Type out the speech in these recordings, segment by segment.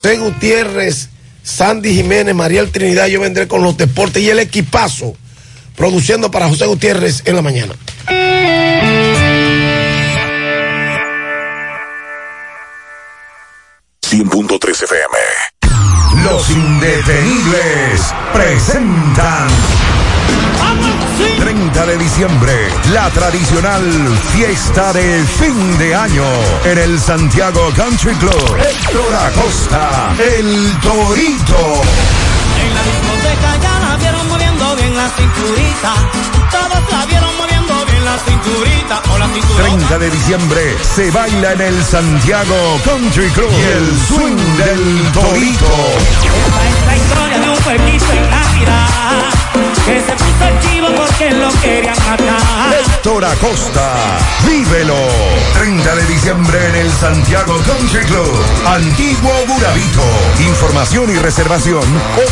José Gutiérrez, Sandy Jiménez, Mariel Trinidad. Yo vendré con los deportes y el equipazo produciendo para José Gutiérrez en la mañana. FM. Los Indetenibles presentan 30 de diciembre, la tradicional fiesta de fin de año en el Santiago Country Club. Héctor Acosta, el Torito. En la discoteca ya la vieron moviendo bien la cinturita. Todos la vieron moviendo bien la cinturita. O la cinturita. 30 de diciembre se baila en el Santiago Country Club. Y el swing del Torito. Esta es la historia de un pueblito en la ciudad que se puso el chivo porque lo querían matar. Héctor Acosta, vívelo. 30 de diciembre en el Santiago Country Club, Antiguo Burabito. Información y reservación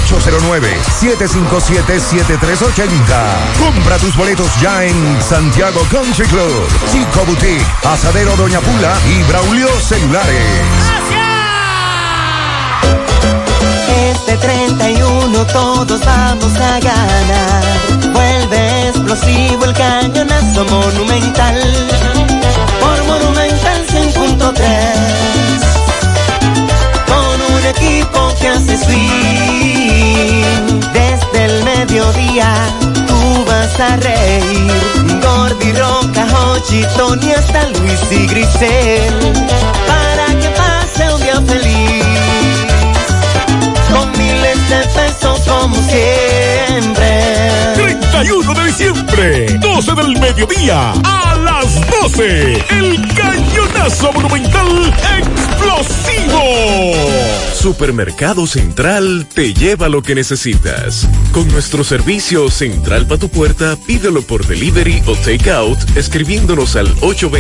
809-757-7380. Compra tus boletos ya en Santiago Country Club, Chico Boutique, Asadero Doña Pula y Braulio Celulares. Este 31 todos vamos a ganar. Vuelve explosivo el cañonazo monumental. Por Monumental 100.3. Con un equipo que hace swing. Desde el mediodía tú vas a reír. Gordy, Roca, Hochi, Tony, hasta Luis y Grisel. Para que pase un día feliz. Con miles de pesos como siempre. 31 de diciembre, 12 del mediodía, a las 12, el cañonazo monumental explosivo. Supermercado Central te lleva lo que necesitas. Con nuestro servicio Central pa' tu puerta, pídelo por delivery o takeout escribiéndonos al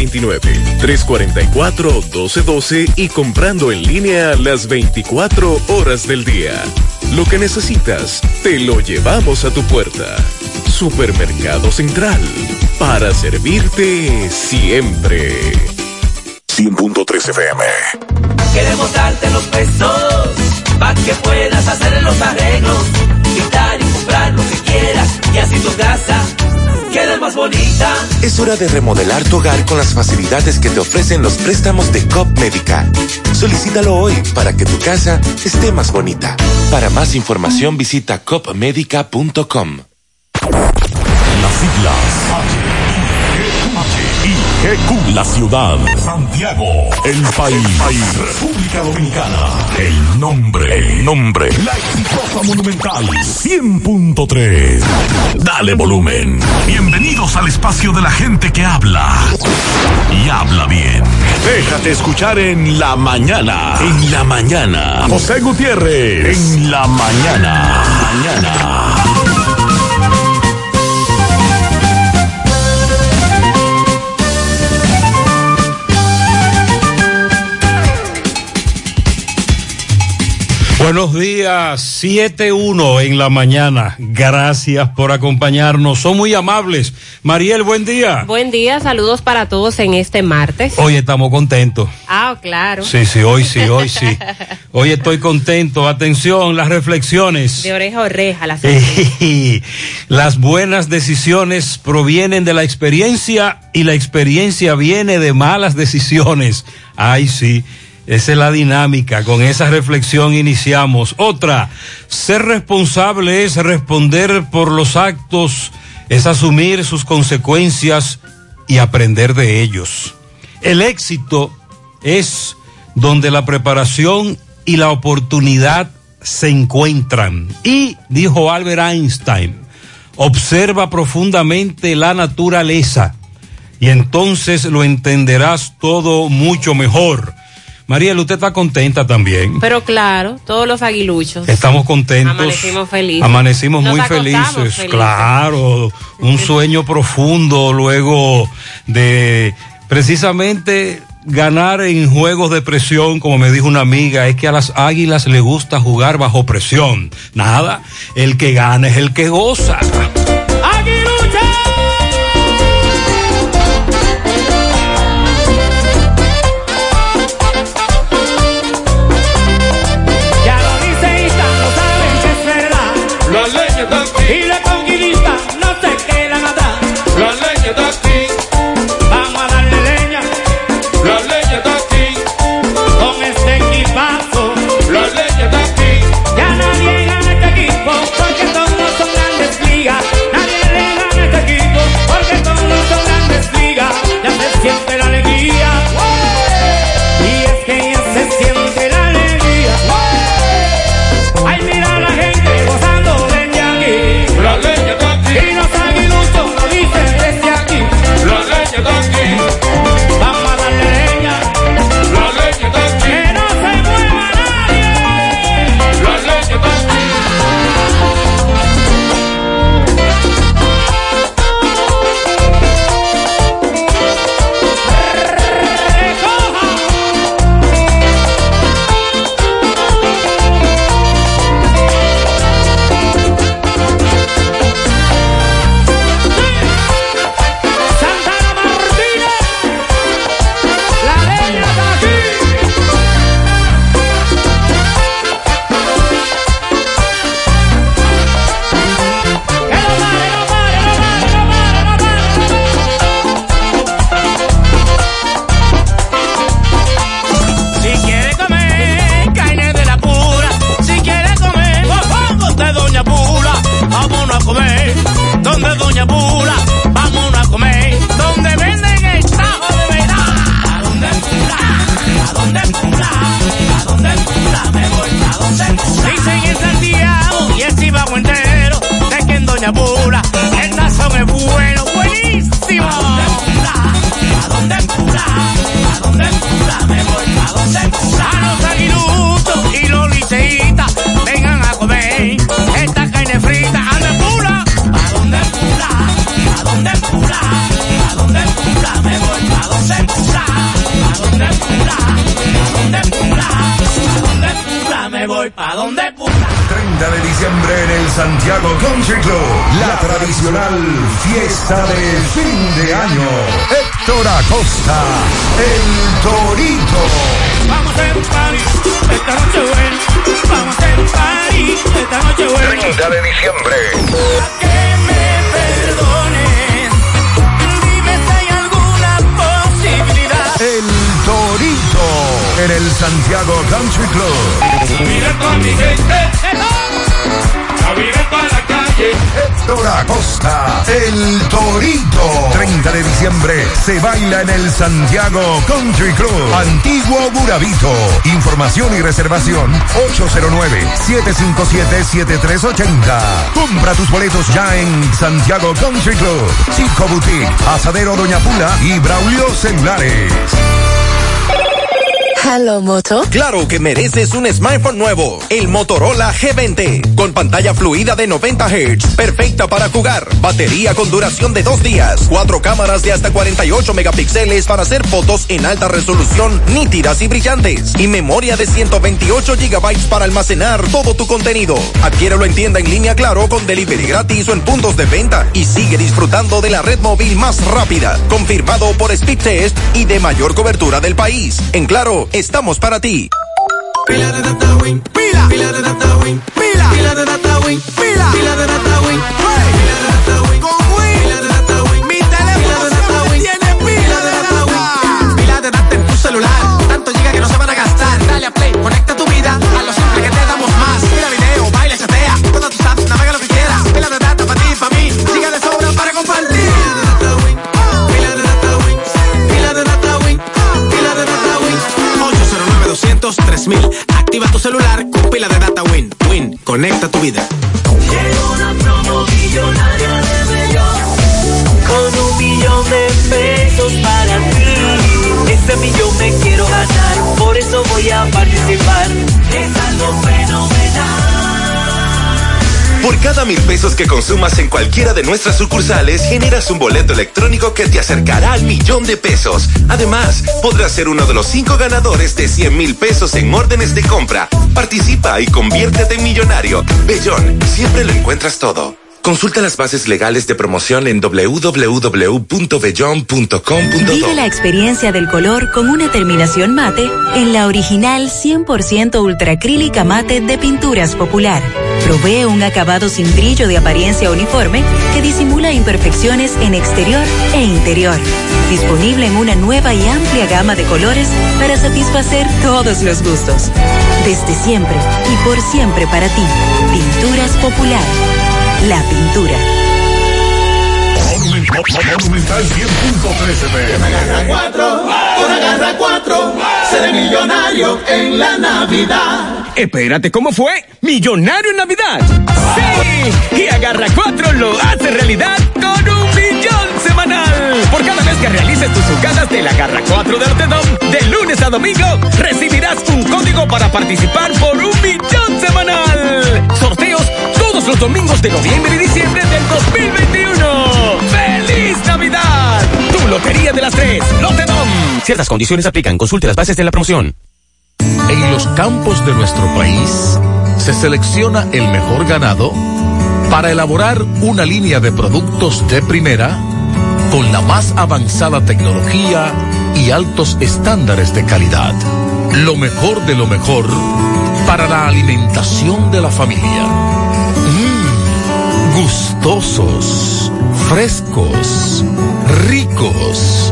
829-344-1212 y comprando en línea las 24 horas del día. Lo que necesitas, te lo llevamos a tu puerta. Supermercado Central, para servirte siempre. 100.3 FM. Queremos darte los pesos para que puedas hacer los arreglos, quitar y comprar lo que quieras y así tu casa quede más bonita. Es hora de remodelar tu hogar con las facilidades que te ofrecen los préstamos de Coop Médica. Solicítalo hoy para que tu casa esté más bonita. Para más información visita coopmedica.com. Las siglas HIGQ, la ciudad, Santiago, el país, República Dominicana, el nombre, la exitosa Monumental 100.3. Dale volumen. Bienvenidos al espacio de la gente que habla y habla bien. Déjate escuchar en la mañana. En la mañana. José Gutiérrez. En la mañana. Buenos días, 7:01 en la mañana. Gracias por acompañarnos. Son muy amables. Mariel, buen día. Buen día, saludos para todos en este martes. Hoy estamos contentos. Ah, claro. Sí, hoy sí. Hoy estoy contento. Atención, las reflexiones. De oreja a oreja. Las buenas decisiones provienen de la experiencia y la experiencia viene de malas decisiones. Ay, sí. Esa es la dinámica, con esa reflexión iniciamos. Otra, ser responsable es responder por los actos, es asumir sus consecuencias y aprender de ellos. El éxito es donde la preparación y la oportunidad se encuentran. Y, dijo Albert Einstein, observa profundamente la naturaleza y entonces lo entenderás todo mucho mejor. Mariel, usted está contenta también. Pero claro, todos los aguiluchos. Estamos contentos. Amanecimos felices. Amanecimos muy felices. Claro, un sueño profundo luego de precisamente ganar en juegos de presión, como me dijo una amiga, es que a las águilas les gusta jugar bajo presión. Nada, el que gana es el que goza. paseíta, vengan a comer esta carne frita. ¿A dónde pula? ¿A dónde pula? ¿A dónde pula? ¿A dónde pula? Me voy ¿a dónde pula? ¿A dónde pula? ¿A dónde pula? ¿A dónde pula? Me voy ¿a dónde pula? 30 de diciembre en el Santiago Country Club, la tradicional fiesta de fin de año. Héctor Acosta, el Torito. Vamos a hacer un party esta noche buena. Vamos a hacer un party esta noche buena. 30 de diciembre. Que me perdones, dime si hay alguna posibilidad. El Torito en el Santiago Country Club. Mira con mi gente, la vida toda la calle. Héctor Acosta, el Torito. 30 de diciembre se baila en el Santiago Country Club, Antiguo Burabito. Información y reservación 809-757-7380. Compra tus boletos ya en Santiago Country Club, Chico Boutique, Asadero Doña Pula y Braulio Celulares. Hello, Moto. Claro que mereces un smartphone nuevo, el Motorola G20, con pantalla fluida de 90 Hz, perfecta para jugar, batería con duración de 2 días, 4 cámaras de hasta 48 megapíxeles para hacer fotos en alta resolución, nítidas y brillantes, y memoria de 128 GB para almacenar todo tu contenido. Adquiérelo en tienda en línea Claro con delivery gratis o en puntos de venta y sigue disfrutando de la red móvil más rápida, confirmado por Speedtest y de mayor cobertura del país. En Claro, estamos para ti. Pila de data win, pila de data win, pila de data win, pila de data win, pila de data win, con win, pila de data win, mi teléfono siempre tiene pila de data. Pila de data en tu celular, tanto giga que no se van a gastar. Dale a play, conecta tu vida a lo simple que te damos más. Mira video, baila, chatea, todas tus apps, navega lo que quieras. Pila de data para ti, para mí, giga de sobra para compartir. Pila de data win, pila de data win, pila de data win. 809-200-3000. Activa tu celular con pila de data Win. Win, conecta tu vida. Llegó una promo millonaria de Bellón, con 1 millón de pesos para ti. Ese millón me quiero ganar, por eso voy a participar. Es algo fenomenal. Por cada 1,000 pesos que consumas en cualquiera de nuestras sucursales, generas un boleto electrónico que te acercará al millón de pesos. Además, podrás ser uno de los 5 ganadores de 100,000 pesos en órdenes de compra. Participa y conviértete en millonario. Bellón, siempre lo encuentras todo. Consulta las bases legales de promoción en www.bellon.com.do. Vive la experiencia del color con una terminación mate en la original 100% ultracrílica mate de Pinturas Popular. Provee un acabado sin brillo de apariencia uniforme que disimula imperfecciones en exterior e interior. Disponible en una nueva y amplia gama de colores para satisfacer todos los gustos. Desde siempre y por siempre para ti. Pinturas Popular. La pintura. Monumental 100.13 FM. Agarra 4, seré millonario en la Navidad. Espérate, ¿cómo fue? ¿Millonario en Navidad? ¡Sí! Y Agarra 4 lo hace realidad con 1 millón semanal. Por cada vez que realices tus jugadas del Agarra 4 de Lotedom, de lunes a domingo, recibirás un código para participar por 1 millón semanal. Sorteos todos los domingos de noviembre y diciembre del 2021. ¡Feliz Navidad! Tu Lotería de las 3, Lotedom. Ciertas condiciones aplican. Consulte las bases de la promoción. En los campos de nuestro país se selecciona el mejor ganado para elaborar una línea de productos de primera con la más avanzada tecnología y altos estándares de calidad. Lo mejor de lo mejor para la alimentación de la familia. Gustosos, frescos, ricos,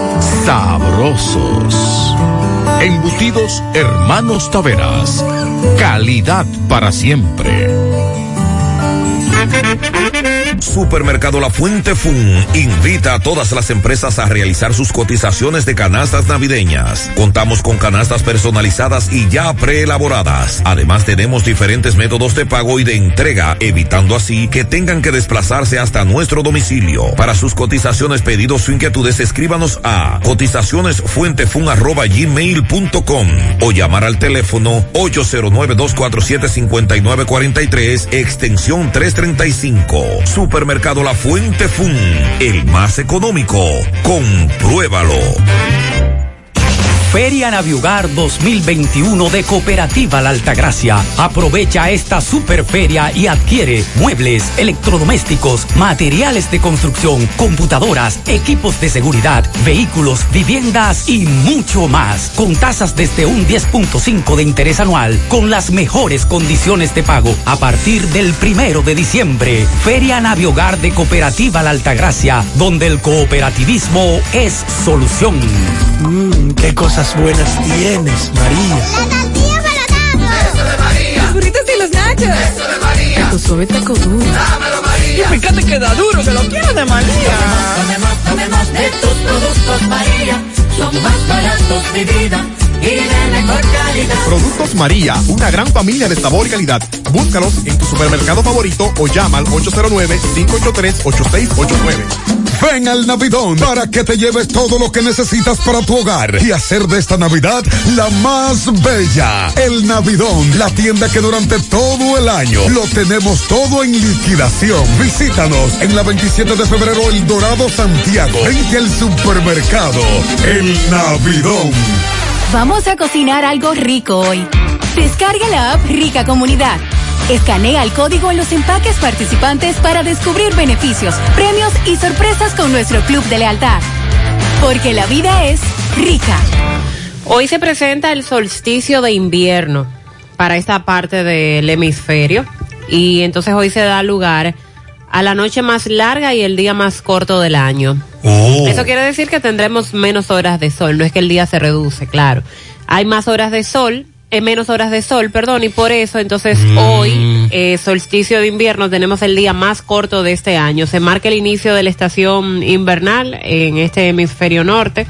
sabrosos. Embutidos Hermanos Taveras. Calidad para siempre. Supermercado La Fuente Fun invita a todas las empresas a realizar sus cotizaciones de canastas navideñas. Contamos con canastas personalizadas y ya preelaboradas. Además, tenemos diferentes métodos de pago y de entrega, evitando así que tengan que desplazarse hasta nuestro domicilio. Para sus cotizaciones, pedidos o inquietudes, escríbanos a cotizacionesfuentefun@gmail.com o llamar al teléfono 809-247-5943, extensión 335. Supermercado La Fuente Fun, el más económico. Compruébalo. Feria Navihogar 2021 de Cooperativa La Altagracia. Aprovecha esta superferia y adquiere muebles, electrodomésticos, materiales de construcción, computadoras, equipos de seguridad, vehículos, viviendas y mucho más. Con tasas desde un 10.5 de interés anual, con las mejores condiciones de pago a partir del 1 de diciembre. Feria Navihogar de Cooperativa La Altagracia, donde el cooperativismo es solución. Qué cosas buenas tienes, María. La tortilla para Eso de María. Los burritos y los nachos. Eso de María. Tu suave taco duro. Dámelo, María. Y fíjate que da duro, que lo quiero de María. Tomemos de tus productos, María. Son más baratos, de vida. Y de mejor calidad. Productos María, una gran familia de sabor y calidad. Búscalos en tu supermercado favorito o llama al 809-583-8689. Ven al Navidón para que te lleves todo lo que necesitas para tu hogar y hacer de esta Navidad la más bella. El Navidón, la tienda que durante todo el año lo tenemos todo en liquidación. Visítanos en la 27 de febrero, El Dorado, Santiago. Vente al supermercado El Navidón. Vamos a cocinar algo rico hoy. Descarga la app Rica Comunidad. Escanea el código en los empaques participantes para descubrir beneficios, premios y sorpresas con nuestro club de lealtad. Porque la vida es rica. Hoy se presenta el solsticio de invierno para esta parte del hemisferio y entonces hoy se da lugar a la noche más larga y el día más corto del año. Eso quiere decir que tendremos menos horas de sol, no es que el día se reduce, claro. Hay más horas de sol, menos horas de sol, perdón, y por eso entonces hoy, solsticio de invierno, tenemos el día más corto de este año. Se marca el inicio de la estación invernal en este hemisferio norte.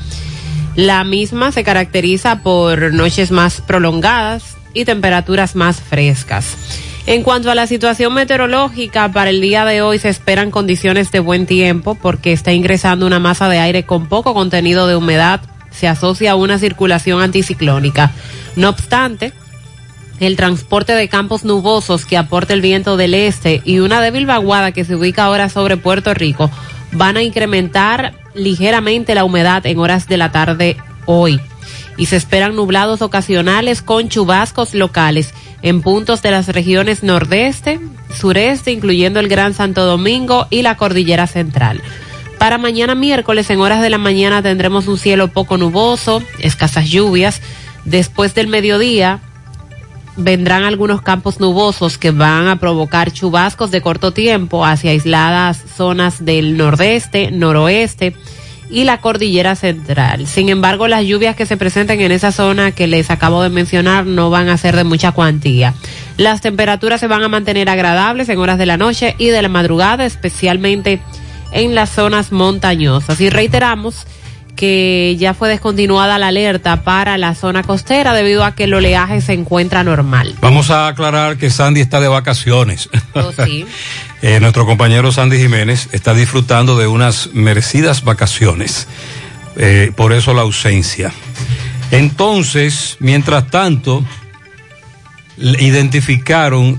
La misma se caracteriza por noches más prolongadas y temperaturas más frescas. En cuanto a la situación meteorológica, para el día de hoy se esperan condiciones de buen tiempo porque está ingresando una masa de aire con poco contenido de humedad. Se asocia a una circulación anticiclónica. No obstante, el transporte de campos nubosos que aporta el viento del este y una débil vaguada que se ubica ahora sobre Puerto Rico van a incrementar ligeramente la humedad en horas de la tarde hoy. Y se esperan nublados ocasionales con chubascos locales en puntos de las regiones nordeste, sureste, incluyendo el Gran Santo Domingo y la Cordillera Central. Para mañana miércoles, en horas de la mañana, tendremos un cielo poco nuboso, escasas lluvias. Después del mediodía, vendrán algunos campos nubosos que van a provocar chubascos de corto tiempo hacia aisladas zonas del nordeste, noroeste y la Cordillera Central. Sin embargo, las lluvias que se presenten en esa zona que les acabo de mencionar no van a ser de mucha cuantía. Las temperaturas se van a mantener agradables en horas de la noche y de la madrugada, especialmente en las zonas montañosas. Y reiteramos que ya fue descontinuada la alerta para la zona costera debido a que el oleaje se encuentra normal. Vamos a aclarar que Sandy está de vacaciones. Oh, sí. Nuestro compañero Sandy Jiménez está disfrutando de unas merecidas vacaciones. Por eso la ausencia. Entonces, mientras tanto, identificaron,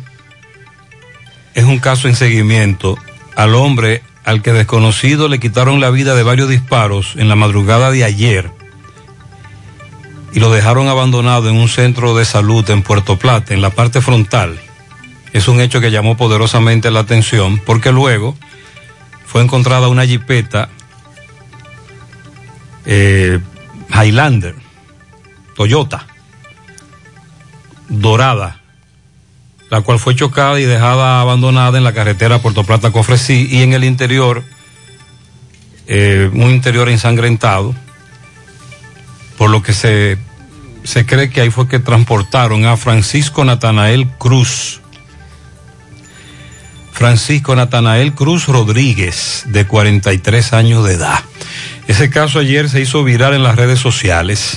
es un caso en seguimiento, al hombre al que desconocido le quitaron la vida de varios disparos en la madrugada de ayer y lo dejaron abandonado en un centro de salud en Puerto Plata, en la parte frontal. Es un hecho que llamó poderosamente la atención porque luego fue encontrada una jipeta Highlander, Toyota, dorada, la cual fue chocada y dejada abandonada en la carretera Puerto Plata-Cofresí y en el interior, un interior ensangrentado, por lo que se cree que ahí fue que transportaron a Francisco Natanael Cruz. Francisco Natanael Cruz Rodríguez, de 43 años de edad. Ese caso ayer se hizo viral en las redes sociales.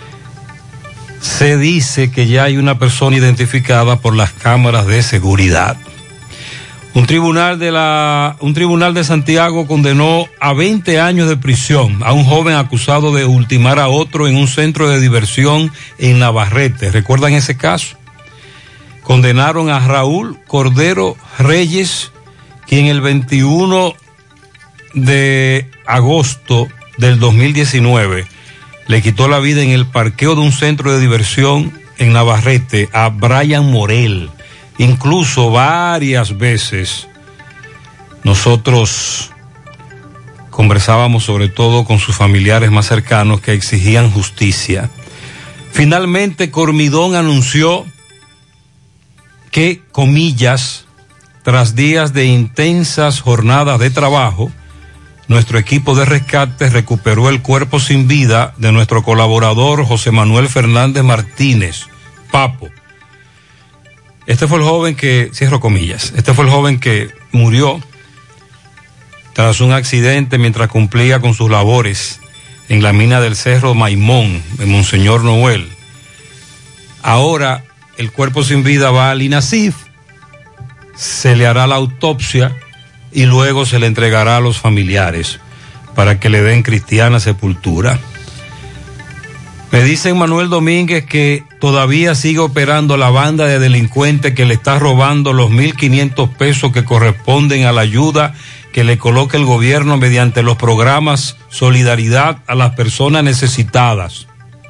Se dice que ya hay una persona identificada por las cámaras de seguridad. Un tribunal de Santiago condenó a 20 años de prisión a un joven acusado de ultimar a otro en un centro de diversión en Navarrete. ¿Recuerdan ese caso? Condenaron a Raúl Cordero Reyes, quien el 21 de agosto del 2019 le quitó la vida en el parqueo de un centro de diversión en Navarrete a Brian Morel. Incluso varias veces nosotros conversábamos sobre todo con sus familiares más cercanos que exigían justicia. Finalmente Cormidón anunció que, comillas, tras días de intensas jornadas de trabajo, nuestro equipo de rescate recuperó el cuerpo sin vida de nuestro colaborador José Manuel Fernández Martínez, Papo. Este fue el joven que, cierro comillas, este fue el joven que murió tras un accidente mientras cumplía con sus labores en la mina del Cerro Maimón, de Monseñor Noel. Ahora el cuerpo sin vida va al INASIF, se le hará la autopsia y luego se le entregará a los familiares para que le den cristiana sepultura. Me dice Manuel Domínguez que todavía sigue operando la banda de delincuentes que le está robando los 1.500 pesos que corresponden a la ayuda que le coloca el gobierno mediante los programas Solidaridad a las personas necesitadas.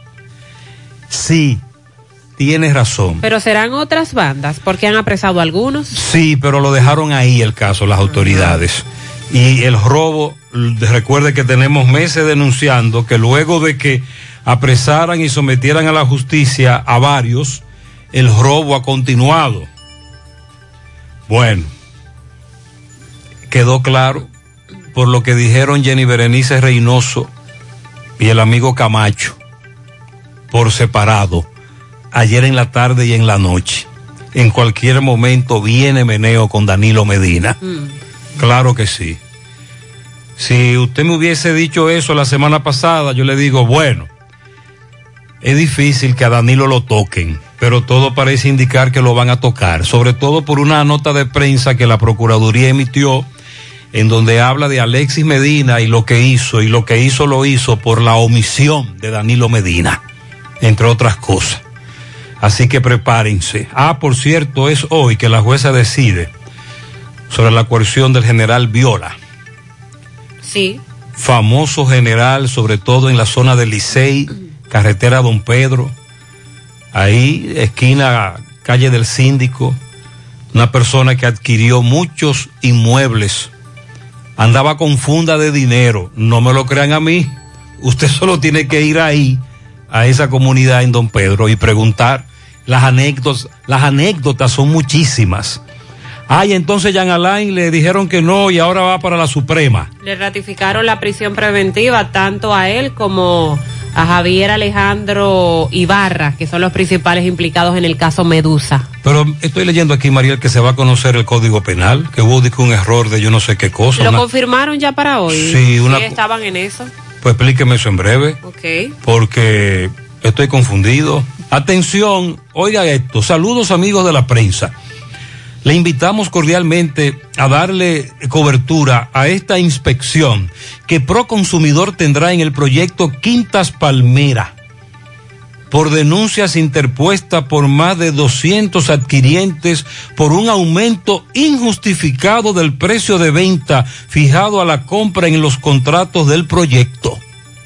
Sí, tienes razón. Pero serán otras bandas, porque han apresado a algunos. Sí, pero lo dejaron ahí el caso, las autoridades. Y el robo, recuerde que tenemos meses denunciando que luego de que apresaran y sometieran a la justicia a varios, el robo ha continuado. Bueno, quedó claro por lo que dijeron Jenny Berenice Reynoso y el amigo Camacho por separado ayer en la tarde y en la noche. En cualquier momento viene meneo con Danilo Medina. Claro que sí. Si usted me hubiese dicho eso la semana pasada, yo le digo, bueno, es difícil que a Danilo lo toquen, pero todo parece indicar que lo van a tocar, sobre todo por una nota de prensa que la Procuraduría emitió, en donde habla de Alexis Medina y lo que hizo lo hizo por la omisión de Danilo Medina, entre otras cosas. Así que prepárense. Por cierto, es hoy que la jueza decide sobre la coerción del general Viola. Sí. Famoso general, sobre todo en la zona del Licey, carretera Don Pedro, ahí, esquina calle del Síndico, una persona que adquirió muchos inmuebles, andaba con funda de dinero, no me lo crean a mí, usted solo tiene que ir ahí, a esa comunidad en Don Pedro y preguntar. Las anécdotas son muchísimas. Y entonces Jean Alain le dijeron que no y ahora va para la Suprema. Le ratificaron la prisión preventiva tanto a él como a Javier Alejandro Ibarra, que son los principales implicados en el caso Medusa. Pero estoy leyendo aquí, Mariel, que se va a conocer el Código Penal, que hubo un error de yo no sé qué cosa. ¿Lo confirmaron ya para hoy? Sí, ¿Sí estaban en eso? Pues explíqueme eso en breve. Ok. Porque estoy confundido. Atención, oiga esto. Saludos, amigos de la prensa. Le invitamos cordialmente a darle cobertura a esta inspección que Proconsumidor tendrá en el proyecto Quintas Palmera por denuncias interpuestas por más de 200 adquirientes por un aumento injustificado del precio de venta fijado a la compra en los contratos del proyecto.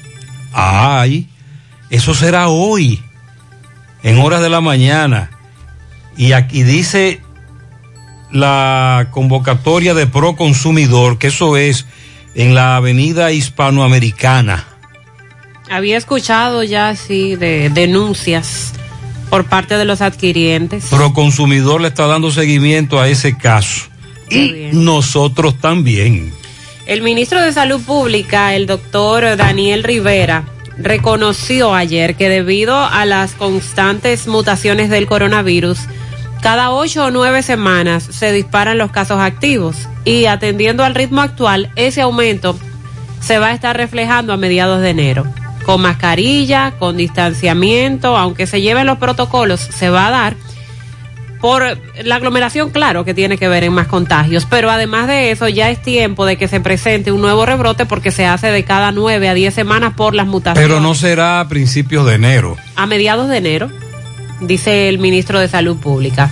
Eso será hoy, en horas de la mañana. Y aquí dice la convocatoria de Proconsumidor, que eso es en la avenida Hispanoamericana. Había escuchado ya, sí, de denuncias por parte de los adquirientes. Proconsumidor le está dando seguimiento a ese caso. Y nosotros también. El ministro de Salud Pública, el doctor Daniel Rivera, reconoció ayer que debido a las constantes mutaciones del coronavirus, Cada 8 o 9 semanas se disparan los casos activos y atendiendo al ritmo actual, ese aumento se va a estar reflejando a mediados de enero. Con mascarilla, con distanciamiento, aunque se lleven los protocolos, se va a dar por la aglomeración, claro, que tiene que ver en más contagios. Pero además de eso, ya es tiempo de que se presente un nuevo rebrote porque se hace de cada 9 a 10 semanas por las mutaciones. Pero no será a principios de enero. A mediados de enero, dice el ministro de Salud Pública.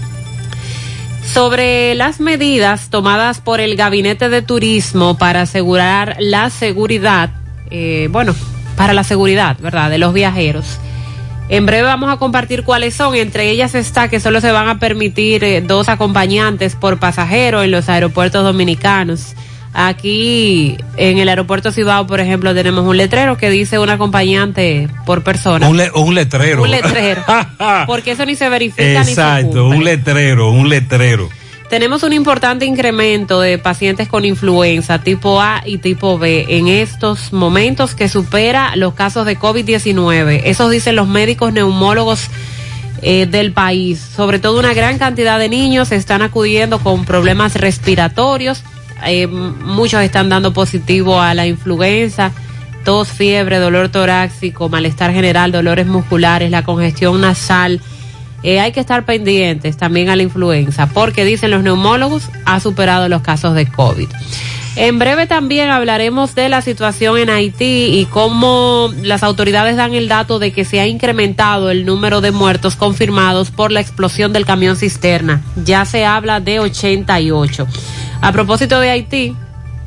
Sobre las medidas tomadas por el Gabinete de Turismo para asegurar la seguridad, para la seguridad, ¿verdad?, de los viajeros. En breve vamos a compartir cuáles son. Entre ellas está que solo se van a permitir 2 acompañantes por pasajero en los aeropuertos dominicanos. Aquí en el aeropuerto Cibao, por ejemplo, tenemos un letrero que dice un acompañante por persona. Un letrero. Un letrero. Porque eso ni se verifica. Exacto, ni se cumple. un letrero. Tenemos un importante incremento de pacientes con influenza tipo A y tipo B en estos momentos que supera los casos de COVID-19. Eso dicen los médicos neumólogos del país. Sobre todo una gran cantidad de niños están acudiendo con problemas respiratorios. Muchos están dando positivo a la influenza, tos, fiebre, dolor torácico, malestar general, dolores musculares, la congestión nasal. Hay que estar pendientes también a la influenza porque dicen los neumólogos ha superado los casos de COVID. En breve también hablaremos de la situación en Haití y cómo las autoridades dan el dato de que se ha incrementado el número de muertos confirmados por la explosión del camión cisterna. Ya se habla de 88. A propósito de Haití,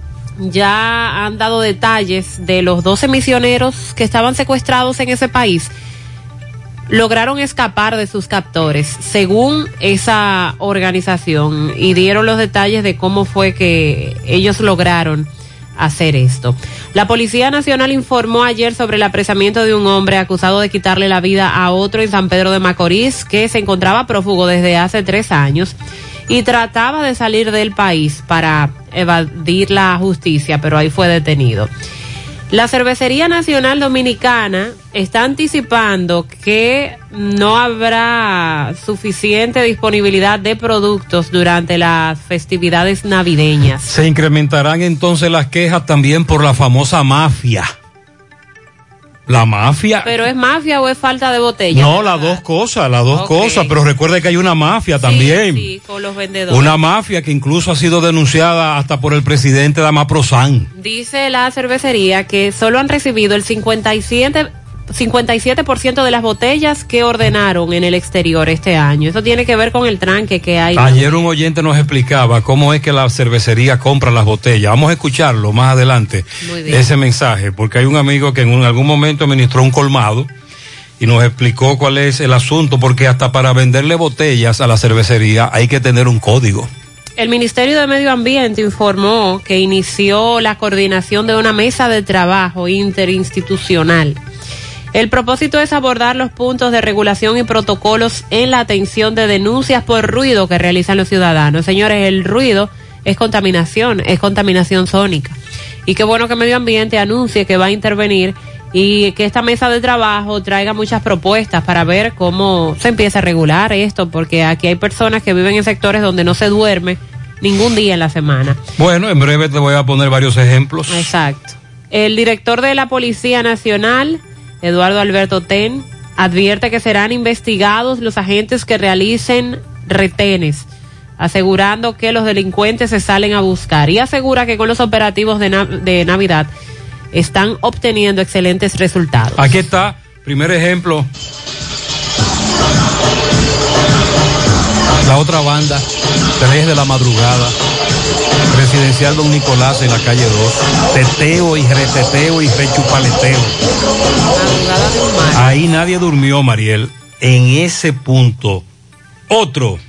ya han dado detalles de los 12 misioneros que estaban secuestrados en ese país. Lograron escapar de sus captores, según esa organización, y dieron los detalles de cómo fue que ellos lograron hacer esto. La Policía Nacional informó ayer sobre el apresamiento de un hombre acusado de quitarle la vida a otro en San Pedro de Macorís, que se encontraba prófugo desde hace 3 años y trataba de salir del país para evadir la justicia, pero ahí fue detenido. La Cervecería Nacional Dominicana está anticipando que no habrá suficiente disponibilidad de productos durante las festividades navideñas. Se incrementarán entonces las quejas también por la famosa mafia. La mafia. ¿Pero es mafia o es falta de botella? No, las dos cosas, pero recuerde que hay una mafia también. Sí, con los vendedores. Una mafia que incluso ha sido denunciada hasta por el presidente de Amaprosan. Dice la cervecería que solo han recibido el 57% de las botellas que ordenaron en el exterior este año. Eso tiene que ver con el tranque que hay. Ayer un oyente nos explicaba cómo es que la cervecería compra las botellas. Vamos a escucharlo más adelante, ese mensaje, porque hay un amigo que en algún momento administró un colmado y nos explicó cuál es el asunto, porque hasta para venderle botellas a la cervecería hay que tener un código. El Ministerio de Medio Ambiente informó que inició la coordinación de una mesa de trabajo interinstitucional. El propósito es abordar los puntos de regulación y protocolos en la atención de denuncias por ruido que realizan los ciudadanos. Señores, el ruido es contaminación sónica. Y qué bueno que Medio Ambiente anuncie que va a intervenir y que esta mesa de trabajo traiga muchas propuestas para ver cómo se empieza a regular esto, porque aquí hay personas que viven en sectores donde no se duerme ningún día en la semana. Bueno, en breve te voy a poner varios ejemplos. Exacto. El director de la Policía Nacional, Eduardo Alberto Ten, advierte que serán investigados los agentes que realicen retenes, asegurando que los delincuentes se salen a buscar, y asegura que con los operativos de Navidad están obteniendo excelentes resultados. Aquí está, primer ejemplo. La otra banda, 3 de la madrugada, Residencial Don Nicolás en la calle 2, teteo y rechupaleteo. Ahí nadie durmió, Mariel, en ese punto. Otro.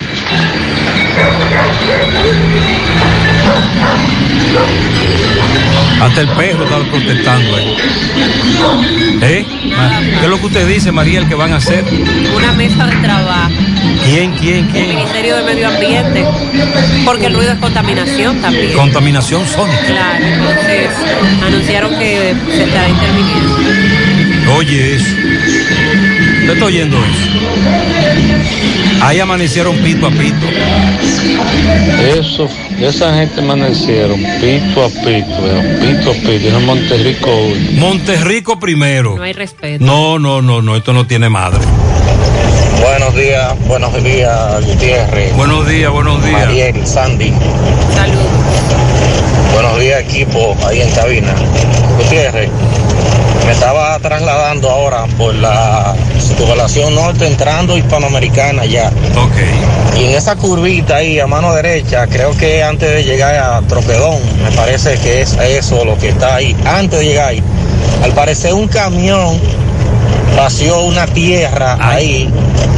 Hasta el perro está protestando ahí. ¿Qué es lo que usted dice, Mariel, que van a hacer? Una mesa de trabajo. ¿Quién? El Ministerio de Medio Ambiente, porque el ruido es contaminación también. Contaminación sónica. Claro, entonces anunciaron que se estará interviniendo. Oye, eso. ¿Usted está oyendo eso? Ahí amanecieron pito a pito. Eso, esa gente amanecieron pito a pito. Eso es Monterrico hoy. Monterrico primero. No hay respeto. No, esto no tiene madre. Buenos días, Gutiérrez. Buenos días. Mariel, Sandy. Saludos. Buenos días, equipo, ahí en cabina. Gutiérrez, me estaba trasladando ahora por la circunvalación norte, entrando Hispanoamericana ya. Ok. Y en esa curvita ahí, a mano derecha, creo que antes de llegar a Tropedón, me parece que es eso lo que está ahí. Antes de llegar ahí, al parecer un camión vació una tierra ahí.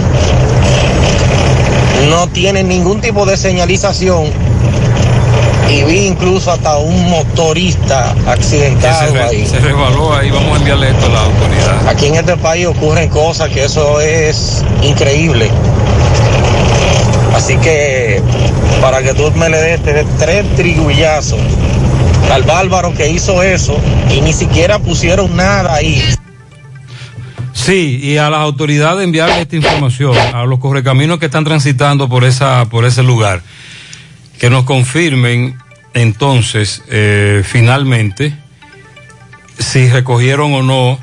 No tiene ningún tipo de señalización y vi incluso hasta un motorista accidentado ahí. Se resbaló ahí, vamos a enviarle esto a la autoridad. Aquí en este país ocurren cosas que eso es increíble. Así que para que tú me le des 3 triguillazos al bárbaro que hizo eso y ni siquiera pusieron nada ahí. Sí, y a las autoridades enviarle esta información, a los correcaminos que están transitando por ese lugar, que nos confirmen entonces finalmente si recogieron o no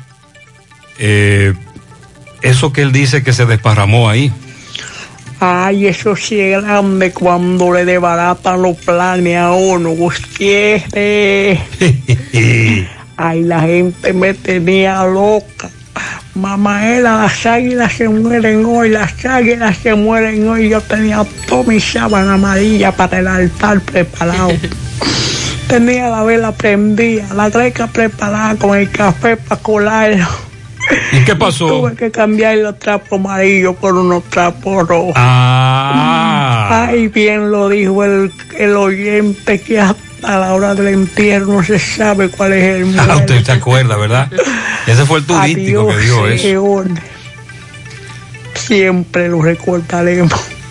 eso que él dice que se desparramó ahí. Ay, eso sí es grande cuando le desbaratan los planes a uno, Gutiérrez. Ay, la gente me tenía loca. Mamaela, las águilas se mueren hoy, las águilas se mueren hoy. Yo tenía toda mi sábana amarilla para el altar preparado. Tenía la vela prendida, la greca preparada con el café para colarlo. ¿Y qué pasó? Tuve que cambiar los trapos amarillos por unos trapos rojos. Ay, bien lo dijo el oyente, que hasta la hora del entierro no se sabe cuál es el muerto. Usted se acuerda, ¿verdad? Ese fue el turístico que dio eso. Señor. Siempre lo recordaremos.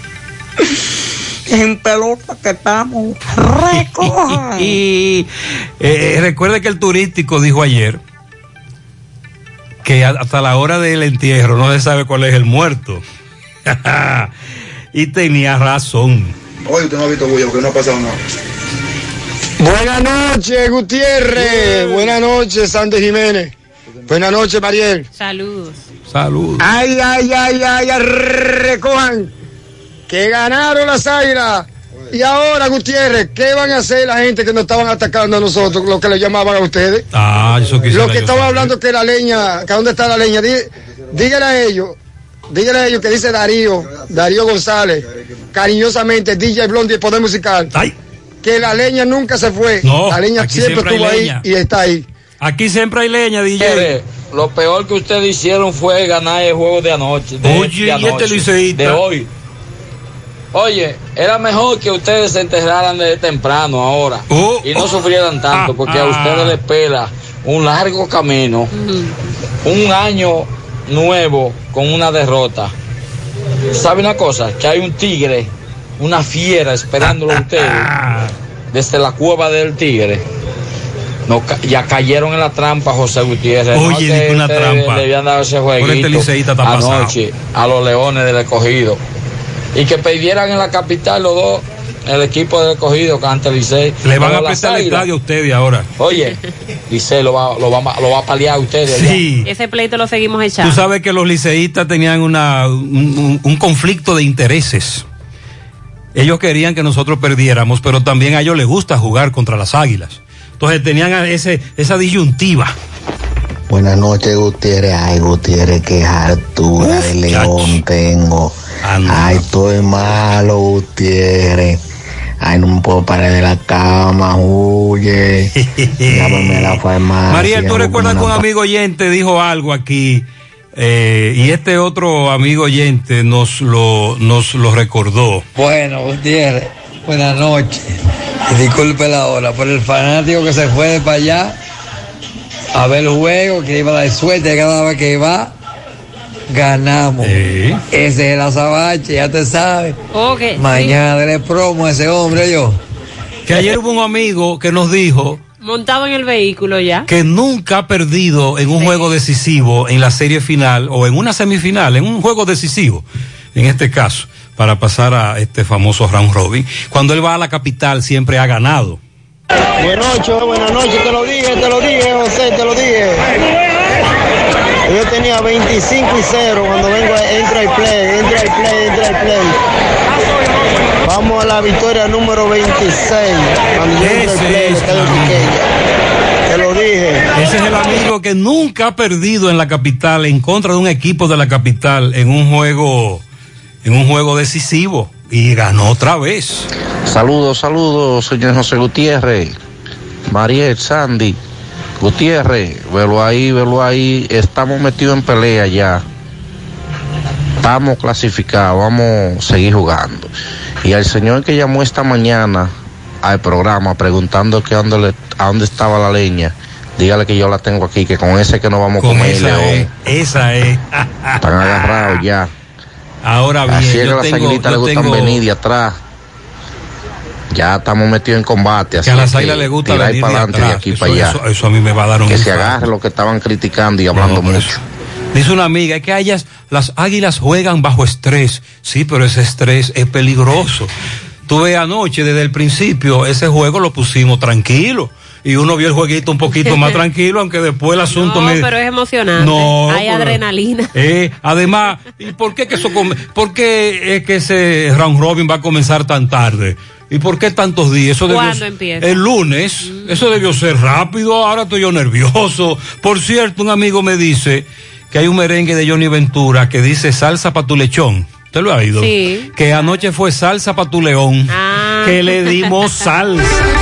En pelota que estamos, recojan. Recuerde que el turístico dijo ayer que hasta la hora del entierro no se sabe cuál es el muerto. Y tenía razón. Oye, usted no ha visto bulla porque no ha pasado nada. Buenas noches, Gutiérrez. Buenas noches, Sandy Jiménez. Buenas noches, Mariel. Saludos. Ay, recojan. Que ganaron las águilas. Y ahora, Gutiérrez, ¿qué van a hacer la gente que nos estaban atacando a nosotros, los que le llamaban a ustedes? Eso quisiera. Los que estaban hablando que la leña, que dónde está la leña. Dígale a ellos que dice Darío González, cariñosamente, DJ Blondie, el Poder Musical. Que la leña nunca se fue. No, la leña siempre estuvo ahí y está ahí. Aquí siempre hay leña, DJ. Lo peor que ustedes hicieron fue ganar el juego de anoche. Oye, y este liceísta de hoy. Oye, era mejor que ustedes se enterraran de temprano ahora y no sufrieran tanto, porque a ustedes les espera un largo camino, un año nuevo con una derrota. ¿Sabe una cosa? Que hay un tigre, una fiera esperándolo a ustedes desde la cueva del tigre. No, ya cayeron en la trampa, José Gutiérrez. Oye, una trampa. Le habían dado ese jueguito anoche a los Leones del Escogido. Y que perdieran en la capital los dos, el equipo del Escogido ante Licey. Le van a prestar el estadio a ustedes ahora. Oye, Licey lo va a paliar a ustedes. Sí. Ese pleito lo seguimos echando. Tú sabes que los liceístas tenían un conflicto de intereses. Ellos querían que nosotros perdiéramos, pero también a ellos les gusta jugar contra las Águilas. Entonces tenían esa disyuntiva. Buenas noches, Gutiérrez. Ay, Gutiérrez, qué hartura de león tengo. Ay, estoy malo, Gutiérrez. Ay, no me puedo parar de la cama, huye. Llámame a la farmacia. Mariel, ¿tú recuerdas que un amigo oyente dijo algo aquí? Y este otro amigo oyente nos lo recordó. Bueno, Gutiérrez, buenas noches. Disculpe la hora, por el fanático que se fue de para allá a ver el juego, que iba a dar suerte cada vez que iba, ganamos. Ese es el azabache, ya te sabes. Okay, mañana dele promo a ese hombre yo. Que ayer hubo un amigo que nos dijo Montado en el vehículo ya. Que nunca ha perdido en un juego decisivo, en la serie final o en una semifinal, en un juego decisivo, en este caso, para pasar a este famoso round robin. Cuando él va a la capital siempre ha ganado. Buenas noches, te lo dije, José, te lo dije. Yo tenía 25-0 cuando entra el play. Vamos a la victoria número 26. Cuando yo entra el play, te lo dije. Ese es el amigo que nunca ha perdido en la capital, en contra de un equipo de la capital, en un juego decisivo. Y ganó otra vez. Saludos, señor José Gutiérrez, Mariel, Sandy, Gutiérrez, velo ahí, estamos metidos en pelea ya, estamos clasificados, vamos a seguir jugando. Y al señor que llamó esta mañana al programa preguntando que a dónde estaba la leña, dígale que yo la tengo aquí, que con ese que nos vamos a comer, León. Esa es. Están agarrados ya. Ahora bien, así es que a las aguilitas les gustan venir de atrás. Ya estamos metidos en combate. Así que a las águilas les gusta venir para adelante, de aquí para allá. Eso a mí me va a dar un que se agarre lo que estaban criticando y hablando mucho. Dice una amiga, es que las águilas juegan bajo estrés. Sí, pero ese estrés es peligroso. Tuve anoche, desde el principio, ese juego lo pusimos tranquilo. Y uno vio el jueguito un poquito más tranquilo, aunque después el asunto pero es emocionante. Hay adrenalina. Además, ¿y por qué es que ese round robin va a comenzar tan tarde? ¿Y por qué tantos días? ¿Cuándo empieza? El lunes. Eso debió ser rápido. Ahora estoy yo nervioso. Por cierto, un amigo me dice que hay un merengue de Johnny Ventura que dice salsa pa' tu lechón. ¿Usted lo ha oído? Sí. Que anoche fue salsa pa' tu león. Que le dimos salsa.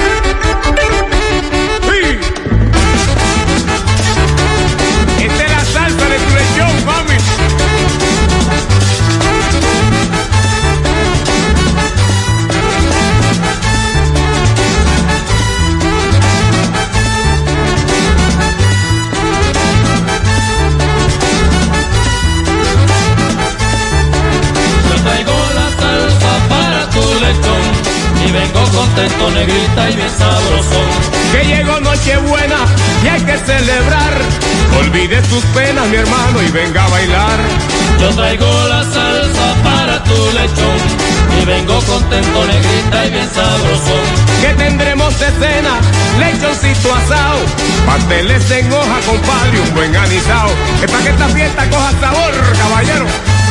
Contento, negrita y bien sabroso. Que llegó Nochebuena y hay que celebrar. Olvide sus penas, mi hermano, y venga a bailar. Yo traigo la salsa para tu lechón y vengo contento, negrita y bien sabroso. Que tendremos de cena, lechoncito asado, pasteles en hoja, compadre, un buen anisao. Es para que esta fiesta coja sabor, caballero.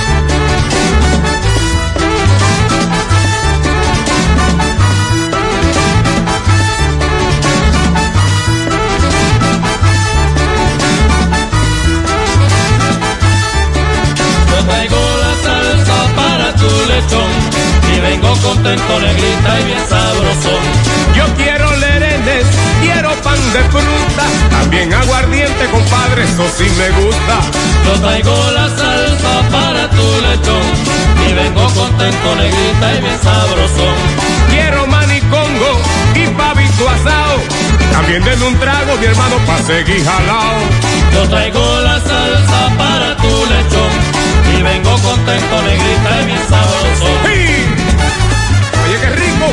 Y vengo contento, negrita y bien sabroso. Yo quiero lerenes, quiero pan de fruta, también aguardiente, compadre, eso sí me gusta. Yo traigo la salsa para tu lechón y vengo contento, negrita y bien sabroso. Quiero manicongo y pavito asado, también denle un trago, mi hermano, pa' seguir jalao. Yo traigo la salsa para tu lechón y vengo contento, negrita y bien sabroso. ¡Sí! Oye, qué rico.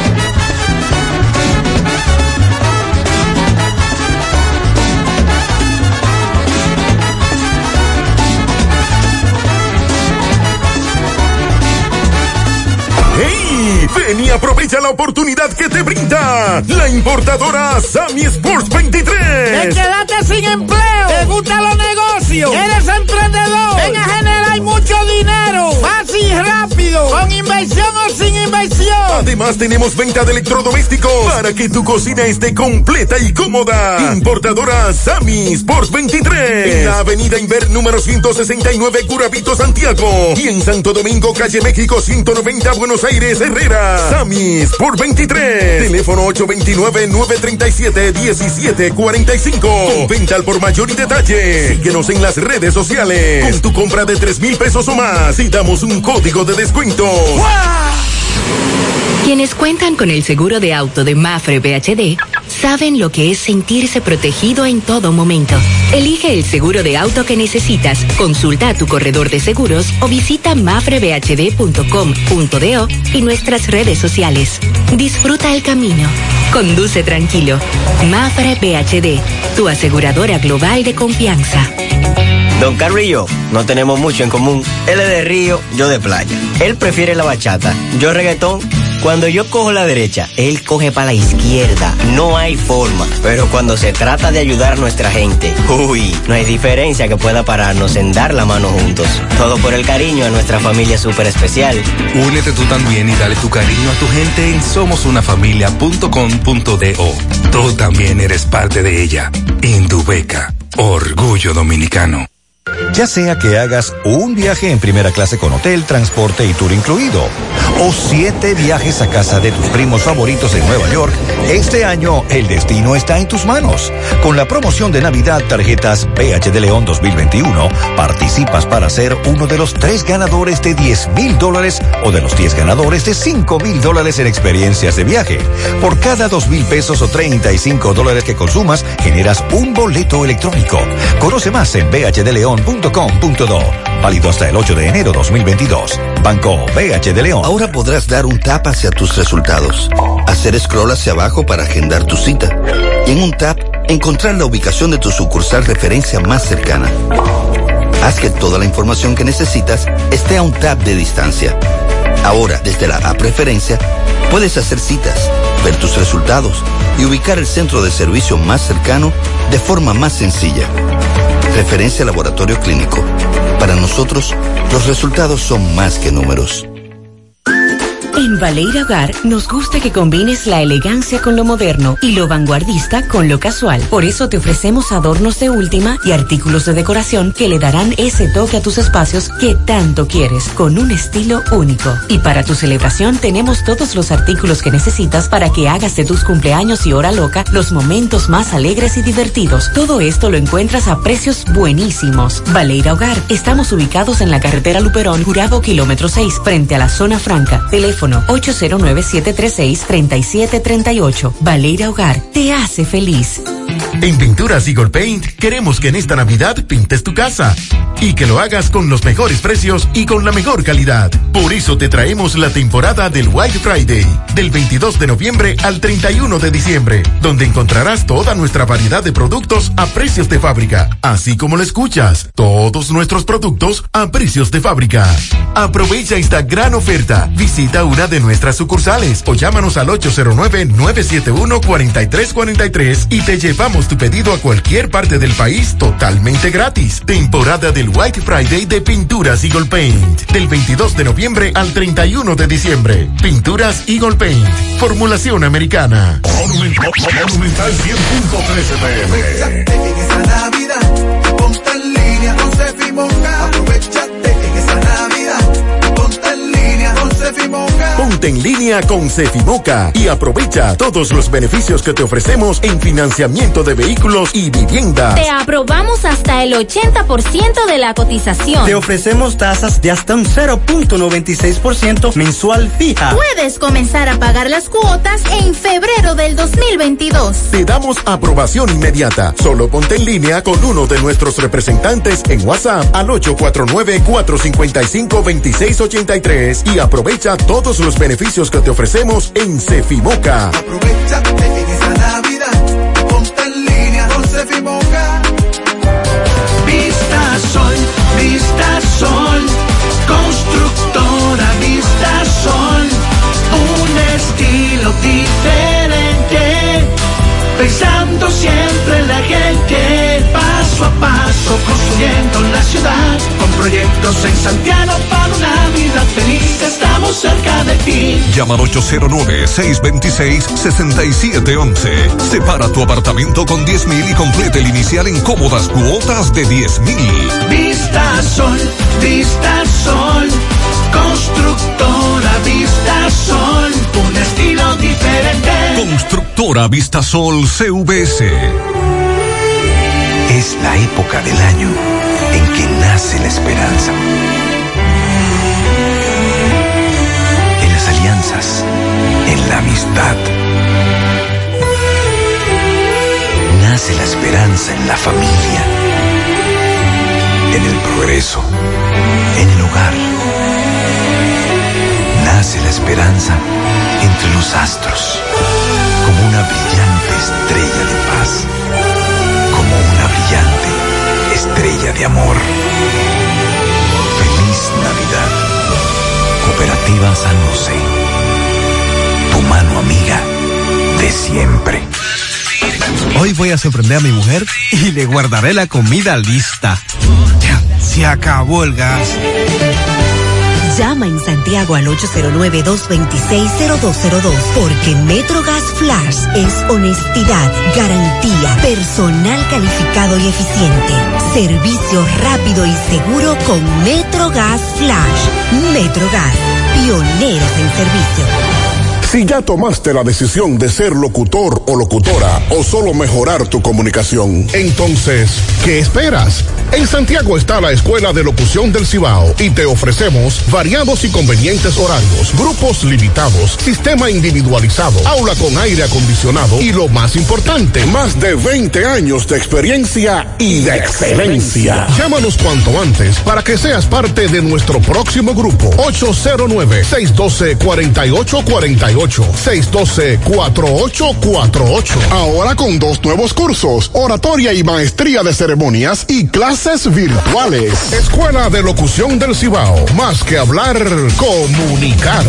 ¡Hey! Ven y aprovecha la oportunidad que te brinda la importadora Sammy Sports 23. ¿Te quedaste sin empleo? ¿Te gustan los negocios? ¿Eres emprendedor? Ven a generar mucho dinero. Fácil y rápido. ¿Con inversión o sin inversión? Además tenemos venta de electrodomésticos para que tu cocina esté completa y cómoda. Importadora Sammy Sports 23. En la avenida Inver número 169 Curabito, Santiago. Y en Santo Domingo, calle México 190 Buenos Aires, Herrera. Sammy Sports 23. Teléfono 829-937-1745. Con venta al por mayor y detalle. Síguenos en las redes sociales. Con tu compra de 3,000 pesos o más y damos un código de descuento. ¡Wow! Quienes cuentan con el seguro de auto de Mafre BHD saben lo que es sentirse protegido en todo momento. Elige el seguro de auto que necesitas, consulta a tu corredor de seguros o visita mafrebhd.com.do y nuestras redes sociales. Disfruta el camino. Conduce tranquilo. Mafre BHD, tu aseguradora global de confianza. Don Carlos y yo no tenemos mucho en común. Él es de río, yo de playa. Él prefiere la bachata, yo reggaetón. Cuando yo cojo la derecha, él coge para la izquierda. No hay forma. Pero cuando se trata de ayudar a nuestra gente, uy, no hay diferencia que pueda pararnos en dar la mano juntos. Todo por el cariño a nuestra familia súper especial. Únete tú también y dale tu cariño a tu gente en somosunafamilia.com.do. Tú también eres parte de ella. Indubeca, orgullo dominicano. Ya sea que hagas un viaje en primera clase con hotel, transporte y tour incluido, o 7 viajes a casa de tus primos favoritos en Nueva York, este año el destino está en tus manos. Con la promoción de Navidad Tarjetas BH de León 2021, participas para ser uno de los 3 ganadores de $10,000 o de los 10 ganadores de $5,000 en experiencias de viaje. Por cada $2,000 o $35 que consumas, generas un boleto electrónico. Conoce más en bhdeleon.com.do. Válido hasta el 8 de enero 2022. Banco BH de León. Ahora podrás dar un tap hacia tus resultados, hacer scroll hacia abajo para agendar tu cita y en un tap encontrar la ubicación de tu sucursal referencia más cercana. Haz que toda la información que necesitas esté a un tap de distancia. Ahora, desde la app Preferencia, puedes hacer citas, ver tus resultados y ubicar el centro de servicio más cercano de forma más sencilla. Referencia Laboratorio Clínico. Para nosotros, los resultados son más que números. En Valeira Hogar nos gusta que combines la elegancia con lo moderno y lo vanguardista con lo casual. Por eso te ofrecemos adornos de última y artículos de decoración que le darán ese toque a tus espacios que tanto quieres, con un estilo único. Y para tu celebración tenemos todos los artículos que necesitas para que hagas de tus cumpleaños y hora loca los momentos más alegres y divertidos. Todo esto lo encuentras a precios buenísimos. Valeira Hogar, estamos ubicados en la carretera Luperón, Jurado kilómetro 6, frente a la zona franca. Teléfono 809-736-3738. Valeira Hogar te hace feliz. En Pinturas Eagle Paint queremos que en esta Navidad pintes tu casa y que lo hagas con los mejores precios y con la mejor calidad. Por eso te traemos la temporada del White Friday, del 22 de noviembre al 31 de diciembre, donde encontrarás toda nuestra variedad de productos a precios de fábrica, así como lo escuchas, todos nuestros productos a precios de fábrica. Aprovecha esta gran oferta, visita una de nuestras sucursales o llámanos al 809-971-4343 y te llevamos tu pedido a cualquier parte del país totalmente gratis. Temporada del White Friday de Pinturas Eagle Paint, del 22 de noviembre al 31 de diciembre. Pinturas Eagle Paint, formulación americana. Monumental 100.13 PM. En esa Navidad, ponte en línea con Cefimoca. Aprovechate en esa Navidad, ponte en línea con Cefimoca. Ponte en línea con Cefimoca y aprovecha todos los beneficios que te ofrecemos en financiamiento de vehículos y vivienda. Te aprobamos hasta el 80% de la cotización. Te ofrecemos tasas de hasta un 0.96% mensual fija. Puedes comenzar a pagar las cuotas en febrero del 2022. Te damos aprobación inmediata. Solo ponte en línea con uno de nuestros representantes en WhatsApp al 849-455-2683 y aprovecha todos los beneficios que te ofrecemos en Cefimoca. Aprovechate en esa Navidad, ponte en línea con Cefimoca. Vista Sol, constructora Vista Sol, un estilo diferente, pensando siempre en la gente, paso a paso construyendo la ciudad, con proyectos en Santiago para una vida feliz, estamos cerca de ti. Llama al 809-626-6711. Separa tu apartamento con 10,000 y completa el inicial en cómodas cuotas de 10,000. Vista Sol, constructora Vista Sol, un estilo diferente. Constructora Vista Sol CVS. Es la época del año en que nace la esperanza. En las alianzas, en la amistad. Nace la esperanza en la familia, en el progreso, en el hogar. Nace la esperanza entre los astros, como como una brillante estrella de paz, como una brillante estrella de amor. Feliz Navidad. Cooperativa San José. Tu mano amiga de siempre. Hoy voy a sorprender a mi mujer y le guardaré la comida lista. Ya, se acabó el gas. Llama en Santiago al 809-226-0202 porque MetroGas Flash es honestidad, garantía, personal calificado y eficiente, servicio rápido y seguro con MetroGas Flash. MetroGas, pioneros en servicio. Si ya tomaste la decisión de ser locutor o locutora o solo mejorar tu comunicación, entonces, ¿qué esperas? En Santiago está la Escuela de Locución del Cibao y te ofrecemos variados y convenientes horarios, grupos limitados, sistema individualizado, aula con aire acondicionado y lo más importante, más de 20 años de experiencia y de excelencia. Llámanos cuanto antes para que seas parte de nuestro próximo grupo. 809-612-4848. 612-4848. Ahora con 2 nuevos cursos, oratoria y maestría de ceremonias y clases virtuales. Escuela de Locución del Cibao. Más que hablar, comunicar.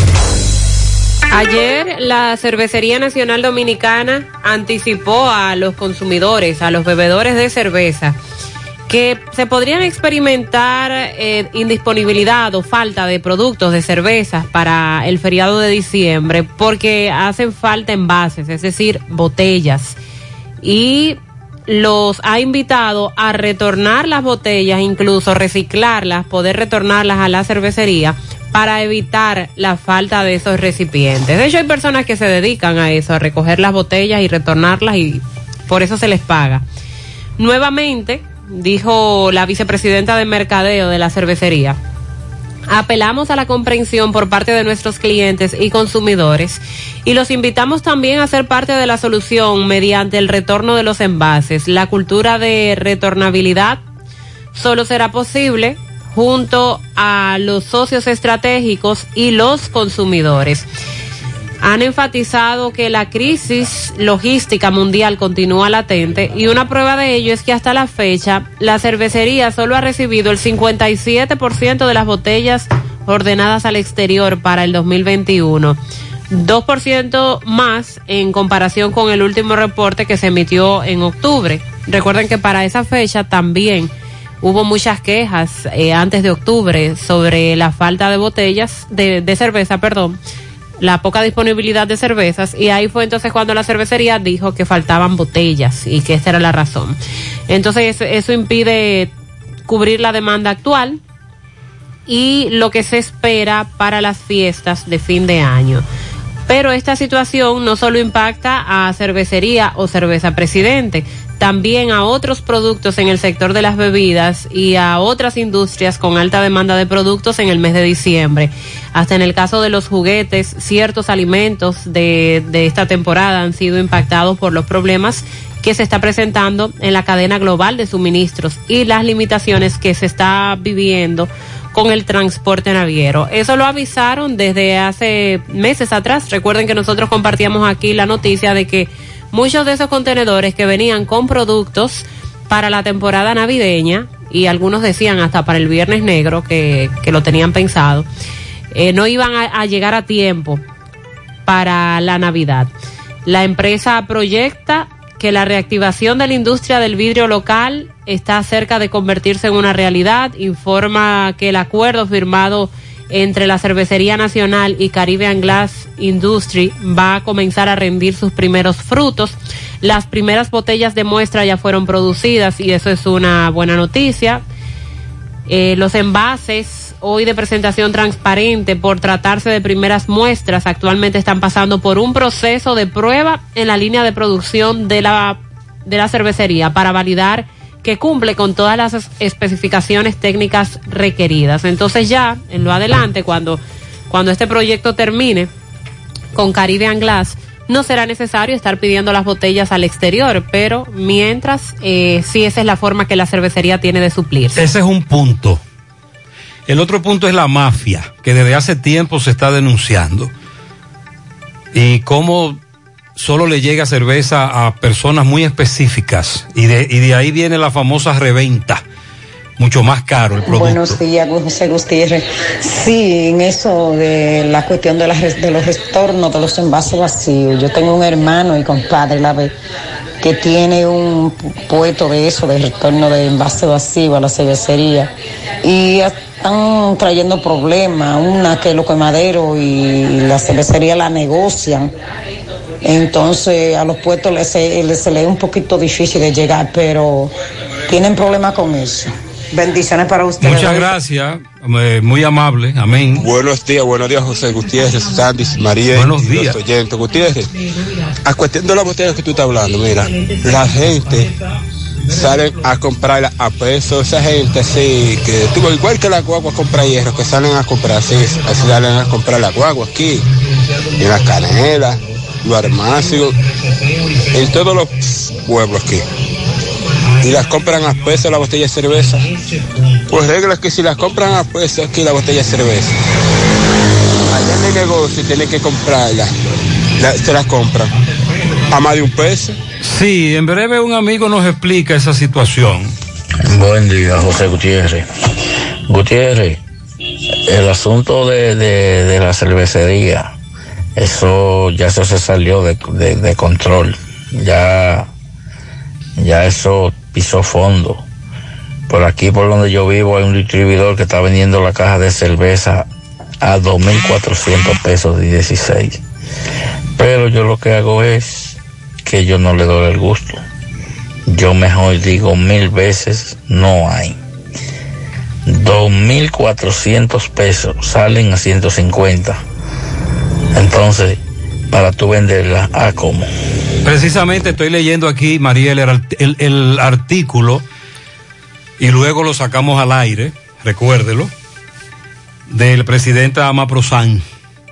Ayer la Cervecería Nacional Dominicana anticipó a los consumidores, a los bebedores de cerveza, que se podrían experimentar indisponibilidad o falta de productos de cervezas para el feriado de diciembre porque hacen falta envases, es decir, botellas. Y los ha invitado a retornar las botellas, incluso reciclarlas, poder retornarlas a la cervecería para evitar la falta de esos recipientes. De hecho, hay personas que se dedican a eso, a recoger las botellas y retornarlas, y por eso se les paga. Nuevamente, dijo la vicepresidenta de mercadeo de la cervecería, apelamos a la comprensión por parte de nuestros clientes y consumidores y los invitamos también a ser parte de la solución mediante el retorno de los envases. La cultura de retornabilidad solo será posible junto a los socios estratégicos y los consumidores. Han enfatizado que la crisis logística mundial continúa latente y una prueba de ello es que hasta la fecha la cervecería solo ha recibido el 57% de las botellas ordenadas al exterior para el 2021, 2% más en comparación con el último reporte que se emitió en octubre. Recuerden que para esa fecha también hubo muchas quejas antes de octubre sobre la falta de botellas de cerveza, la poca disponibilidad de cervezas, y ahí fue entonces cuando la cervecería dijo que faltaban botellas y que esta era la razón. Entonces eso impide cubrir la demanda actual y lo que se espera para las fiestas de fin de año. Pero esta situación no solo impacta a cervecería o cerveza Presidente, también a otros productos en el sector de las bebidas y a otras industrias con alta demanda de productos en el mes de diciembre. Hasta en el caso de los juguetes, ciertos alimentos de esta temporada han sido impactados por los problemas que se está presentando en la cadena global de suministros y las limitaciones que se está viviendo con el transporte naviero. Eso lo avisaron desde hace meses atrás. Recuerden que nosotros compartíamos aquí la noticia de que muchos de esos contenedores que venían con productos para la temporada navideña, y algunos decían hasta para el Viernes Negro que lo tenían pensado, no iban a llegar a tiempo para la Navidad. La empresa proyecta que la reactivación de la industria del vidrio local está cerca de convertirse en una realidad. Informa que el acuerdo firmado entre la Cervecería Nacional y Caribbean Glass Industry va a comenzar a rendir sus primeros frutos. Las primeras botellas de muestra ya fueron producidas y eso es una buena noticia. Los envases hoy de presentación transparente, por tratarse de primeras muestras, actualmente están pasando por un proceso de prueba en la línea de producción de la cervecería para validar que cumple con todas las especificaciones técnicas requeridas. Entonces ya, en lo adelante, cuando este proyecto termine con Caribbean Glass, no será necesario estar pidiendo las botellas al exterior, pero mientras, sí, esa es la forma que la cervecería tiene de suplirse. Ese es un punto. El otro punto es la mafia, que desde hace tiempo se está denunciando. Y cómo solo le llega cerveza a personas muy específicas y de ahí viene la famosa reventa. Mucho más caro el producto. Buenos días, José Gutiérrez. Sí, en eso de la cuestión de los retornos de los envases vacíos. Yo tengo un hermano y compadre, la vez, que tiene un puesto de eso, de retorno de envases vacíos a la cervecería. Y están trayendo problemas. Una que los quemaderos y la cervecería la negocian. Entonces a los puestos se les es un poquito difícil de llegar, pero tienen problemas con eso. Bendiciones para ustedes. Muchas gracias, muy amable, amén. Buenos días, José Gutiérrez, Sandy, María. Buenos días. Los oyentes. Gutiérrez, a cuestión de las botellas que tú estás hablando, mira, la gente salen a comprarla a peso, esa gente así, que tú, igual que la guagua compra hierro, que salen a comprar así salen a comprar la guagua aquí, en la Canela, los Armacios, en todos los pueblos aquí. Y las compran a peso la botella de cerveza. Pues regla es que si las compran a peso aquí la botella de cerveza, allá en el negocio tienen que comprarla, se las compran a más de $1. Sí, en breve un amigo nos explica esa situación. Buen día, José Gutiérrez. Gutiérrez, el asunto de la cervecería, eso se salió de control. Ya eso pisó fondo. Por aquí, por donde yo vivo, hay un distribuidor que está vendiendo la caja de cerveza a 2,400 pesos de 16. Pero yo lo que hago es que yo no le doy el gusto. Yo mejor digo 1000 veces, no hay. 2,400 pesos salen a 150. Entonces, para tú venderla, ¿a cómo? Precisamente estoy leyendo aquí, Mariel, el artículo, y luego lo sacamos al aire, recuérdelo, del presidente Amaprosan,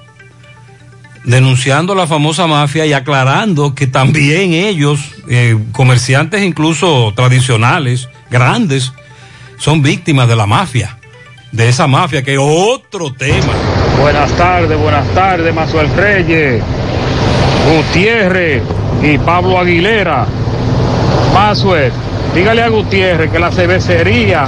denunciando la famosa mafia y aclarando que también ellos, comerciantes incluso tradicionales, grandes, son víctimas de la mafia, de esa mafia, que es otro tema. Buenas tardes, Mazuel Reyes, Gutiérrez y Pablo Aguilera. Mazuel, dígale a Gutiérrez que la cervecería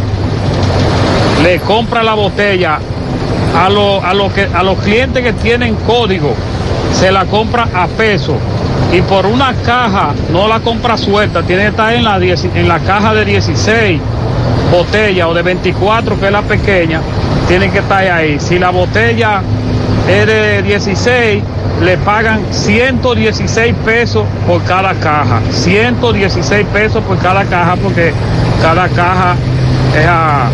le compra la botella a los clientes que tienen código, se la compra a peso, y por una caja no la compra suelta, tiene que estar en la caja de 16 botellas o de 24, que es la pequeña, tiene que estar ahí. Si la botella es de 16, le pagan 116 pesos por cada caja. 116 pesos por cada caja, porque cada caja es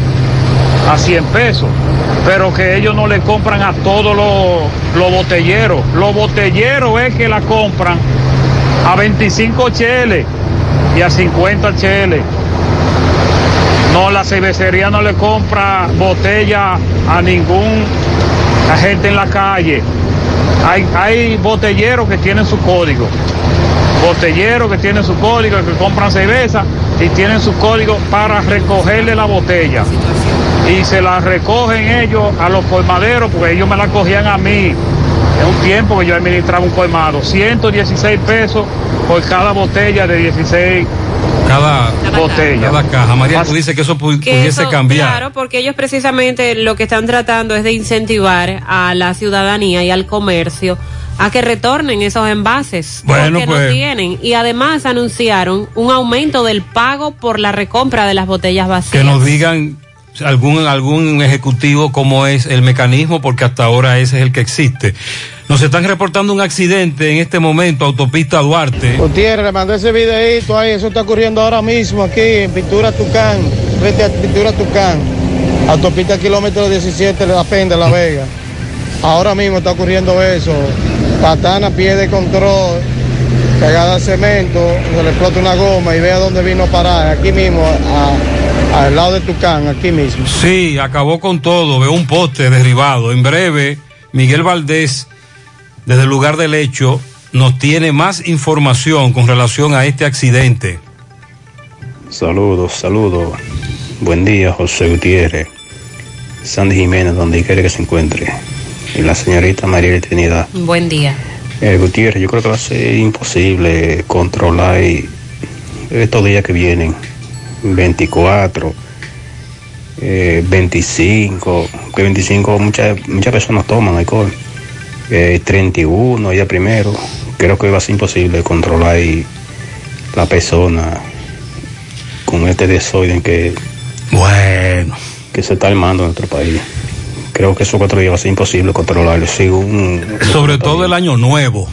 a 100 pesos. Pero que ellos no le compran a todos los botelleros. Los botelleros es que la compran a 25 cheles y a 50 cheles. No, la cervecería no le compra botella a ningún agente en la calle. Hay botelleros que tienen su código. Botelleros que tienen su código, que compran cerveza y tienen su código para recogerle la botella. Y se la recogen ellos a los colmaderos, porque ellos me la cogían a mí. En un tiempo que yo administraba un colmado. 116 pesos por cada botella de 16. Cada botella. Cada caja. María, tú dices que eso pudiese cambiar. Claro, porque ellos precisamente lo que están tratando es de incentivar a la ciudadanía y al comercio a que retornen esos envases, bueno, porque no tienen. Y además anunciaron un aumento del pago por la recompra de las botellas vacías. Que nos digan algún ejecutivo cómo es el mecanismo, porque hasta ahora ese es el que existe. Nos están reportando un accidente en este momento, autopista Duarte. Gutiérrez, le mandé ese videíto ahí, eso está ocurriendo ahora mismo aquí en Pintura Tucán, frente a Pintura Tucán, autopista kilómetro 17 de la Penda, La Vega. Ahora mismo está ocurriendo eso, patana, pie de control, pegada al cemento, se le explota una goma y vea dónde vino a parar, aquí mismo, al lado de Tucán, aquí mismo. Sí, acabó con todo, veo un poste derribado. En breve, Miguel Valdés, desde el lugar del hecho, nos tiene más información con relación a este accidente. Saludos. Buen día, José Gutiérrez, Sandy Jiménez, donde quiera que se encuentre, y la señorita María Trinidad. Buen día. Gutiérrez, yo creo que va a ser imposible controlar estos días que vienen, 24, 25, que 25 muchas personas toman alcohol, 31 ya primero, creo que va a ser imposible controlar la persona con este desorden que se está armando en nuestro país. Creo que esos 4 días va a ser imposible controlarlo, sobre todo el año nuevo.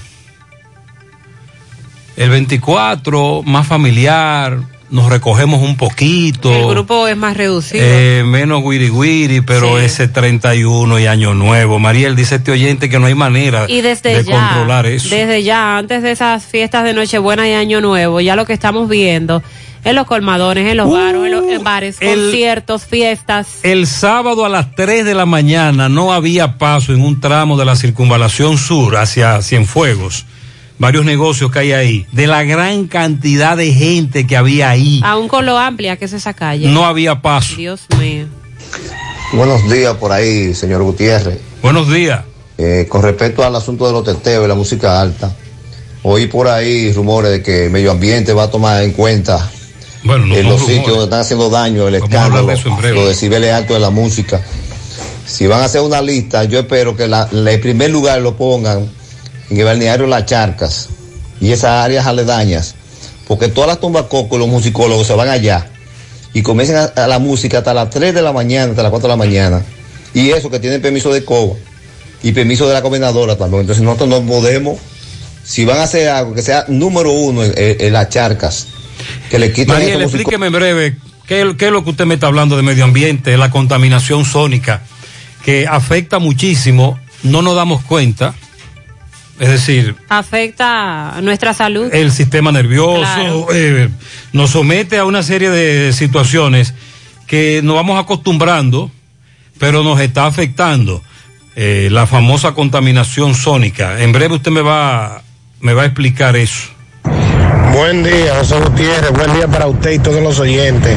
El 24, más familiar, nos recogemos un poquito. El grupo es más reducido. Menos guiri, pero sí. Ese 31 y año nuevo. Mariel, dice este oyente que no hay manera de controlar eso. Desde ya, antes de esas fiestas de Nochebuena y Año Nuevo, ya lo que estamos viendo en los colmadones, en los bares, conciertos, fiestas. El sábado a las 3 de la mañana no había paso en un tramo de la circunvalación sur hacia Cienfuegos. Varios negocios que hay ahí. De la gran cantidad de gente que había ahí. Aún con lo amplia que es esa calle. No había paso. Dios mío. Buenos días por ahí, señor Gutiérrez. Buenos días. Con respecto al asunto de los teteos y la música alta, oí por ahí rumores de que Medio Ambiente va a tomar en cuenta en los sitios donde están haciendo daño, el escándalo, los decibeles altos de la música. Si van a hacer una lista, yo espero que el primer lugar lo pongan en el balneario Las Charcas y esas áreas aledañas, porque todas las tumbacocos, los musicólogos se van allá y comienzan a la música hasta las 3 de la mañana, hasta las 4 de la mañana, y eso que tienen permiso de COBA y permiso de la gobernadora también. Entonces nosotros no podemos, si van a hacer algo que sea número 1 en Las Charcas, que le quiten. Mariel, explíqueme en breve qué es lo que usted me está hablando de medio ambiente, la contaminación sónica, que afecta muchísimo, no nos damos cuenta. Es decir, afecta a nuestra salud, el sistema nervioso, claro. Nos somete a una serie de situaciones que nos vamos acostumbrando, pero nos está afectando. La famosa contaminación sónica. En breve usted me va a explicar eso. Buen día, José Gutiérrez. Buen día para usted y todos los oyentes.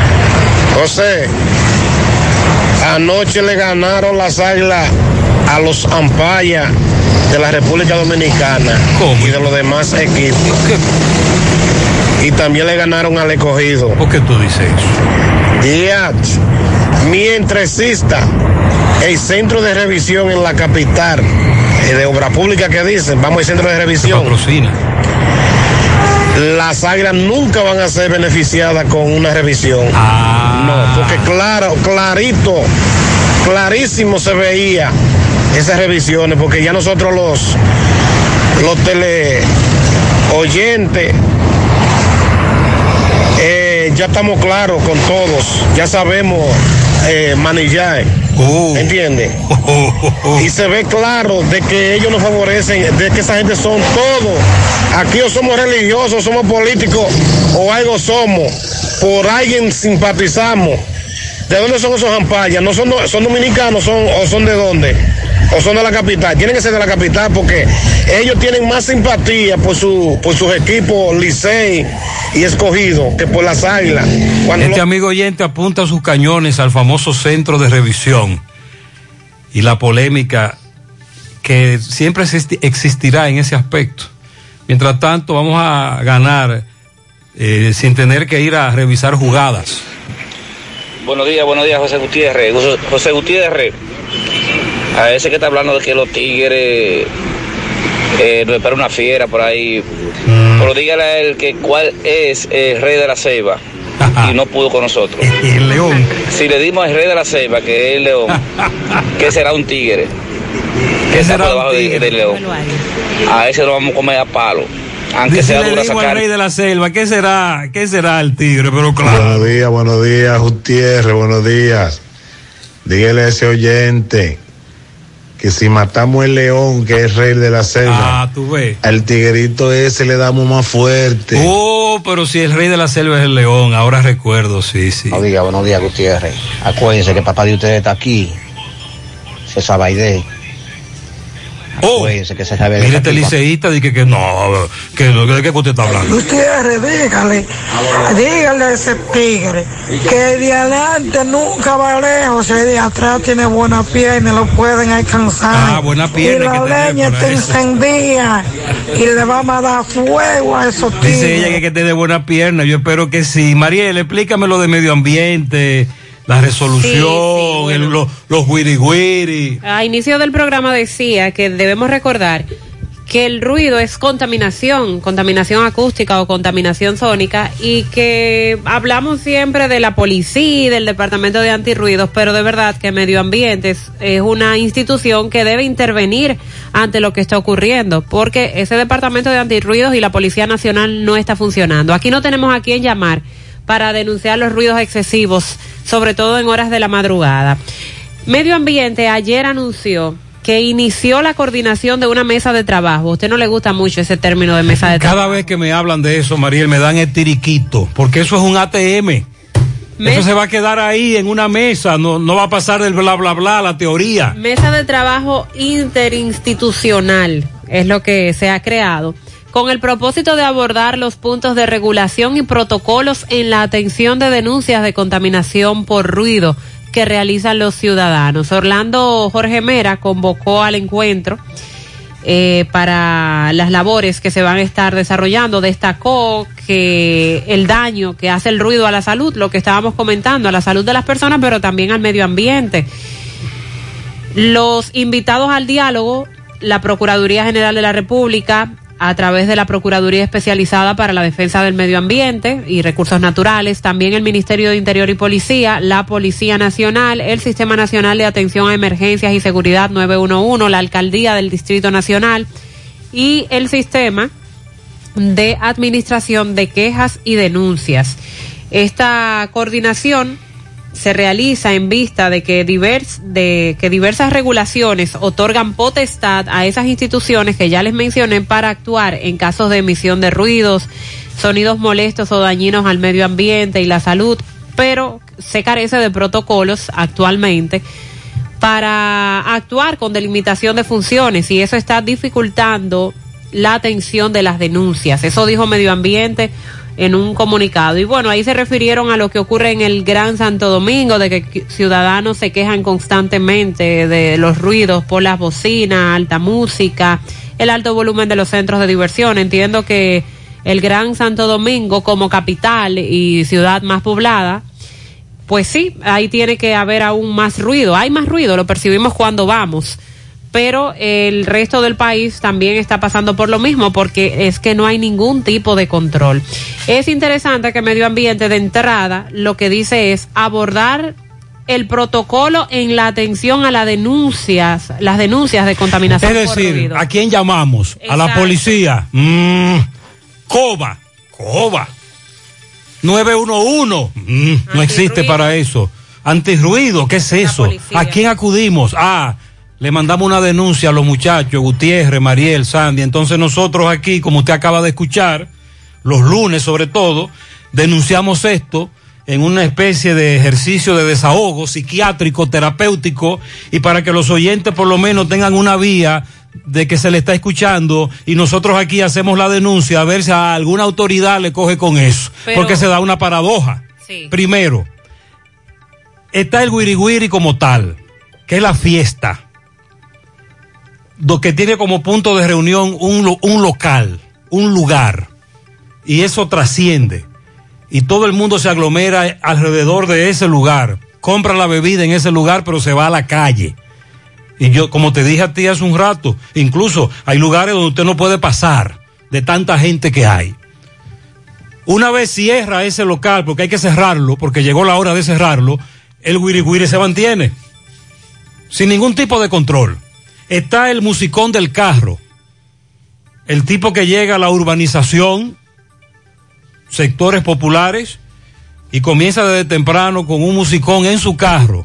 José, anoche le ganaron las Águilas a los Ampayas de la República Dominicana. ¿Cómo? Y de los demás equipos. ¿Qué? Y también le ganaron al Escogido. ¿Por qué tú dices eso? Mientras exista el centro de revisión en la capital de obra pública que dicen, vamos al centro de revisión. Patrocina. Las Águilas nunca van a ser beneficiadas con una revisión. No, porque clarísimo se veía esas revisiones, porque ya nosotros los teleoyentes ya estamos claros con todos, ya sabemos manillar, ¿entiendes? Y se ve claro de que ellos nos favorecen, de que esa gente son todos, aquí o somos religiosos, o somos políticos, o algo somos, por alguien simpatizamos. ¿De dónde son esos Ampayas? ¿No son dominicanos o son de dónde? ¿O son de la capital? Tienen que ser de la capital porque ellos tienen más simpatía por sus equipos Licey y Escogido que por las Águilas. Amigo oyente apunta sus cañones al famoso centro de revisión y la polémica que siempre existirá en ese aspecto. Mientras tanto, vamos a ganar sin tener que ir a revisar jugadas. Buenos días, José Gutiérrez. José Gutiérrez, a ese que está hablando de que los Tigres nos espera una fiera por ahí, pero dígale a él que cuál es el rey de la Ceiba. Y no pudo con nosotros. El león. Si le dimos al rey de la Ceiba, que es el león, ¿qué será un tigre? ¿Qué será debajo del león? A ese lo vamos a comer a palo. Aunque sea dura sacar. Al rey de la selva, ¿qué será el tigre? Pero claro. Buenos días, Gutiérrez, buenos días. Dígale a ese oyente que si matamos el león, que es rey de la selva, tú ves, al tiguerito ese le damos más fuerte. Pero si el rey de la selva es el león, ahora recuerdo, sí. Buenos días, Gutiérrez. Acuérdense que el papá de ustedes está aquí, César Baidé. Acuérdense que se sabe. Mire, este liceísta dice que no, ¿de qué usted está hablando? Gutiérrez, dígale a ese tigre que de adelante nunca va lejos, el de atrás tiene buena pierna y lo pueden alcanzar. Buena pierna. Y la leña está encendida y le vamos a dar fuego a esos tigres. Dice ella que tiene buena pierna, yo espero que sí. Mariel, explícame lo de medio ambiente. La resolución, bueno. Los guiriguiri. A inicio del programa decía que debemos recordar que el ruido es contaminación acústica o contaminación sónica, y que hablamos siempre de la policía y del departamento de antirruidos, pero de verdad que Medio Ambiente es una institución que debe intervenir ante lo que está ocurriendo, porque ese departamento de antirruidos y la Policía Nacional no está funcionando. Aquí no tenemos a quién llamar para denunciar los ruidos excesivos, sobre todo en horas de la madrugada. Medio Ambiente ayer anunció que inició la coordinación de una mesa de trabajo. A usted no le gusta mucho ese término de mesa de trabajo. Cada vez que me hablan de eso, Mariel, me dan el tiriquito, porque eso es un ATM. Eso se va a quedar ahí en una mesa, no va a pasar del bla, bla, bla, la teoría. Mesa de trabajo interinstitucional es lo que se ha creado, con el propósito de abordar los puntos de regulación y protocolos en la atención de denuncias de contaminación por ruido que realizan los ciudadanos. Orlando Jorge Mera convocó al encuentro para las labores que se van a estar desarrollando. Destacó que el daño que hace el ruido a la salud, lo que estábamos comentando, a la salud de las personas, pero también al medio ambiente. Los invitados al diálogo, la Procuraduría General de la República, a través de la Procuraduría Especializada para la Defensa del Medio Ambiente y Recursos Naturales, también el Ministerio de Interior y Policía, la Policía Nacional, el Sistema Nacional de Atención a Emergencias y Seguridad 911, la Alcaldía del Distrito Nacional y el Sistema de Administración de Quejas y Denuncias. Esta coordinación se realiza en vista de que diversas regulaciones otorgan potestad a esas instituciones que ya les mencioné para actuar en casos de emisión de ruidos, sonidos molestos o dañinos al medio ambiente y la salud, pero se carece de protocolos actualmente para actuar con delimitación de funciones, y eso está dificultando la atención de las denuncias. Eso dijo Medio Ambiente en un comunicado. Y bueno, ahí se refirieron a lo que ocurre en el Gran Santo Domingo, de que ciudadanos se quejan constantemente de los ruidos por las bocinas, alta música, el alto volumen de los centros de diversión. Entiendo que el Gran Santo Domingo, como capital y ciudad más poblada, pues sí, ahí tiene que haber aún más ruido. Hay más ruido, lo percibimos cuando vamos, pero el resto del país también está pasando por lo mismo, porque es que no hay ningún tipo de control. Es interesante que Medio Ambiente de entrada lo que dice es abordar el protocolo en la atención a las denuncias de contaminación. Es decir, por ruido. ¿A quién llamamos? Exacto. A la policía. COBA. 911. No existe para eso. Antirruido, ¿qué es eso? ¿A quién acudimos? Le mandamos una denuncia a los muchachos, Gutiérrez, Mariel, Sandy. Entonces nosotros aquí, como usted acaba de escuchar, los lunes sobre todo, denunciamos esto en una especie de ejercicio de desahogo psiquiátrico, terapéutico, y para que los oyentes por lo menos tengan una vía de que se le está escuchando, y nosotros aquí hacemos la denuncia a ver si a alguna autoridad le coge con eso. Porque se da una paradoja. Sí. Primero, está el guiriguiri como tal, que es la fiesta, que tiene como punto de reunión un local, un lugar, y eso trasciende, y todo el mundo se aglomera alrededor de ese lugar, compra la bebida en ese lugar, pero se va a la calle. Y yo, como te dije a ti hace un rato, incluso hay lugares donde usted no puede pasar de tanta gente que hay. Una vez cierra ese local, porque hay que cerrarlo, porque llegó la hora de cerrarlo, el guiriguiri se mantiene sin ningún tipo de control. Está el musicón del carro, el tipo que llega a la urbanización, sectores populares, y comienza desde temprano con un musicón en su carro.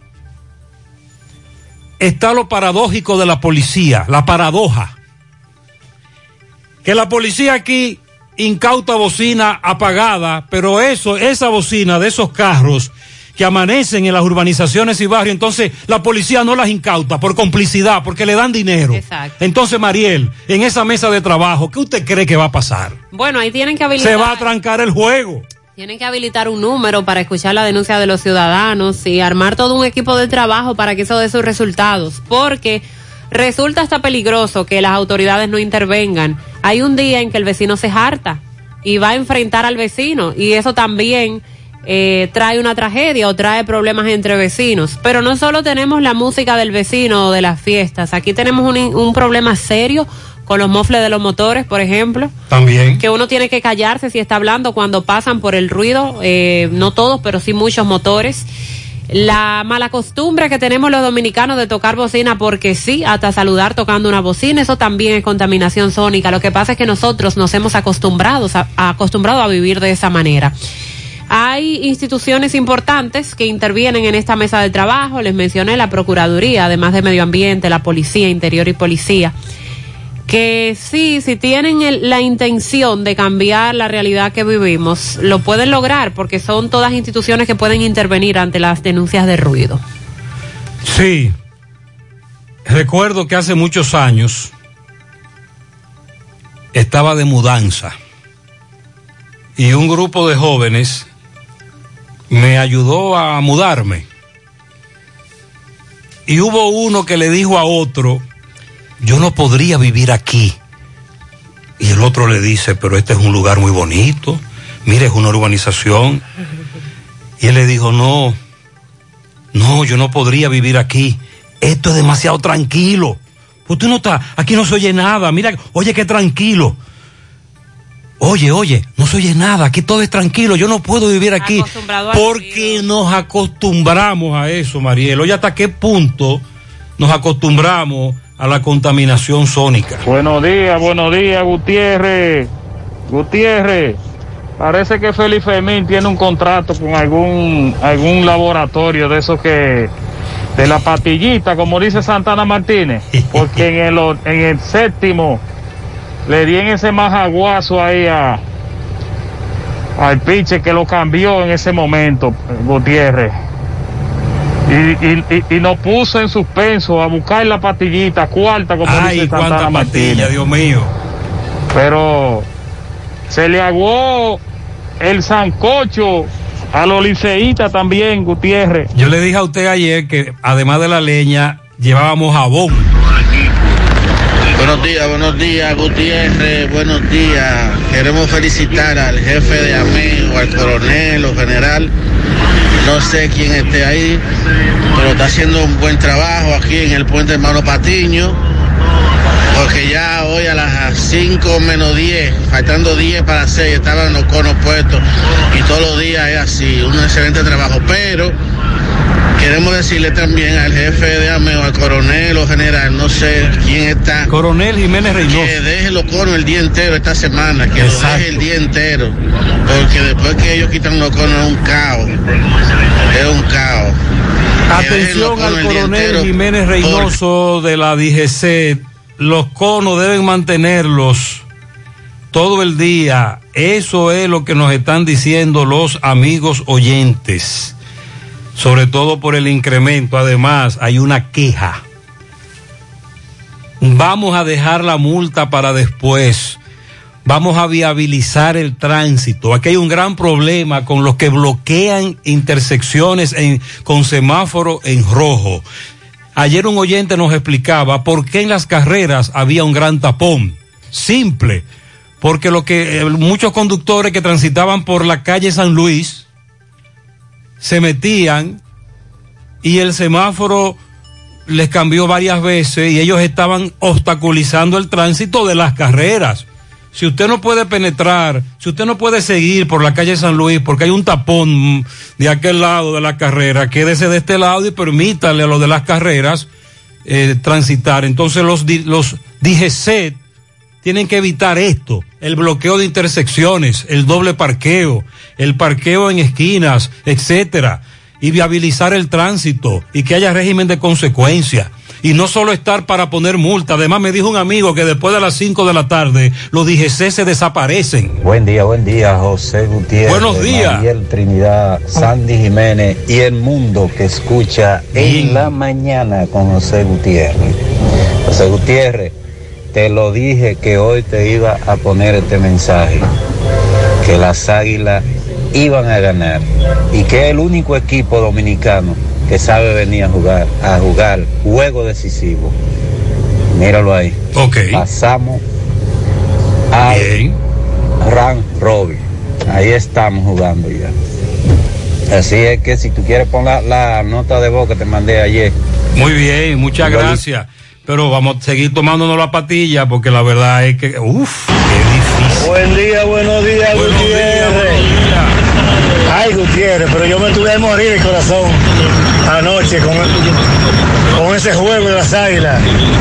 Está lo paradójico de la policía, la paradoja, que la policía aquí incauta bocina apagada, pero esa bocina de esos carros que amanecen en las urbanizaciones y barrios, entonces la policía no las incauta por complicidad, porque le dan dinero. Exacto. Entonces, Mariel, en esa mesa de trabajo, ¿qué usted cree que va a pasar? Bueno, ahí tienen que habilitar. Se va a trancar el juego. Tienen que habilitar un número para escuchar la denuncia de los ciudadanos y armar todo un equipo de trabajo para que eso dé sus resultados, porque resulta hasta peligroso que las autoridades no intervengan. Hay un día en que el vecino se harta y va a enfrentar al vecino, y eso también trae una tragedia o trae problemas entre vecinos. Pero no solo tenemos la música del vecino o de las fiestas, aquí tenemos un problema serio con los mofles de los motores, por ejemplo. También. Que uno tiene que callarse si está hablando cuando pasan por el ruido, no todos, pero sí muchos motores. La mala costumbre que tenemos los dominicanos de tocar bocina porque sí, hasta saludar tocando una bocina, eso también es contaminación sónica. Lo que pasa es que nosotros nos hemos acostumbrado a vivir de esa manera. Hay instituciones importantes que intervienen en esta mesa de trabajo, les mencioné la Procuraduría, además de Medio Ambiente, la Policía, Interior y Policía, que sí, si tienen la intención de cambiar la realidad que vivimos, lo pueden lograr, porque son todas instituciones que pueden intervenir ante las denuncias de ruido. Sí, recuerdo que hace muchos años estaba de mudanza y un grupo de jóvenes me ayudó a mudarme, y hubo uno que le dijo a otro: yo no podría vivir aquí. Y el otro le dice: pero este es un lugar muy bonito, mire, es una urbanización. Y él le dijo: no, yo no podría vivir aquí, esto es demasiado tranquilo. Pues tú no estás, aquí no se oye nada, mira, oye, qué tranquilo. Oye, no se oye nada, aquí todo es tranquilo, yo no puedo vivir aquí. Porque nos acostumbramos a eso, Mariel. Oye, ¿hasta qué punto nos acostumbramos a la contaminación sónica? Buenos días, Gutiérrez. Parece que Félix Fermín tiene un contrato con algún laboratorio de esos que, de la patillita, como dice Santana Martínez, porque en el séptimo le di en ese majaguazo ahí al pitcher que lo cambió en ese momento, Gutiérrez. Y nos puso en suspenso a buscar la patillita cuarta, como dice Santana Martínez. Dios mío. Pero se le aguó el sancocho a los liceístas también, Gutiérrez. Yo le dije a usted ayer que además de la leña llevábamos jabón. Buenos días, Gutiérrez, buenos días. Queremos felicitar al jefe de AMEO, al coronel o general, no sé quién esté ahí, pero está haciendo un buen trabajo aquí en el puente Hermano Patiño, porque ya hoy a las 5 menos 10, faltando 10 para las 6, estaban los conos puestos, y todos los días es así, un excelente trabajo. Pero queremos decirle también al jefe de AMEO, al coronel o general, no sé quién está. Coronel Jiménez Reynoso. Que deje los conos el día entero esta semana, que lo deje el día entero, porque después que ellos quitan los conos es un caos. Atención al coronel Jiménez Reynoso de la DGC, los conos deben mantenerlos todo el día. Eso es lo que nos están diciendo los amigos oyentes, sobre todo por el incremento. Además, hay una queja. Vamos a dejar la multa para después. Vamos a viabilizar el tránsito. Aquí hay un gran problema con los que bloquean intersecciones con semáforo en rojo. Ayer un oyente nos explicaba por qué en las carreras había un gran tapón. Simple, porque muchos conductores que transitaban por la calle San Luis se metían y el semáforo les cambió varias veces y ellos estaban obstaculizando el tránsito de las carreras. Si usted no puede penetrar, si usted no puede seguir por la calle San Luis porque hay un tapón de aquel lado de la carrera, quédese de este lado y permítale a los de las carreras transitar. Entonces los DGC tienen que evitar esto, el bloqueo de intersecciones, el doble parqueo, el parqueo en esquinas, etcétera, y viabilizar el tránsito y que haya régimen de consecuencia. Y no solo estar para poner multa. Además me dijo un amigo que después de las 5 de la tarde los DGC se desaparecen. Buen día, José Gutiérrez. Buenos días. Mariel Trinidad, Sandy Jiménez y el mundo que escucha en la mañana con José Gutiérrez. José Gutiérrez, te lo dije que hoy te iba a poner este mensaje, que las Águilas iban a ganar y que es el único equipo dominicano que sabe venir a jugar juego decisivo. Míralo ahí. Okay. Pasamos al round robin. Ahí estamos jugando ya. Así es que si tú quieres poner la nota de voz que te mandé ayer. Muy bien, muchas gracias. Pero vamos a seguir tomándonos la patilla porque la verdad es que, qué difícil. Buen día, buenos días, Gutiérrez. Ay, Gutiérrez, pero yo me tuve de morir el corazón anoche con ese juego de las Águilas.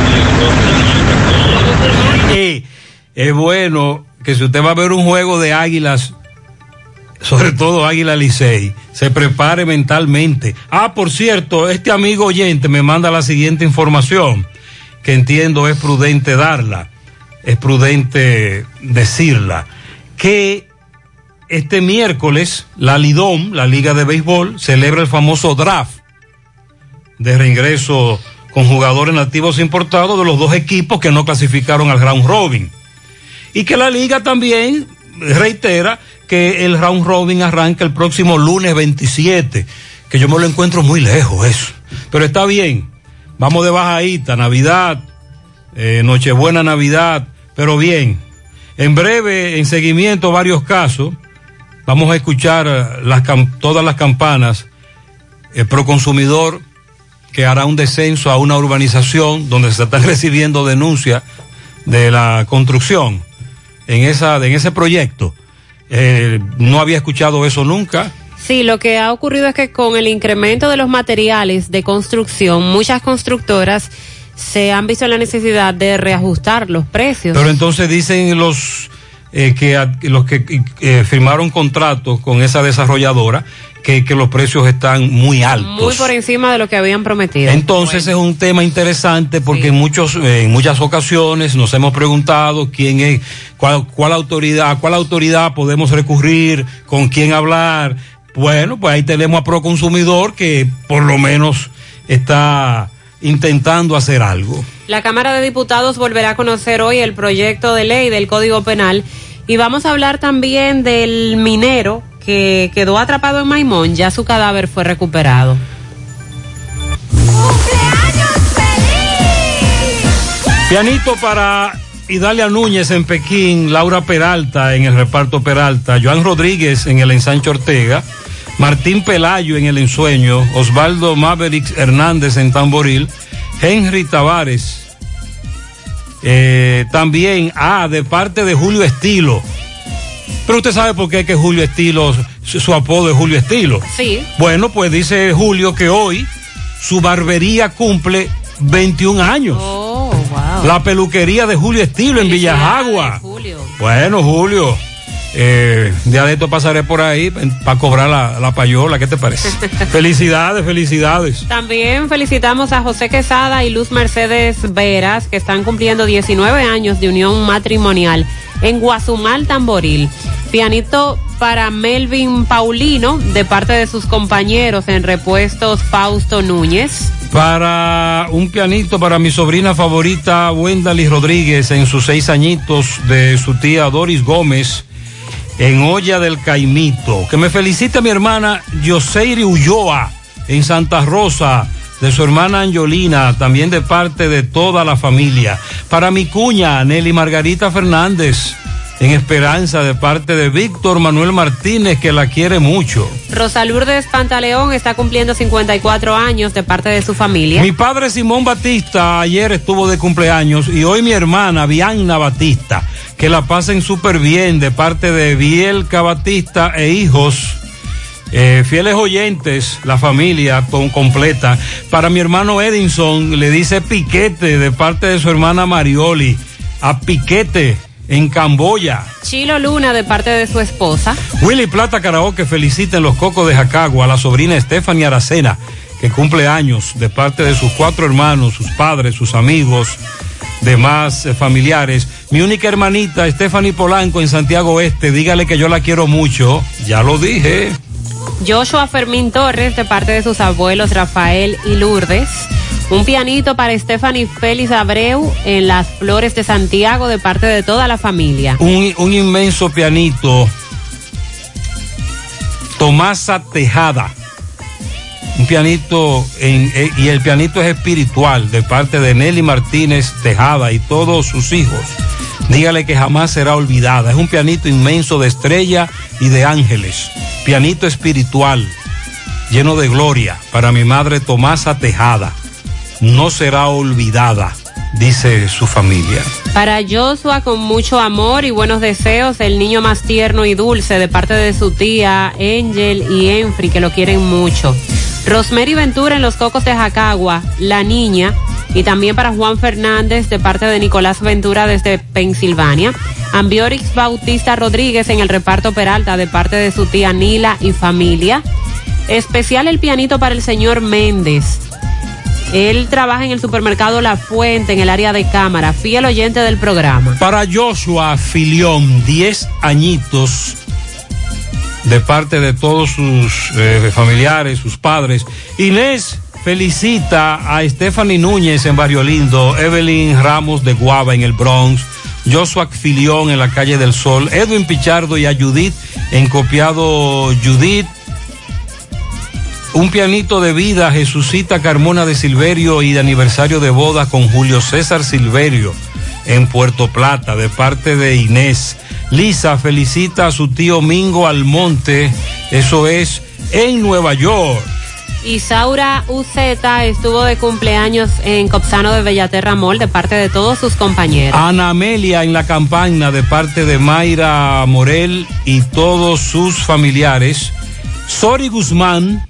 Es bueno que si usted va a ver un juego de Águilas, sobre todo Águila Licey, se prepare mentalmente. Por cierto, este amigo oyente me manda la siguiente información, que entiendo es prudente darla, es prudente decirla, que este miércoles la Lidom, la Liga de Béisbol, celebra el famoso draft de reingreso con jugadores nativos importados de los dos equipos que no clasificaron al round robin. Y que la Liga también reitera que el round robin arranca el próximo lunes 27, que yo me lo encuentro muy lejos eso. Pero está bien, vamos de bajadita, Navidad, Nochebuena, Navidad, pero bien. En breve, en seguimiento a varios casos, vamos a escuchar todas las campanas pro consumidor que hará un descenso a una urbanización donde se están recibiendo denuncias de la construcción en ese proyecto. No había escuchado eso nunca. Sí, lo que ha ocurrido es que con el incremento de los materiales de construcción, muchas constructoras se han visto la necesidad de reajustar los precios. Pero entonces dicen los que firmaron contratos con esa desarrolladora que los precios están muy altos. Muy por encima de lo que habían prometido. Entonces es un tema interesante porque en muchas ocasiones nos hemos preguntado quién es, cuál autoridad podemos recurrir, con quién hablar. Bueno, pues ahí tenemos a Proconsumidor que por lo menos está intentando hacer algo. La Cámara de Diputados volverá a conocer hoy el proyecto de ley del Código Penal y vamos a hablar también del minero que quedó atrapado en Maimón. Ya su cadáver fue recuperado. ¡Cumpleaños feliz! Pianito para Idalia Núñez en Pekín, Laura Peralta en el reparto Peralta, Joan Rodríguez en el ensanche Ortega, Martín Pelayo en el ensueño, Osvaldo Mavericks Hernández en Tamboril, Henry Tavares, también de parte de Julio Estilo. Pero usted sabe por qué es que Julio Estilo, su apodo es Julio Estilo. Sí. Bueno, pues dice Julio que hoy su barbería cumple 21 años. Oh, wow. La peluquería de Julio Estilo en Villajagua. Julio. Bueno, Julio, día de esto pasaré por ahí para cobrar la payola, ¿qué te parece? Felicidades. También felicitamos a José Quesada y Luz Mercedes Veras, que están cumpliendo 19 años de unión matrimonial en Guazumal, Tamboril. Pianito para Melvin Paulino, de parte de sus compañeros en Repuestos Fausto Núñez. Para un pianito para mi sobrina favorita, Wendaly Rodríguez, en sus 6 añitos, de su tía Doris Gómez, en Olla del Caimito. Que me felicite mi hermana Yoseiri Ulloa, en Santa Rosa, de su hermana Angelina, también de parte de toda la familia. Para mi cuña, Nelly Margarita Fernández, en Esperanza, de parte de Víctor Manuel Martínez, que la quiere mucho. Rosa Lourdes Pantaleón está cumpliendo 54 años de parte de su familia. Mi padre Simón Batista ayer estuvo de cumpleaños y hoy mi hermana Vianna Batista, que la pasen súper bien, de parte de Bielka Batista e hijos. Fieles oyentes, la familia completa. Para mi hermano Edinson, le dice Piquete, de parte de su hermana Marioli, a Piquete en Camboya. Chilo Luna, de parte de su esposa. Willy Plata Karaoke felicita en Los Cocos de Jacagua a la sobrina Stephanie Aracena, que cumple años, de parte de sus 4 hermanos, sus padres, sus amigos, demás familiares. Mi única hermanita, Stephanie Polanco, en Santiago Oeste, dígale que yo la quiero mucho. Ya lo dije. Joshua Fermín Torres, de parte de sus abuelos Rafael y Lourdes. Un pianito para Stephanie Félix Abreu en Las Flores de Santiago, de parte de toda la familia. Un inmenso pianito, Tomasa Tejada. Un pianito, y el pianito es espiritual, de parte de Nelly Martínez Tejada y todos sus hijos. Dígale que jamás será olvidada. Es un pianito inmenso de estrella y de ángeles. Pianito espiritual, lleno de gloria, para mi madre Tomasa Tejada. No será olvidada, dice su familia. Para Joshua, con mucho amor y buenos deseos, el niño más tierno y dulce, de parte de su tía Angel y Enfri, que lo quieren mucho. Rosemary Ventura en Los Cocos de Jacagua, la niña. Y también para Juan Fernández, de parte de Nicolás Ventura desde Pensilvania. Ambiorix Bautista Rodríguez en el reparto Peralta, de parte de su tía Nila y familia. Especial el pianito para el señor Méndez. Él trabaja en el supermercado La Fuente, en el área de cámara, fiel oyente del programa. Para Joshua Filión, 10 añitos, de parte de todos sus familiares, sus padres. Inés felicita a Stephanie Núñez en Barrio Lindo, Evelyn Ramos de Guava en el Bronx, Joshua Filión en la Calle del Sol, Edwin Pichardo y a Judith en Copiado Judith. Un pianito de vida, Jesucita Carmona de Silverio, y de aniversario de boda con Julio César Silverio en Puerto Plata, de parte de Inés. Lisa felicita a su tío Mingo Almonte, eso es en Nueva York. Isaura Uceta estuvo de cumpleaños en Copsano de Bellaterra Mall, de parte de todos sus compañeros. Ana Amelia en La Campana, de parte de Mayra Morel y todos sus familiares. Sori Guzmán,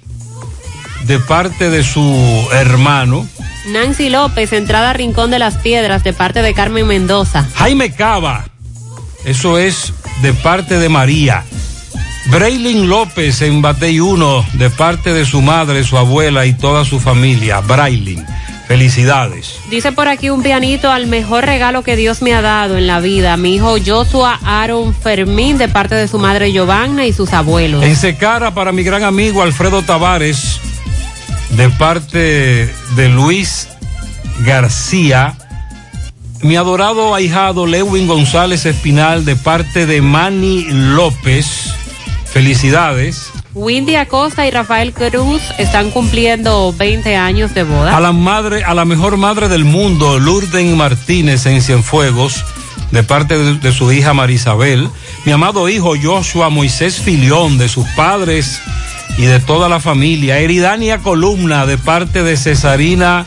de parte de su hermano. Nancy López, entrada Rincón de las Piedras, de parte de Carmen Mendoza. Jaime Cava, eso es de parte de María. Braylin López en Batey 1, de parte de su madre, su abuela y toda su familia. Braylin, felicidades. Dice por aquí un pianito al mejor regalo que Dios me ha dado en la vida. Mi hijo Joshua Aaron Fermín, de parte de su madre Giovanna y sus abuelos. En Secara para mi gran amigo Alfredo Tavares, de parte de Luis García. Mi adorado ahijado Lewin González Espinal, de parte de Manny López. Felicidades. Windy Acosta y Rafael Cruz están cumpliendo 20 años de boda. A la mejor madre del mundo, Lourdes Martínez en Cienfuegos, de parte de su hija Marisabel. Mi amado hijo Joshua Moisés Filión, de sus padres y de toda la familia. Eridania Columna, de parte de Cesarina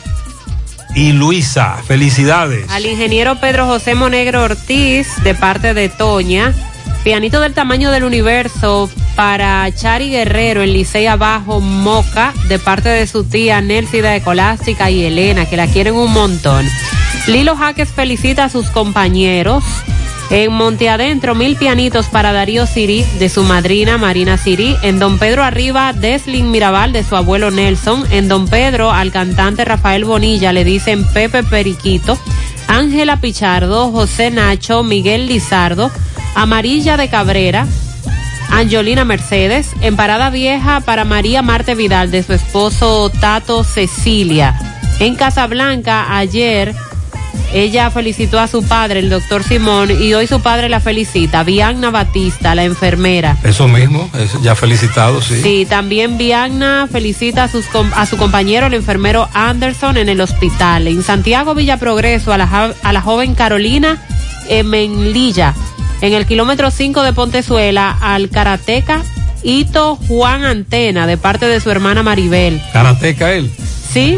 y Luisa. Felicidades. Al ingeniero Pedro José Monegro Ortiz, de parte de Toña. Pianito del tamaño del universo para Chari Guerrero en Licey Abajo, Moca, de parte de su tía Nelsida Escolástica y Elena, que la quieren un montón. Lilo Jaques felicita a sus compañeros. En Monte Adentro, 1000 pianitos para Darío Sirí, de su madrina Marina Sirí. En Don Pedro Arriba, Deslin Mirabal, de su abuelo Nelson. En Don Pedro, al cantante Rafael Bonilla le dicen Pepe Periquito. Ángela Pichardo, José Nacho, Miguel Lizardo, Amarilla de Cabrera, Angelina Mercedes. En Parada Vieja para María Marte Vidal, de su esposo Tato Cecilia. En Casablanca, ayer ella felicitó a su padre, el doctor Simón, y hoy su padre la felicita. Vianna Batista, la enfermera. Eso mismo, ya felicitado, sí. Sí, también Vianna felicita a su compañero, el enfermero Anderson, en el hospital. En Santiago Villa Progreso, a la joven Carolina Menlilla. En el kilómetro 5 de Pontezuela, al karateca Hito Juan Antena, de parte de su hermana Maribel. ¿Karateca él? Sí.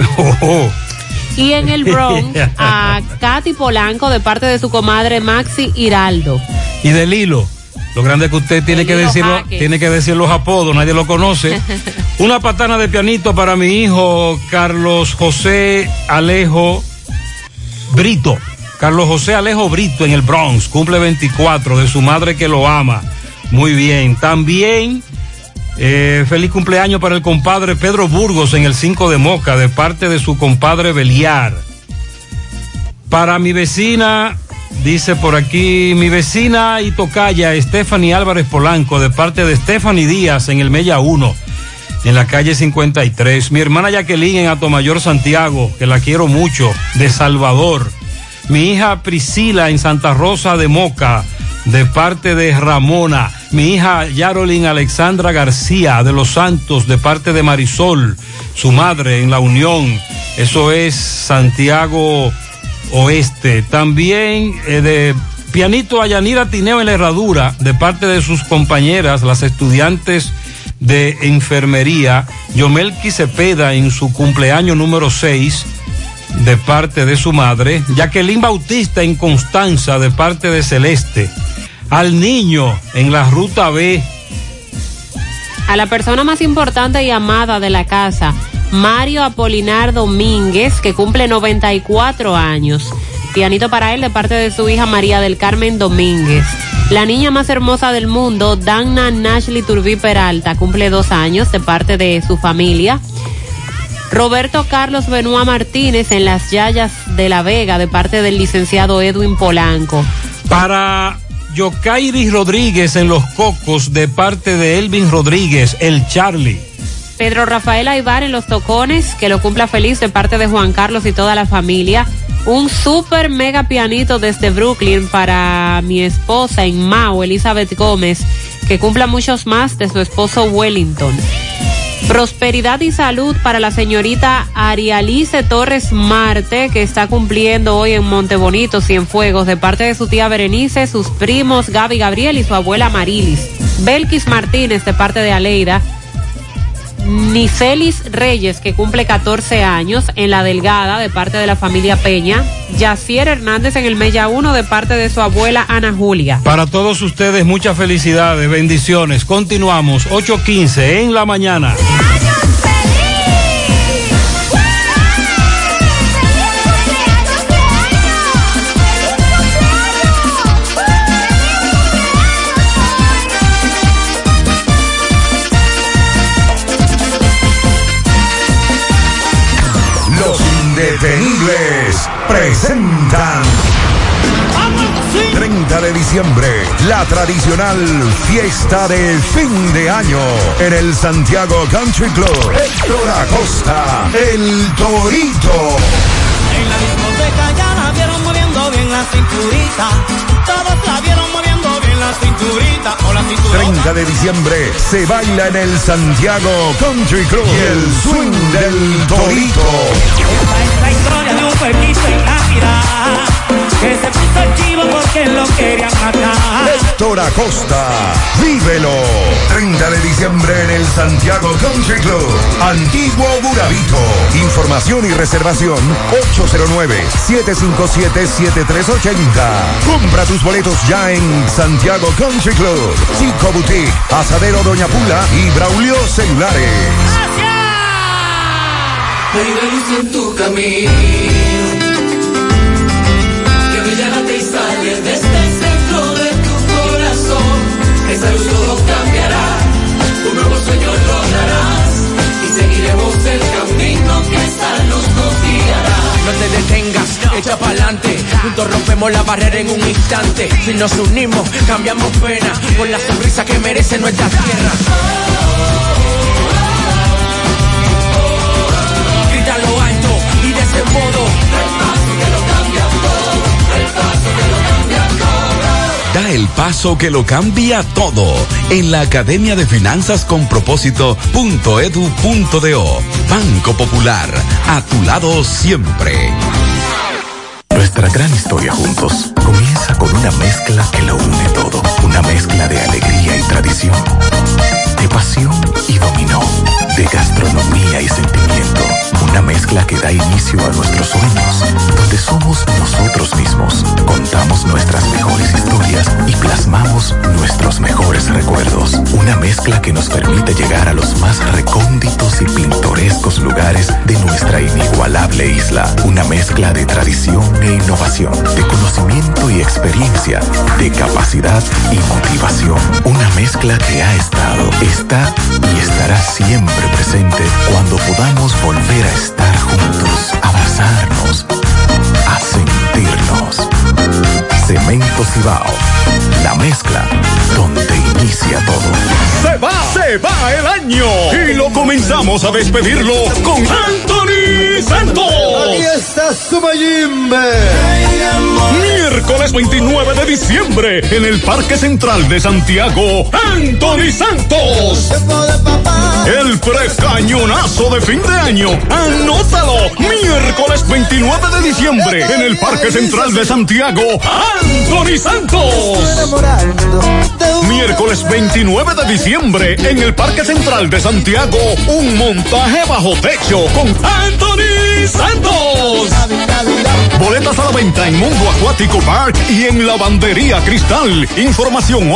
Y en el Bronx, a Katy Polanco, de parte de su comadre Maxi Hiraldo. Y de Lilo, lo grande que usted tiene que decir los apodos, nadie lo conoce. Una patana de pianito para mi hijo Carlos José Alejo Brito. Carlos José Alejo Brito en el Bronx, cumple 24, de su madre que lo ama. Muy bien. También Feliz cumpleaños para el compadre Pedro Burgos en el 5 de Moca, de parte de su compadre Beliar. Para mi vecina, dice por aquí, mi vecina y tocaya Stephanie Álvarez Polanco, de parte de Stephanie Díaz en el Mella 1, en la calle 53. Mi hermana Jacqueline en Atomayor, Santiago, que la quiero mucho, de Salvador. Mi hija Priscila en Santa Rosa de Moca, de parte de Ramona. Mi hija Yarolin Alexandra García de Los Santos, de parte de Marisol, su madre en La Unión. Eso es Santiago Oeste. También de pianito a Yanira Tineo en la Herradura, de parte de sus compañeras, las estudiantes de enfermería. Yomelqui Cepeda en su cumpleaños número 6, de parte de su madre. Jacqueline Bautista en Constanza, de parte de Celeste. Al niño en la Ruta B. A la persona más importante y amada de la casa, Mario Apolinar Domínguez, que cumple 94 años. Pianito para él de parte de su hija María del Carmen Domínguez. La niña más hermosa del mundo, Dana Nashley Turbí Peralta, cumple 2 años, de parte de su familia. Roberto Carlos Benoit Martínez en Las Yayas de La Vega, de parte del licenciado Edwin Polanco. Para Yokairi Rodríguez en Los Cocos, de parte de Elvin Rodríguez, el Charlie. Pedro Rafael Aybar en Los Tocones, que lo cumpla feliz, de parte de Juan Carlos y toda la familia. Un super mega pianito desde Brooklyn para mi esposa en Mao, Elizabeth Gómez, que cumpla muchos más, de su esposo Wellington. Prosperidad y salud para la señorita Arialice Torres Marte, que está cumpliendo hoy en Montebonito, Cienfuegos, de parte de su tía Berenice, sus primos Gaby Gabriel y su abuela Marilis. Belkis Martínez, de parte de Aleida. Nicelis Reyes, que cumple 14 años en La Delgada, de parte de la familia Peña. Yacier Hernández en el Mella 1, de parte de su abuela Ana Julia. Para todos ustedes, muchas felicidades, bendiciones. Continuamos, 8:15 en la mañana. Indetenibles presentan 30 de diciembre, la tradicional fiesta de fin de año en el Santiago Country Club. Héctor Acosta, el Torito. En la discoteca ya la vieron moviendo bien la cinturita. Todos la vieron moviendo bien la cinturita. O la cinturita. 30 de diciembre se baila en el Santiago Country Club. Y el swing del Torito. Esta es la historia de un pueblito en la ciudad que se puso chivo porque lo querían matar. Héctor Acosta, vívelo. 30 de diciembre en el Santiago Country Club, Antiguo Burabito. Información y reservación 809-757-7380. Compra tus boletos ya en Santiago Country Club, Chico Boutique, Asadero Doña Pula y Braulio Celulares. Hay luz en tu camino, que brillante y sale desde el centro de tu corazón. Esa luz todo cambiará, un nuevo sueño lograrás y seguiremos el camino que esa luz nos guiará. No te detengas, echa pa'lante, juntos rompemos la barrera en un instante. Si nos unimos, cambiamos pena por la sonrisa que merece nuestra tierra. Lo alto y de ese modo el paso que lo cambia todo, el paso que lo cambia todo. Da el paso que lo cambia todo en la Academia de Finanzas con Propósito.edu.do. Banco Popular, a tu lado siempre. Nuestra gran historia juntos comienza con una mezcla que lo une todo, una mezcla de alegría y tradición, de pasión y dominó, de gastronomía y sentimiento, una mezcla que da inicio a nuestros sueños, donde somos nosotros mismos, contamos nuestras mejores historias y plasmamos nuestros mejores recuerdos, una mezcla que nos permite llegar a los más recónditos y pintorescos pintorescos lugares de nuestra inigualable isla. Una mezcla de tradición e innovación, de conocimiento y experiencia, de capacidad y motivación. Una mezcla que ha estado, está y estará siempre presente cuando podamos volver a estar juntos, abrazarnos, a sentirnos. Cemento Cibao, la mezcla donde inicia todo. Se va el año y lo comenzamos a despedirlo con Anthony Santos. Aquí está su Mayimbe. Miércoles 29 de diciembre en el Parque Central de Santiago, Anthony Santos. El precañonazo de fin de año. Anótalo. Miércoles 29 de diciembre en el Parque Central de Santiago, Anthony Santos. Miércoles 29 de diciembre en el Parque Central de Santiago, un montaje bajo techo con Anthony Santos. Boletas a la venta en Mundo Acuático Park y en Lavandería Cristal. Información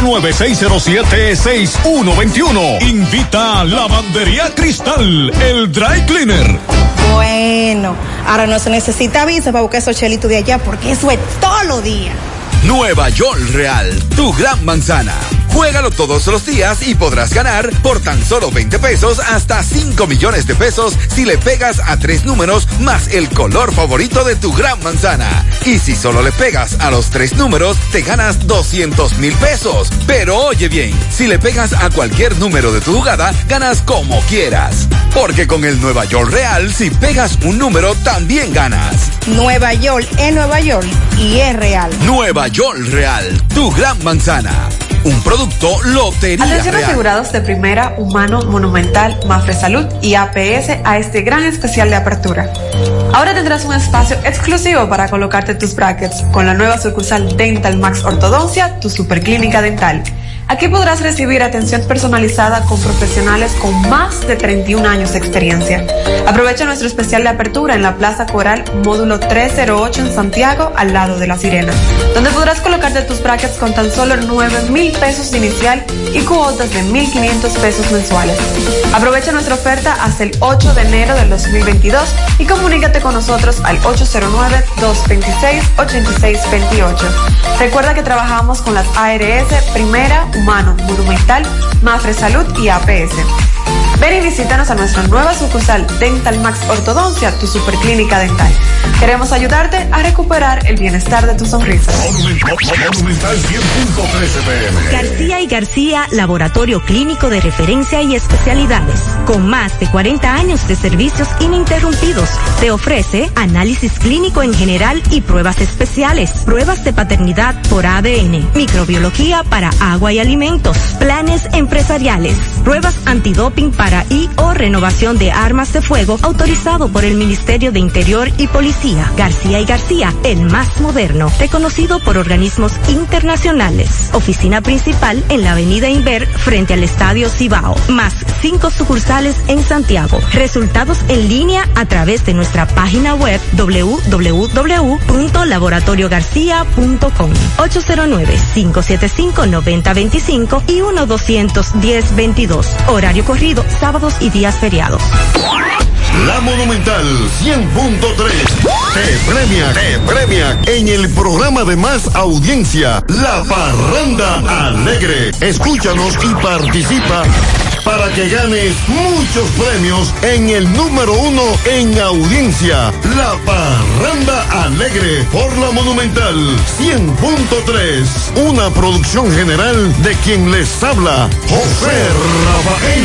809-607-6121. Invita a Lavandería Cristal, el dry cleaner. Bueno, ahora no se necesita visa para buscar esos chelitos de allá, porque eso es todos los días. Nueva York Real, tu gran manzana. Juégalo todos los días y podrás ganar por tan solo 20 pesos hasta 5 millones de pesos si le pegas a 3 números más el color favorito de tu gran manzana. Y si solo le pegas a los 3 números, te ganas 200,000 pesos. Pero oye bien, si le pegas a cualquier número de tu jugada, ganas como quieras. Porque con el Nueva York Real, si pegas un número, también ganas. Nueva York es Nueva York y es real. Nueva York Real, tu gran manzana. Un producto Lotería Atención Real. Asegurados de Primera, Humano, Monumental, Mafre Salud y APS a este gran especial de apertura. Ahora tendrás un espacio exclusivo para colocarte tus brackets con la nueva sucursal Dental Max Ortodoncia, tu superclínica dental. Aquí podrás recibir atención personalizada con profesionales con más de 31 años de experiencia. Aprovecha nuestro especial de apertura en la Plaza Coral, módulo 308 en Santiago, al lado de La Sirena, donde podrás colocarte tus brackets con tan solo 9,000 pesos inicial y cuotas de 1,500 pesos mensuales. Aprovecha nuestra oferta hasta el 8 de enero del 2022 y comunícate con nosotros al 809-226-8628. Recuerda que trabajamos con las ARS Primera, Humano, Monumental, Mafre Salud y APS. Ven y visítanos a nuestra nueva sucursal Dental Max Ortodoncia, tu superclínica dental. Queremos ayudarte a recuperar el bienestar de tu sonrisa. Monumental 100.13 PM. García y García, laboratorio clínico de referencia y especialidades. Con más de 40 años de servicios ininterrumpidos, te ofrece análisis clínico en general y pruebas especiales, pruebas de paternidad por ADN, microbiología para agua y alimentos, planes empresariales, pruebas antidoping para y o renovación de armas de fuego autorizado por el Ministerio de Interior y Policía. García y García, el más moderno, reconocido por organismos internacionales. Oficina principal en la avenida Inver frente al Estadio Cibao, más 5 sucursales en Santiago. Resultados en línea a través de nuestra página web www.laboratoriogarcia.com 809-575-9025 y 1-210-22. Horario corrido, sábados y días feriados. La Monumental 100.3 te premia en el programa de más audiencia, La Parranda Alegre. Escúchanos y participa para que ganes muchos premios en el número 1 en audiencia, La Parranda Alegre, por La Monumental 100.3, una producción general de quien les habla, José Rafael.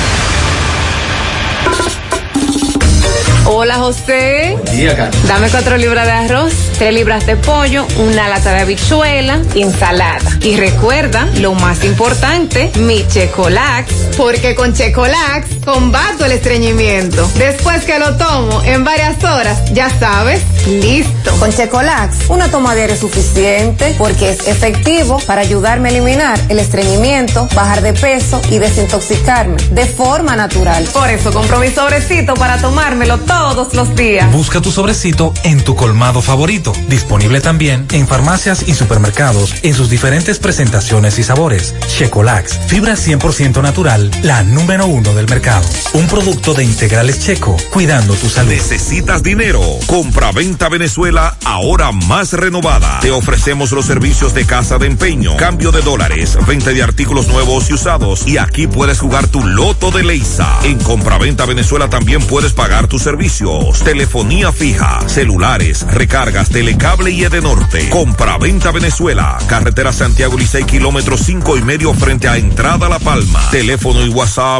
Hola, José. Buen día, Carlos. Dame 4 libras de arroz, 3 libras de pollo, una lata de habichuela y ensalada. Y recuerda, lo más importante, mi Checolax, porque con Checolax combato el estreñimiento. Después que lo tomo en varias horas, ya sabes, listo. Con Checolax, una toma diaria es suficiente porque es efectivo para ayudarme a eliminar el estreñimiento, bajar de peso y desintoxicarme de forma natural. Por eso compro mi sobrecito para tomármelo todo todos los días. Busca tu sobrecito en tu colmado favorito. Disponible también en farmacias y supermercados en sus diferentes presentaciones y sabores. Checolax, fibra 100% natural, la número 1 del mercado. Un producto de Integrales Checo, cuidando tu salud. ¿Necesitas dinero? Compra-venta Venezuela, ahora más renovada. Te ofrecemos los servicios de casa de empeño, cambio de dólares, venta de artículos nuevos y usados. Y aquí puedes jugar tu loto de Leisa. En Compra-venta Venezuela también puedes pagar tus servicios. Telefonía fija, celulares, recargas, telecable y Edenorte. Compra-venta Venezuela. Carretera Santiago Licey, kilómetro 5.5 frente a Entrada La Palma. Teléfono y WhatsApp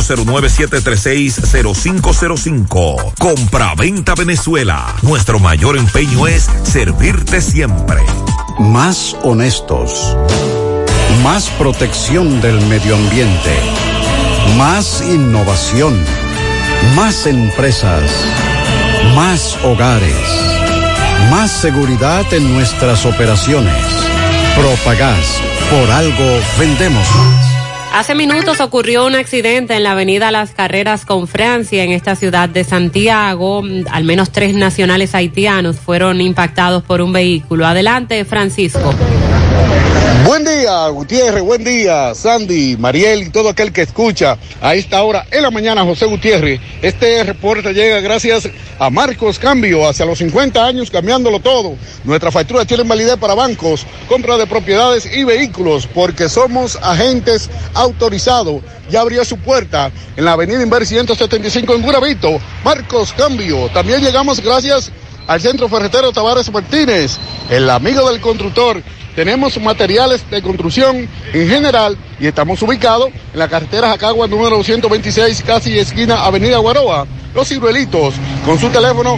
809-736-0505. Compra-venta Venezuela. Nuestro mayor empeño es servirte siempre. Más honestos. Más protección del medio ambiente. Más innovación. Más empresas. Más hogares. Más seguridad en nuestras operaciones. Propagás. Por algo vendemos más. Hace minutos ocurrió un accidente en la avenida Las Carreras con Francia en esta ciudad de Santiago. Al menos 3 nacionales haitianos fueron impactados por un vehículo. Adelante, Francisco. Buen día, Gutiérrez, buen día, Sandy, Mariel y todo aquel que escucha a esta hora en la mañana, José Gutiérrez. Este reporte llega gracias a Marcos Cambio, hacia los 50 años cambiándolo todo. Nuestra factura tiene validez para bancos, compra de propiedades y vehículos, porque somos agentes autorizados. Ya abrió su puerta en la avenida Inver 175 en Guravito. Marcos Cambio. También llegamos gracias al Centro Ferretero Tavares Martínez, el amigo del constructor. Tenemos materiales de construcción en general y estamos ubicados en la carretera Jacagua número 226, casi esquina Avenida Guaroa. Los Ciruelitos, con su teléfono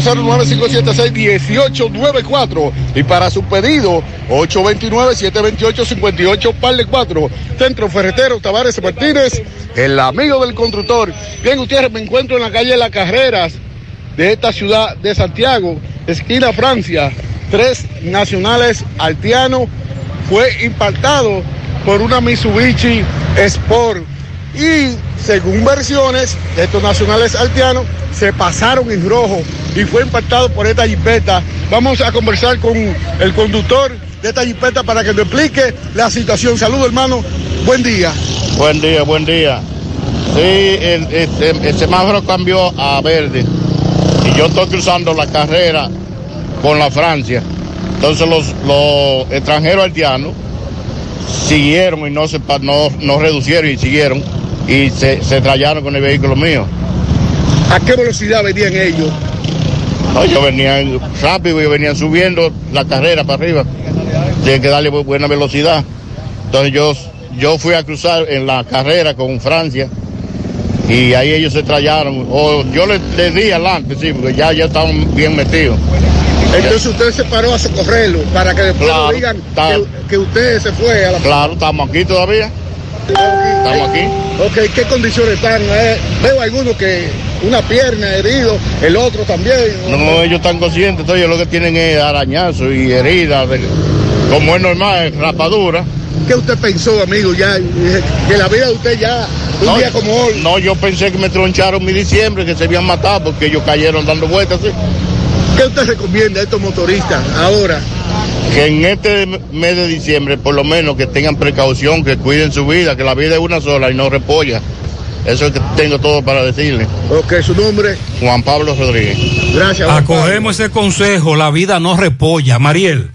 809-576-1894 y para su pedido 829-728-58 par de 4. Centro Ferretero Tavares Martínez, el amigo del constructor. Bien, Gutiérrez, me encuentro en la calle Las Carreras de esta ciudad de Santiago, esquina Francia. 3 nacionales haitianos fue impactado por una Mitsubishi Sport y según versiones estos nacionales haitianos se pasaron en rojo y fue impactado por esta jipeta. Vamos a conversar con el conductor de esta jipeta para que nos explique la situación. Saludos, hermano, buen día. Buen día, buen día. Sí, el semáforo cambió a verde y yo estoy cruzando la carrera con la Francia. Entonces los extranjeros haitianos siguieron y no reducieron y siguieron y se trallaron con el vehículo mío. ¿A qué velocidad venían ellos? No, ellos venían rápido y venían subiendo la carrera para arriba. Tienen que darle buena velocidad. Entonces yo fui a cruzar en la carrera con Francia y ahí ellos se trallaron. O yo les di adelante, sí, porque ya estaban bien metidos. Entonces usted se paró a socorrerlo para que después no digan que usted se fue a la... Claro, estamos aquí todavía. Estamos aquí. Ok, ¿qué condiciones están? Veo algunos que una pierna herido, el otro también. No, ellos están conscientes, todos ellos lo que tienen es arañazos y heridas, como es normal, rapadura. ¿Qué usted pensó, amigo, ya? Que la vida de usted ya, un día como hoy. No, yo pensé que me troncharon mi diciembre, que se habían matado porque ellos cayeron dando vueltas, ¿sí? ¿Qué usted recomienda a estos motoristas ahora? Que en este mes de diciembre, por lo menos, que tengan precaución, que cuiden su vida, que la vida es una sola y no repolla. Eso es que tengo todo para decirle. Ok, ¿su nombre? Juan Pablo Rodríguez. Gracias, Juan Pablo. Acogemos ese consejo, la vida no repolla. Mariel,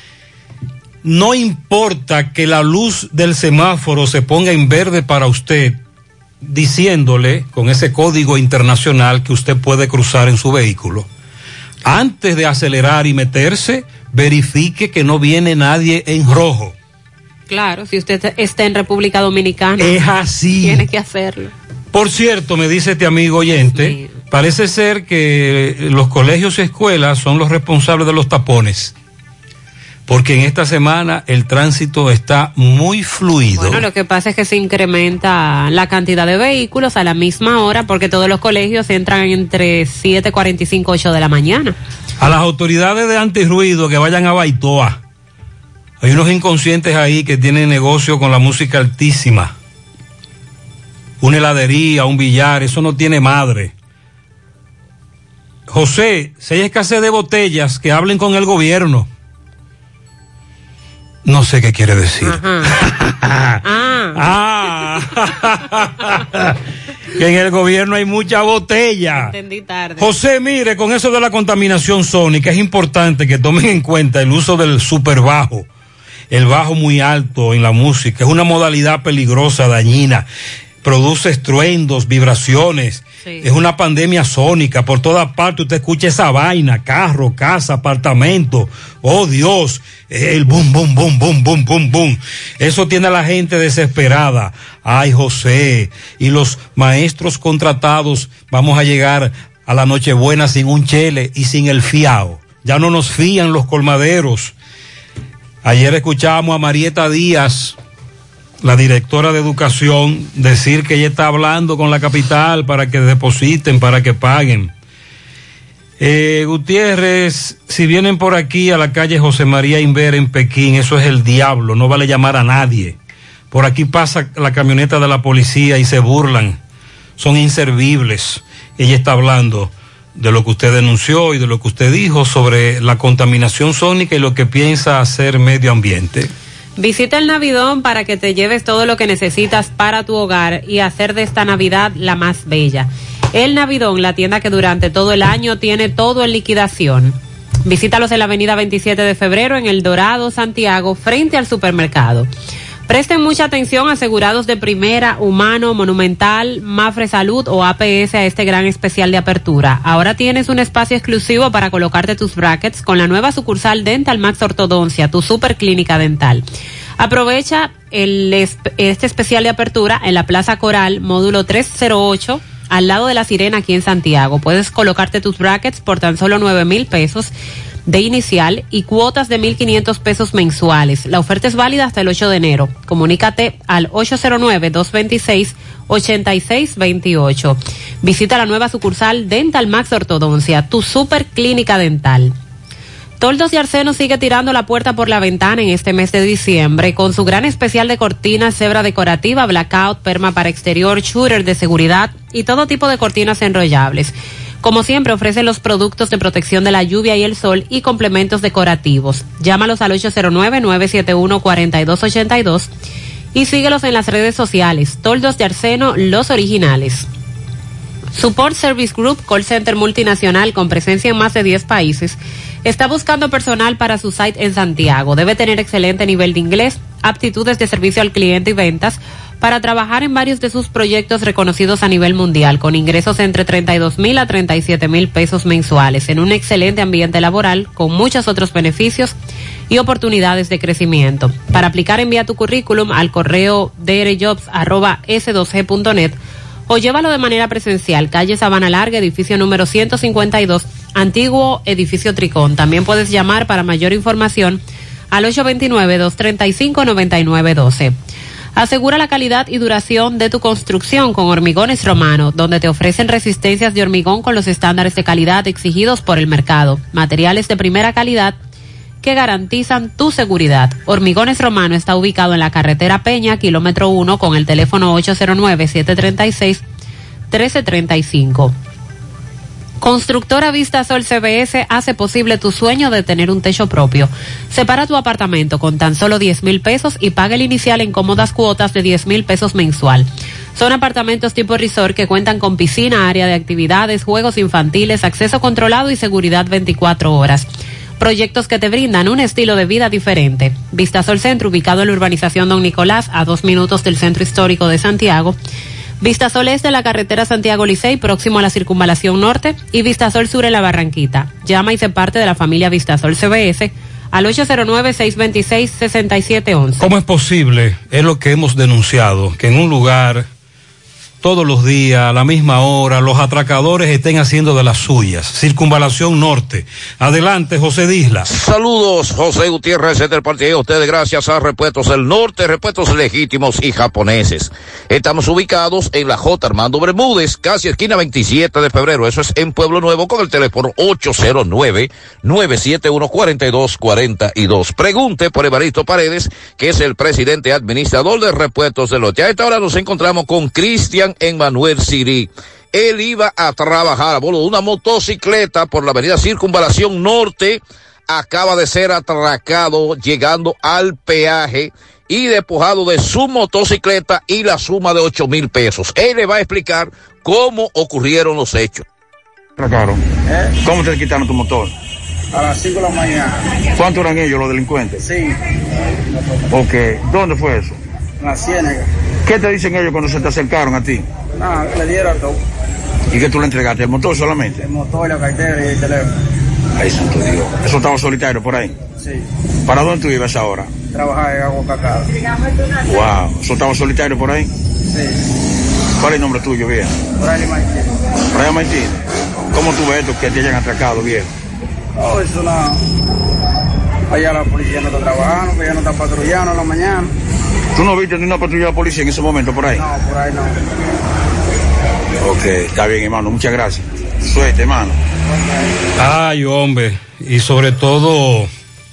no importa que la luz del semáforo se ponga en verde para usted, diciéndole con ese código internacional que usted puede cruzar en su vehículo. Antes de acelerar y meterse, verifique que no viene nadie en rojo. Claro, si usted está en República Dominicana. Es así. Tiene que hacerlo. Por cierto, me dice este amigo oyente, parece ser que los colegios y escuelas son los responsables de los tapones. Porque en esta semana el tránsito está muy fluido. Bueno, lo que pasa es que se incrementa la cantidad de vehículos a la misma hora porque todos los colegios entran entre 7:45 y 8 de la mañana. A las autoridades de antirruido que vayan a Baitoa. Hay unos inconscientes ahí que tienen negocio con la música altísima. Una heladería, un billar, eso no tiene madre. José, si hay escasez de botellas, que hablen con el gobierno. No sé qué quiere decir. Que en el gobierno hay mucha botella. Entendí tarde. José, mire, con eso de la contaminación sónica es importante que tomen en cuenta el uso del super bajo, el bajo muy alto en la música. Es una modalidad peligrosa, dañina. Produce estruendos, vibraciones. Sí. Es una pandemia sónica. Por todas partes usted escucha esa vaina, carro, casa, apartamento. Oh Dios, el boom, boom, boom, boom, boom, boom, boom. Eso tiene a la gente desesperada. Ay, José, y los maestros contratados, vamos a llegar a la Nochebuena sin un chele y sin el fiao. Ya no nos fían los colmaderos. Ayer escuchábamos a Marieta Díaz, la directora de educación, decir que ella está hablando con la capital para que depositen, para que paguen. Gutiérrez, si vienen por aquí a la calle José María Inver en Pekín, eso es el diablo, no vale llamar a nadie. Por aquí pasa la camioneta de la policía y se burlan, son inservibles. Ella está hablando de lo que usted denunció y de lo que usted dijo sobre la contaminación sónica y lo que piensa hacer medio ambiente. Visita el Navidón para que te lleves todo lo que necesitas para tu hogar y hacer de esta Navidad la más bella. El Navidón, la tienda que durante todo el año tiene todo en liquidación. Visítalos en la avenida 27 de febrero en El Dorado, Santiago, frente al supermercado. Presten mucha atención, asegurados de primera, Humano, Monumental, Mafre Salud o APS a este gran especial de apertura. Ahora tienes un espacio exclusivo para colocarte tus brackets con la nueva sucursal Dental Max Ortodoncia, tu super clínica dental. Aprovecha este especial de apertura en la Plaza Coral, módulo 308, al lado de La Sirena, aquí en Santiago. Puedes colocarte tus brackets por tan solo 9,000 pesos de inicial y cuotas de 1,500 pesos mensuales. La oferta es válida hasta el 8 de enero. Comunícate al 809-226-8628. Visita la nueva sucursal Dental Max Ortodoncia, tu super clínica dental. Toldos y Arseno sigue tirando la puerta por la ventana en este mes de diciembre con su gran especial de cortinas, cebra decorativa, blackout, perma para exterior, shooter de seguridad y todo tipo de cortinas enrollables. Como siempre, ofrecen los productos de protección de la lluvia y el sol y complementos decorativos. Llámalos al 809-971-4282 y síguelos en las redes sociales. Toldos de Arseno, los originales. Support Service Group, call center multinacional con presencia en más de 10 países, está buscando personal para su site en Santiago. Debe tener excelente nivel de inglés, aptitudes de servicio al cliente y ventas para trabajar en varios de sus proyectos reconocidos a nivel mundial, con ingresos entre 32,000 a 37,000 pesos mensuales, en un excelente ambiente laboral, con muchos otros beneficios y oportunidades de crecimiento. Para aplicar, envía tu currículum al correo drjobs@s2g.net o llévalo de manera presencial, calle Sabana Larga, edificio número 152, antiguo edificio Tricón. También puedes llamar para mayor información al 829-235-9912. Asegura la calidad y duración de tu construcción con Hormigones Romano, donde te ofrecen resistencias de hormigón con los estándares de calidad exigidos por el mercado. Materiales de primera calidad que garantizan tu seguridad. Hormigones Romano está ubicado en la carretera Peña, kilómetro 1, con el teléfono 809-736-1335. Constructora Vistasol CBS hace posible tu sueño de tener un techo propio. Separa tu apartamento con tan solo 10,000 pesos y paga el inicial en cómodas cuotas de 10,000 pesos mensual. Son apartamentos tipo resort que cuentan con piscina, área de actividades, juegos infantiles, acceso controlado y seguridad 24 horas. Proyectos que te brindan un estilo de vida diferente. Vistasol Centro, ubicado en la urbanización Don Nicolás, a 2 minutos del centro histórico de Santiago. Vistasol Este, la carretera Santiago Licey, próximo a la Circunvalación Norte, y Vistasol Sur en la Barranquita. Llama y sé parte de la familia Vistasol CBS al 809-626-6711. ¿Cómo es posible? Es lo que hemos denunciado, que en un lugar, todos los días, a la misma hora, los atracadores estén haciendo de las suyas. Circunvalación Norte. Adelante, José Disla. Saludos, José Gutiérrez, del partido. Ustedes gracias a Repuestos del Norte, repuestos legítimos y japoneses. Estamos ubicados en la J. Armando Bermúdez, casi esquina 27 de febrero. Eso es en Pueblo Nuevo, con el teléfono 809-971-4242. Pregunte por Evaristo Paredes, que es el presidente administrador de Repuestos del Norte. A esta hora nos encontramos con Cristian Emmanuel Siri. Él iba a trabajar a bordo de una motocicleta por la avenida Circunvalación Norte. Acaba de ser atracado llegando al peaje y despojado de su motocicleta y la suma de 8,000 pesos. Él le va a explicar cómo ocurrieron los hechos. Atracaron. ¿Cómo te quitaron tu motor? A las 5 de la mañana. ¿Cuántos eran ellos, los delincuentes? Sí. Ok. ¿Dónde fue eso? En la Ciénaga. ¿Qué te dicen ellos cuando se te acercaron a ti? Nada, le dieron todo. ¿Y qué tú le entregaste? ¿El motor solamente? El motor, la cartera y el teléfono. Ay, santo Dios. ¿Eso estaba solitario por ahí? Sí. ¿Para dónde tú ibas ahora? Trabajar en Agua Cacada. Wow. ¿Eso estaba solitario por ahí? Sí. ¿Cuál es el nombre tuyo, viejo? Brian Martínez. Brian Martínez. ¿Cómo tú ves esto que te hayan atracado, viejo? Oh, es una... Allá la policía no está trabajando, que ya no está patrullando en la mañana. ¿Tú no viste ni una patrulla de policía en ese momento por ahí? No, por ahí no. Ok, está bien, hermano, muchas gracias. Suerte, hermano. Ay, hombre, y sobre todo,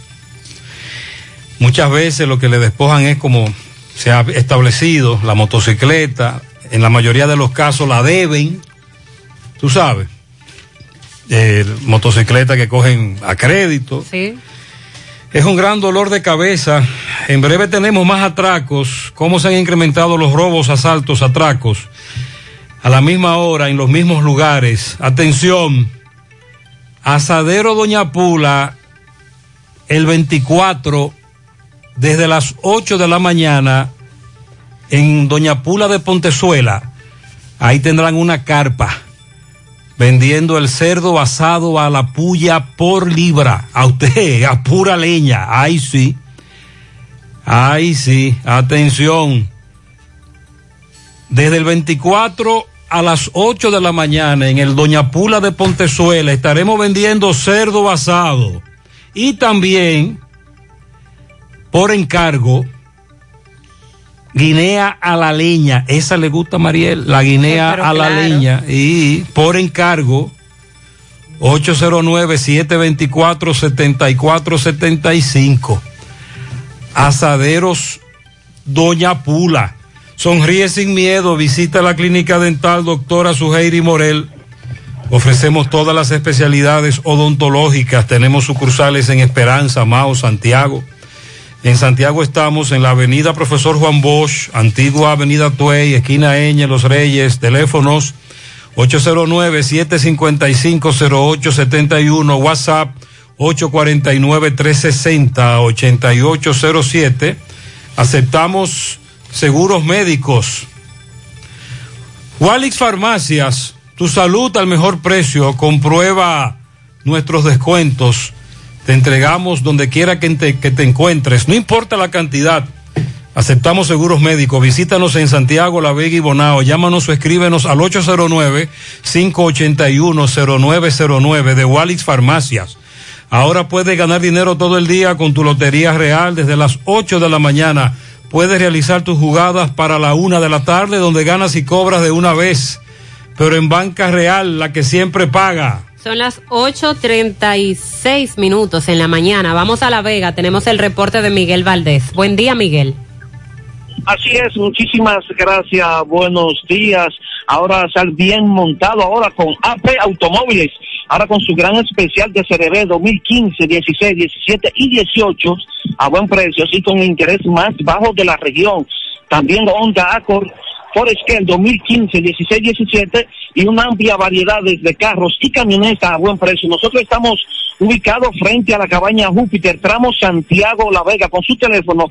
muchas veces lo que le despojan es como se ha establecido, la motocicleta, en la mayoría de los casos la deben, tú sabes, motocicletas que cogen a crédito. Sí. Es un gran dolor de cabeza. En breve tenemos más atracos, cómo se han incrementado los robos, asaltos, atracos, a la misma hora, en los mismos lugares. Atención, Asadero Doña Pula, el 24, desde las 8 de la mañana, en Doña Pula de Pontezuela. Ahí tendrán una carpa vendiendo el cerdo asado a la puya por libra. A usted, a pura leña. Ay, sí. Ay, sí. Atención. Desde el 24 a las 8 de la mañana en el Doña Pula de Pontezuela estaremos vendiendo cerdo asado. Y también, por encargo, guinea a la leña. Esa le gusta a Mariel, la guinea a la leña. Y por encargo, 809-724-7475. Asaderos Doña Pula. Sonríe sin miedo, visita la clínica dental doctora Suheiri Morel. Ofrecemos todas las especialidades odontológicas. Tenemos sucursales en Esperanza, Mao, Santiago. En Santiago estamos en la avenida Profesor Juan Bosch, antigua avenida Tuey, esquina Eñe, Los Reyes. Teléfonos 809-755-0871, WhatsApp 849-360-8807. Aceptamos seguros médicos. Walix Farmacias, tu salud al mejor precio. Comprueba nuestros descuentos. Te entregamos donde quiera que te encuentres, no importa la cantidad. Aceptamos seguros médicos. Visítanos en Santiago, La Vega y Bonao. Llámanos o escríbenos al 809-581-0909 de Walix Farmacias. Ahora puedes ganar dinero todo el día con tu Lotería Real. Desde las 8 de la mañana puedes realizar tus jugadas para la 1 de la tarde, donde ganas y cobras de una vez. Pero en Banca Real, la que siempre paga. Son las 8:36 en la mañana. Vamos a La Vega, tenemos el reporte de Miguel Valdés. Buen día, Miguel. Así es, muchísimas gracias, buenos días. Ahora sal bien montado, ahora con AP Automóviles, ahora con su gran especial de CRB 2015, 16, 17 y 18 a buen precio, y con interés más bajo de la región. También Honda Accord, Forescale 2015, 16, 17 y una amplia variedad de carros y camionetas a buen precio. Nosotros estamos ubicados frente a la cabaña Júpiter, tramo Santiago La Vega, con su teléfono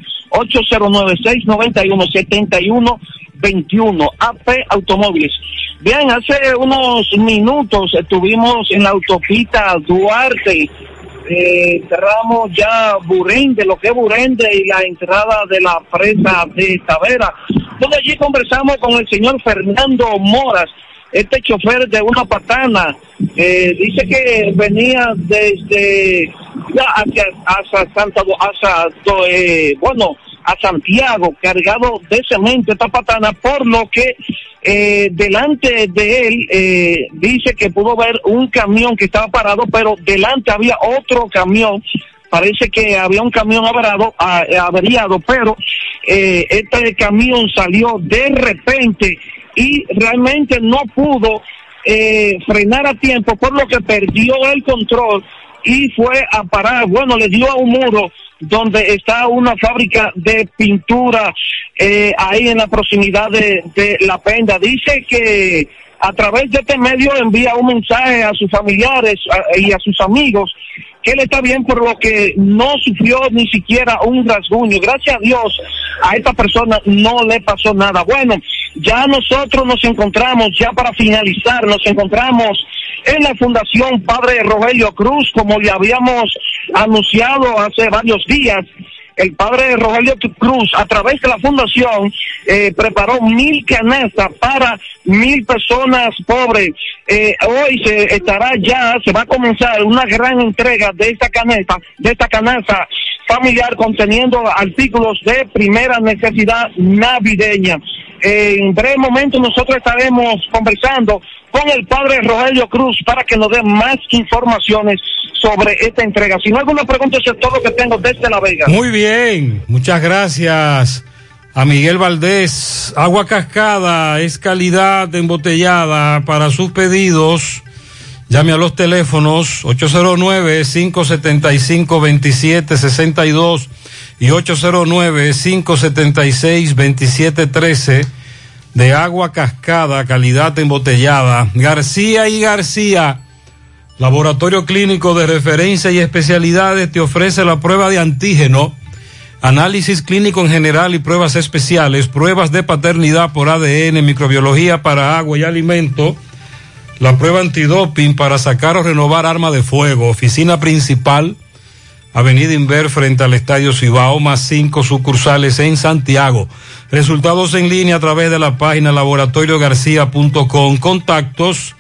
809-691-7121, AP Automóviles. Bien, hace unos minutos estuvimos en la autopista Duarte, tramo ya Burende, lo que es Burende y la entrada de la presa de Tavera, donde allí conversamos con el señor Fernando Moras, este chofer de una patana. Dice que venía desde a Santiago cargado de cemento esta patana, por lo que delante de él dice que pudo ver un camión que estaba parado, pero delante había otro camión. Parece que había un camión averiado, pero este camión salió de repente y realmente no pudo frenar a tiempo, por lo que perdió el control y fue a parar, bueno, le dio a un muro donde está una fábrica de pintura ahí en la proximidad de La Penda. Dice que a través de este medio envía un mensaje a sus familiares y a sus amigos que él está bien, por lo que no sufrió ni siquiera un rasguño. Gracias a Dios a esta persona no le pasó nada. Bueno, ya nosotros nos encontramos, ya para finalizar, nos encontramos en la Fundación Padre Rogelio Cruz, como le habíamos anunciado hace varios días. El Padre Rogelio Cruz, a través de la fundación, preparó 1,000 canastas para 1,000 personas pobres. Hoy se va a comenzar una gran entrega de esta canasta familiar conteniendo artículos de primera necesidad navideña. En breve momento nosotros estaremos conversando con el Padre Rogelio Cruz para que nos dé más informaciones sobre esta entrega. Si no hay alguna pregunta, eso es todo lo que tengo desde La Vega. Muy bien, muchas gracias a Miguel Valdés. Agua Cascada es calidad embotellada. Para sus pedidos, llame a los teléfonos 809-575-2762 y 809-576-2713. de Agua Cascada, calidad embotellada. García y García, laboratorio clínico de referencia y especialidades, te ofrece la prueba de antígeno, análisis clínico en general y pruebas especiales, pruebas de paternidad por ADN, microbiología para agua y alimento, la prueba antidoping para sacar o renovar arma de fuego. Oficina principal, Avenida Inver frente al Estadio Cibao, más 5 sucursales en Santiago. Resultados en línea a través de la página laboratoriogarcia.com. Contactos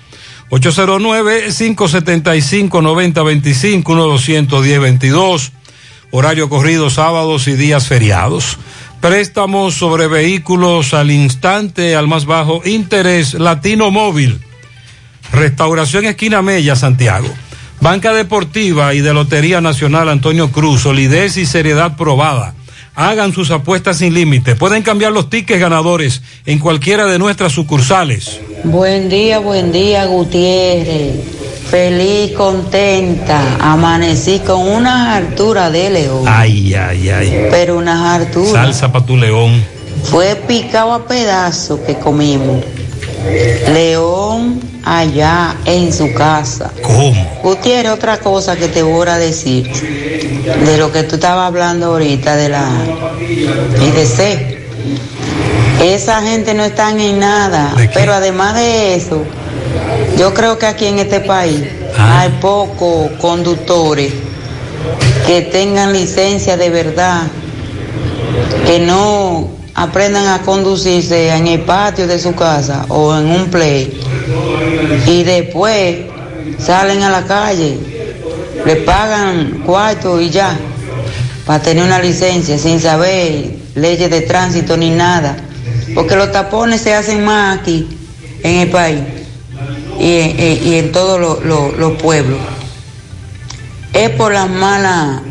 809-575-9025, 1-210-22. Horario corrido sábados y días feriados. Préstamos sobre vehículos al instante, al más bajo interés. Latino Móvil. Restauración Esquina Mella, Santiago. Banca Deportiva y de Lotería Nacional Antonio Cruz, solidez y seriedad probada. Hagan sus apuestas sin límite. Pueden cambiar los tickets ganadores en cualquiera de nuestras sucursales. Buen día, Gutiérrez. Feliz, contenta. Amanecí con unas harturas de león. Ay, ay, ay. Pero unas harturas. Salsa para tu león. Fue picado a pedazos que comimos. León allá en su casa. ¿Cómo? Gutiérrez, otra cosa que te voy a decir de lo que tú estabas hablando ahorita de la IDC. Esa gente no está en nada, pero además de eso, yo creo que aquí en este país hay pocos conductores que tengan licencia de verdad, que no aprendan a conducirse en el patio de su casa o en un play y después salen a la calle, le pagan cuarto y ya para tener una licencia sin saber leyes de tránsito ni nada, porque los tapones se hacen más aquí en el país y en todos los pueblos. Es por la mala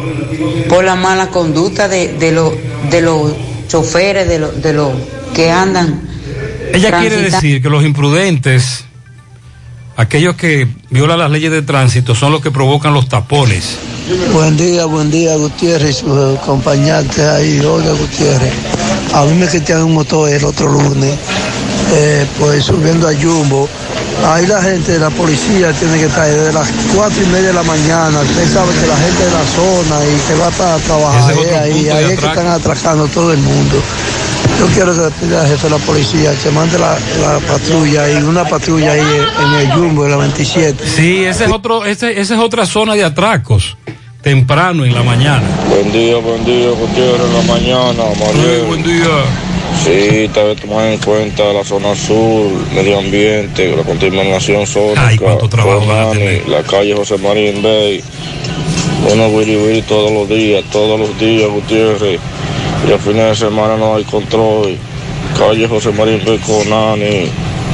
conducta de los choferes, de los que andan. Ella quiere decir que los imprudentes, aquellos que violan las leyes de tránsito, son los que provocan los tapones. Buen día, Gutiérrez, su acompañante ahí, Olga Gutiérrez. A mí me quitaron un motor el otro lunes, pues subiendo a Jumbo. Ahí la gente de la policía tiene que estar desde las 4:30 de la mañana. Usted sabe que la gente de la zona y que va para trabajar ahí es que están atracando todo el mundo. Yo quiero que le pida al jefe de la policía que mande la patrulla y una patrulla ahí en el Jumbo de la 27. Sí, esa es otra zona de atracos, temprano en la mañana. Buen día, Gutiérrez, en la mañana, Mariel. Buen día. Sí, tal vez tomar en cuenta la zona sur, medio ambiente, la contaminación sónica, Conani, la calle José Marín Bey. Bueno, Wiri todos los días, Gutiérrez. Y a fines de semana no hay control. Calle José Marín Bey, Conani.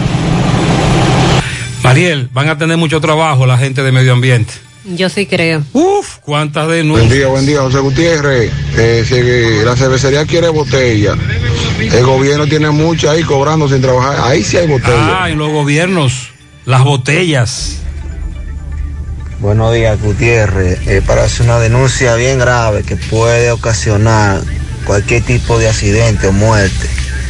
Mariel, van a tener mucho trabajo la gente de medio ambiente. Yo sí creo. Uf, cuántas denuncias. Buen día, José Gutiérrez. Si la cervecería quiere botella, el gobierno tiene mucha ahí cobrando sin trabajar. Ahí sí hay botella. En los gobiernos Las botellas. Buenos días, Gutiérrez. Para hacer una denuncia bien grave que puede ocasionar cualquier tipo de accidente o muerte.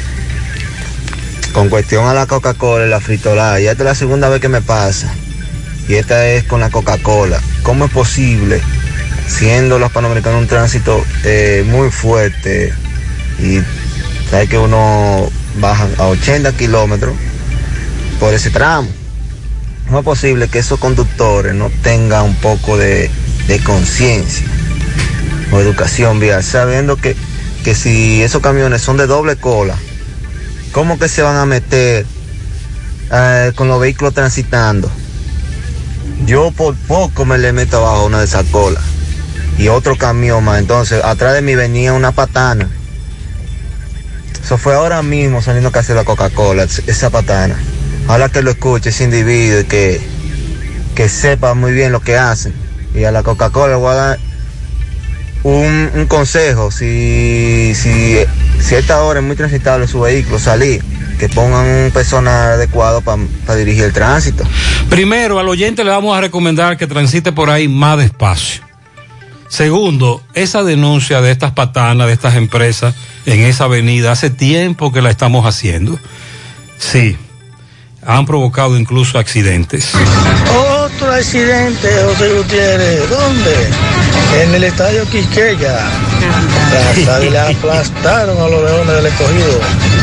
Con cuestión a la Coca-Cola y la Frito-Lay, ya esta es la segunda vez que me pasa. Y esta es con la Coca-Cola. ¿Cómo es posible, siendo los panamericanos un tránsito muy fuerte, y sabe que uno baja a 80 kilómetros por ese tramo? ¿Cómo es posible que esos conductores no tengan un poco de conciencia o educación vial, sabiendo que si esos camiones son de doble cola, ¿cómo que se van a meter con los vehículos transitando? Yo por poco me le meto abajo una de esas colas y otro camión más. Entonces atrás de mí venía una patana. Eso fue ahora mismo saliendo casi la Coca-Cola, esa patana. Ojalá que lo escuche ese individuo y que sepa muy bien lo que hacen. Y a la Coca-Cola le voy a dar un consejo. Si a esta hora es muy transitable su vehículo, salir, que pongan un personal adecuado para dirigir el tránsito. Primero, al oyente le vamos a recomendar que transite por ahí más despacio. Segundo, esa denuncia de estas patanas, de estas empresas en esa avenida, hace tiempo que la estamos haciendo. Sí, han provocado incluso accidentes. Otro accidente, José Gutiérrez. ¿Dónde? En el estadio Quisqueya. Las águilas aplastaron a los Leones del Escogido.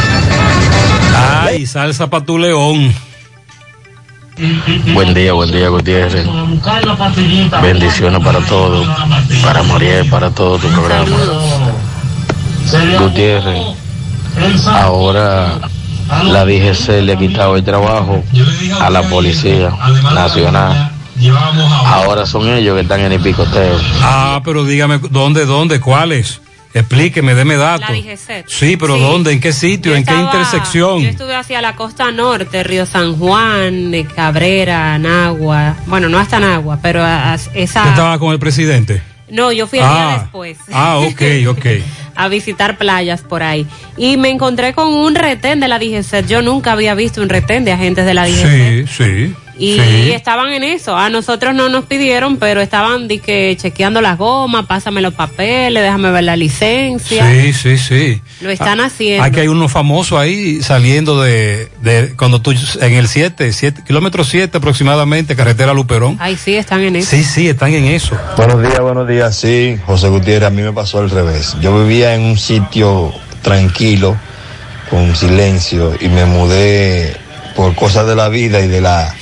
Ay, salsa pa' tu León. Buen día, Gutiérrez. Bendiciones para todos, para Moriel, para todo tu programa. Gutiérrez, ahora la DGC le ha quitado el trabajo a la Policía Nacional. Ahora son ellos que están en el picoteo. Pero dígame, ¿dónde, cuáles? Explíqueme, deme datos. La DGC. Sí, pero sí. ¿Dónde? ¿En qué sitio? ¿En qué intersección? Yo estuve hacia la costa norte, Río San Juan, Cabrera, Nagua. Bueno, no hasta Nagua, pero esa... ¿Estaba con el presidente? No, yo fui el día después. Ok. A visitar playas por ahí. Y me encontré con un retén de la DGC. Yo nunca había visto un retén de agentes de la DGC. Sí. Y estaban en eso. A nosotros no nos pidieron, pero estaban chequeando las gomas, pásame los papeles, déjame ver la licencia. Sí. Lo están haciendo. Aquí hay uno famoso ahí saliendo de cuando tú en el kilómetro 7 aproximadamente, carretera Luperón. Ay, sí, están en eso. Sí, están en eso. Buenos días, sí, José Gutiérrez, a mí me pasó al revés. Yo vivía en un sitio tranquilo, con silencio, y me mudé por cosas de la vida y de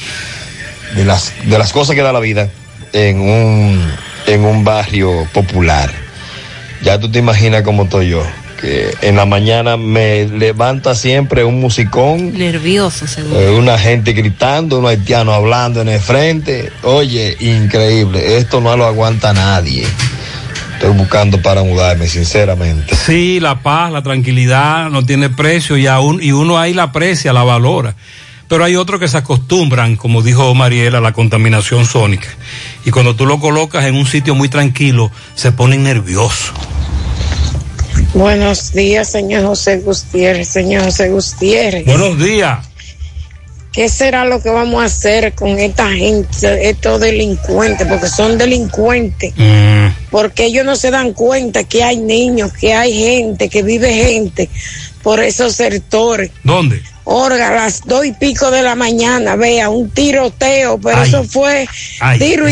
las cosas que da la vida en un barrio popular. Ya tú te imaginas cómo estoy yo, que en la mañana me levanta siempre un musicón. Nervioso, seguro. Una gente gritando, unos haitianos hablando en el frente. Oye, increíble, esto no lo aguanta nadie. Estoy buscando para mudarme, sinceramente. Sí, la paz, la tranquilidad no tiene precio y uno ahí la aprecia, la valora. Pero hay otros que se acostumbran, como dijo Mariela, a la contaminación sónica. Y cuando tú lo colocas en un sitio muy tranquilo, se ponen nerviosos. Buenos días, señor José Gutiérrez. Buenos días. ¿Qué será lo que vamos a hacer con esta gente, estos delincuentes? Porque son delincuentes. Porque ellos no se dan cuenta que hay niños, que hay gente, que vive gente por esos sectores. ¿Dónde? Ahora, a las 2:00 de la mañana, vea, un tiroteo, pero eso fue tiro.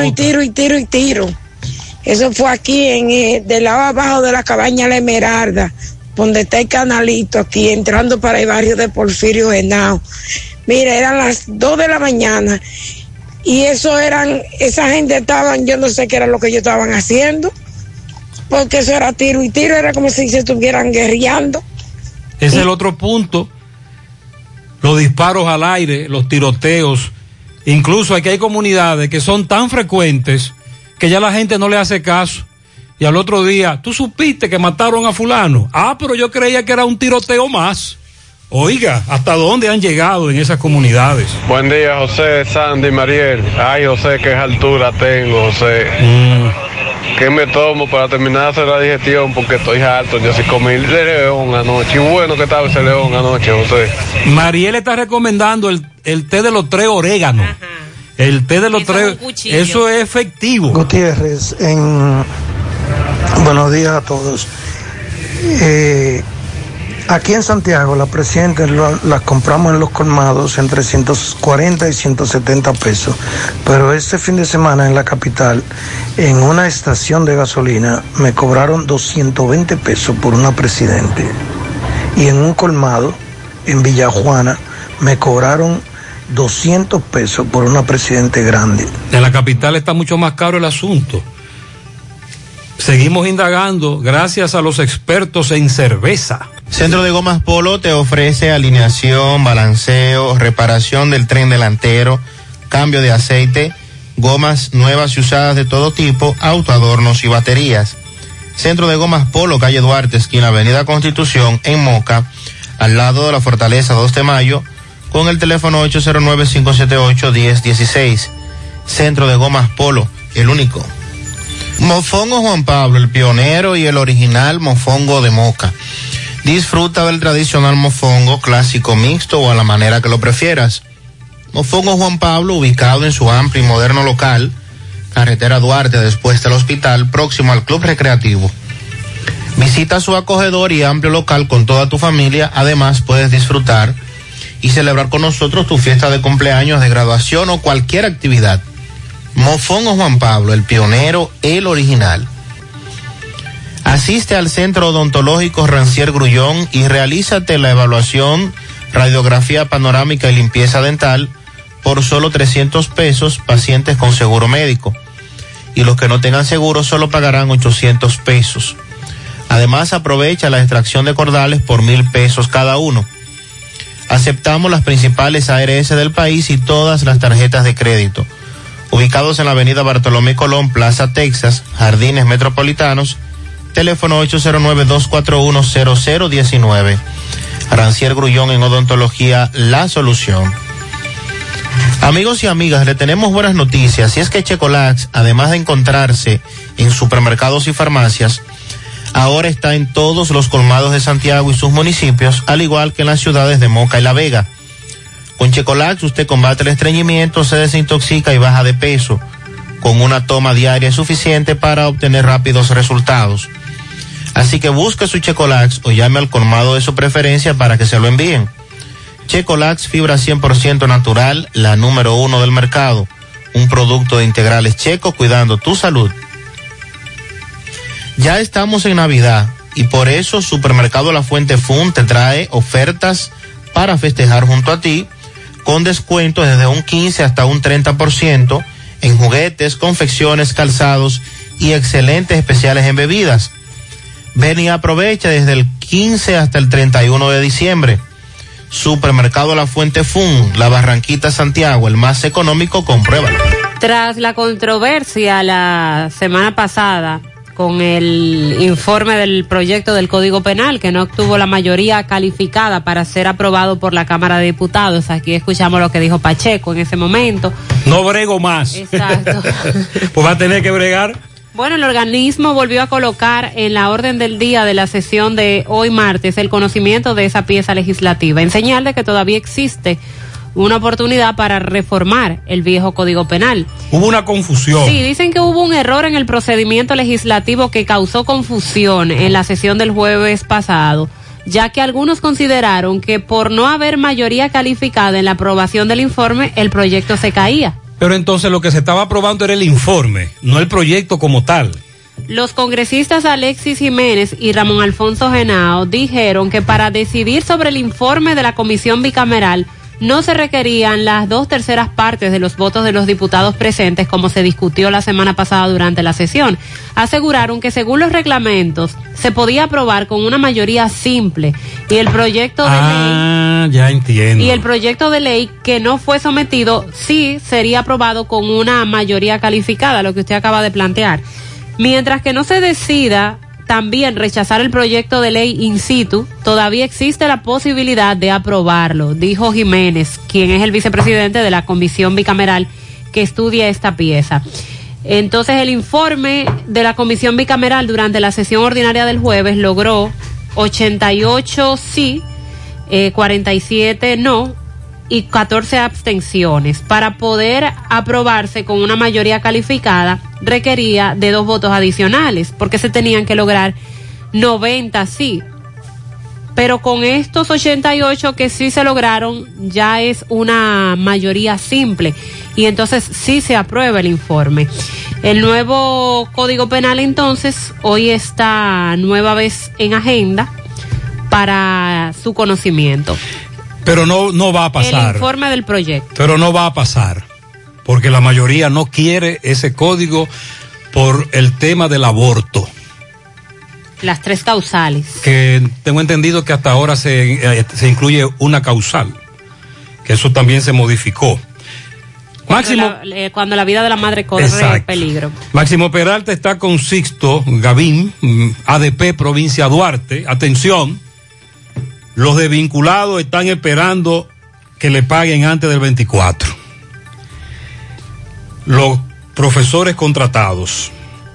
Eso fue aquí, del lado abajo de la cabaña La Esmeralda, donde está el canalito aquí, entrando para el barrio de Porfirio Henao. Mira, eran las 2 de la mañana y esa gente estaban, yo no sé qué era lo que ellos estaban haciendo, porque eso era tiro, era como si se estuvieran guerreando. Es el otro punto, los disparos al aire, los tiroteos, incluso aquí hay comunidades que son tan frecuentes que ya la gente no le hace caso. Y al otro día, ¿tú supiste que mataron a fulano? Pero yo creía que era un tiroteo más. Oiga, ¿hasta dónde han llegado en esas comunidades? Buen día, José, Sandy, Mariel. Ay, José, qué altura tengo, José. ¿Qué me tomo para terminar de hacer la digestión? Porque estoy harto. Yo sí comí de león anoche. Y bueno que estaba ese león anoche, José. Mariel está recomendando el té de los 3 orégano. Ajá. El té de los 3, eso es efectivo. Gutiérrez, buenos días a todos. Aquí en Santiago, la presidenta las compramos en los colmados entre 140 y 170 pesos. Pero este fin de semana en la capital, en una estación de gasolina, me cobraron 220 pesos por una presidente. Y en un colmado, en Villajuana, me cobraron 200 pesos por una presidente grande. En la capital está mucho más caro el asunto. Seguimos indagando gracias a los expertos en cerveza. Centro de Gomas Polo te ofrece alineación, balanceo, reparación del tren delantero, cambio de aceite, gomas nuevas y usadas de todo tipo, autoadornos y baterías. Centro de Gomas Polo, calle Duarte, esquina Avenida Constitución, en Moca, al lado de la Fortaleza 2 de Mayo, con el teléfono 809-578-1016. Centro de Gomas Polo, el único. Mofongo Juan Pablo, el pionero y el original mofongo de Moca. Disfruta del tradicional mofongo clásico mixto o a la manera que lo prefieras. Mofongo Juan Pablo, ubicado en su amplio y moderno local, carretera Duarte después del hospital, próximo al Club Recreativo. Visita su acogedor y amplio local con toda tu familia. Además, puedes disfrutar y celebrar con nosotros tu fiesta de cumpleaños, de graduación o cualquier actividad. Mofongo Juan Pablo, el pionero, el original. Asiste al Centro Odontológico Rancier Grullón y realízate la evaluación, radiografía panorámica y limpieza dental por solo 300 pesos, pacientes con seguro médico. Y los que no tengan seguro solo pagarán 800 pesos. Además, aprovecha la extracción de cordales por 1,000 pesos cada uno. Aceptamos las principales ARS del país y todas las tarjetas de crédito. Ubicados en la avenida Bartolomé Colón, Plaza Texas, Jardines Metropolitanos, teléfono 809-241-0019. Rancier Grullón, en odontología, la solución. Amigos y amigas, le tenemos buenas noticias, y es que Checolax, además de encontrarse en supermercados y farmacias, ahora está en todos los colmados de Santiago y sus municipios, al igual que en las ciudades de Moca y La Vega. Con Checolax usted combate el estreñimiento, se desintoxica y baja de peso. Con una toma diaria es suficiente para obtener rápidos resultados. Así que busque su Checolax o llame al colmado de su preferencia para que se lo envíen. Checolax, fibra 100% natural, la número 1 del mercado. Un producto de Integrales Checo, cuidando tu salud. Ya estamos en Navidad y por eso Supermercado La Fuente Fun te trae ofertas para festejar junto a ti, con descuentos desde un 15 hasta un 30% en juguetes, confecciones, calzados y excelentes especiales en bebidas. Ven y aprovecha desde el 15 hasta el 31 de diciembre. Supermercado La Fuente Fun, La Barranquita, Santiago, el más económico, compruébalo. Tras la controversia la semana pasada con el informe del proyecto del Código Penal, que no obtuvo la mayoría calificada para ser aprobado por la Cámara de Diputados. Aquí escuchamos lo que dijo Pacheco en ese momento. No brego más. Exacto. Pues va a tener que bregar. Bueno, el organismo volvió a colocar en la orden del día de la sesión de hoy martes el conocimiento de esa pieza legislativa, en señal de que todavía existe una oportunidad para reformar el viejo Código Penal. Hubo una confusión. Sí, dicen que hubo un error en el procedimiento legislativo que causó confusión en la sesión del jueves pasado, ya que algunos consideraron que por no haber mayoría calificada en la aprobación del informe, el proyecto se caía. Pero entonces lo que se estaba aprobando era el informe, no el proyecto como tal. Los congresistas Alexis Jiménez y Ramón Alfonso Henao dijeron que para decidir sobre el informe de la comisión bicameral no se requerían las 2/3 partes de los votos de los diputados presentes, como se discutió la semana pasada durante la sesión. Aseguraron que según los reglamentos se podía aprobar con una mayoría simple y el proyecto de ley, ya entiendo. Y el proyecto de ley que no fue sometido sí sería aprobado con una mayoría calificada, lo que usted acaba de plantear. Mientras que no se decida también rechazar el proyecto de ley in situ, todavía existe la posibilidad de aprobarlo, dijo Jiménez, quien es el vicepresidente de la comisión bicameral que estudia esta pieza. Entonces el informe de la comisión bicameral durante la sesión ordinaria del jueves logró 88 sí, 47 no y 14 abstenciones. Para poder aprobarse con una mayoría calificada requería de 2 votos adicionales porque se tenían que lograr 90 sí. Pero con estos 88 que sí se lograron, ya es una mayoría simple y entonces sí se aprueba el informe. El nuevo Código Penal entonces hoy está nueva vez en agenda para su conocimiento. Pero no va a pasar. El informe del proyecto. Pero no va a pasar, porque la mayoría no quiere ese código por el tema del aborto. Las 3 causales. Que tengo entendido que hasta ahora se incluye una causal, que eso también se modificó. Cuando la vida de la madre corre peligro. Máximo Peralta está con Sixto Gavín, ADP Provincia Duarte. Atención, los desvinculados están esperando que le paguen antes del 24. Los profesores contratados,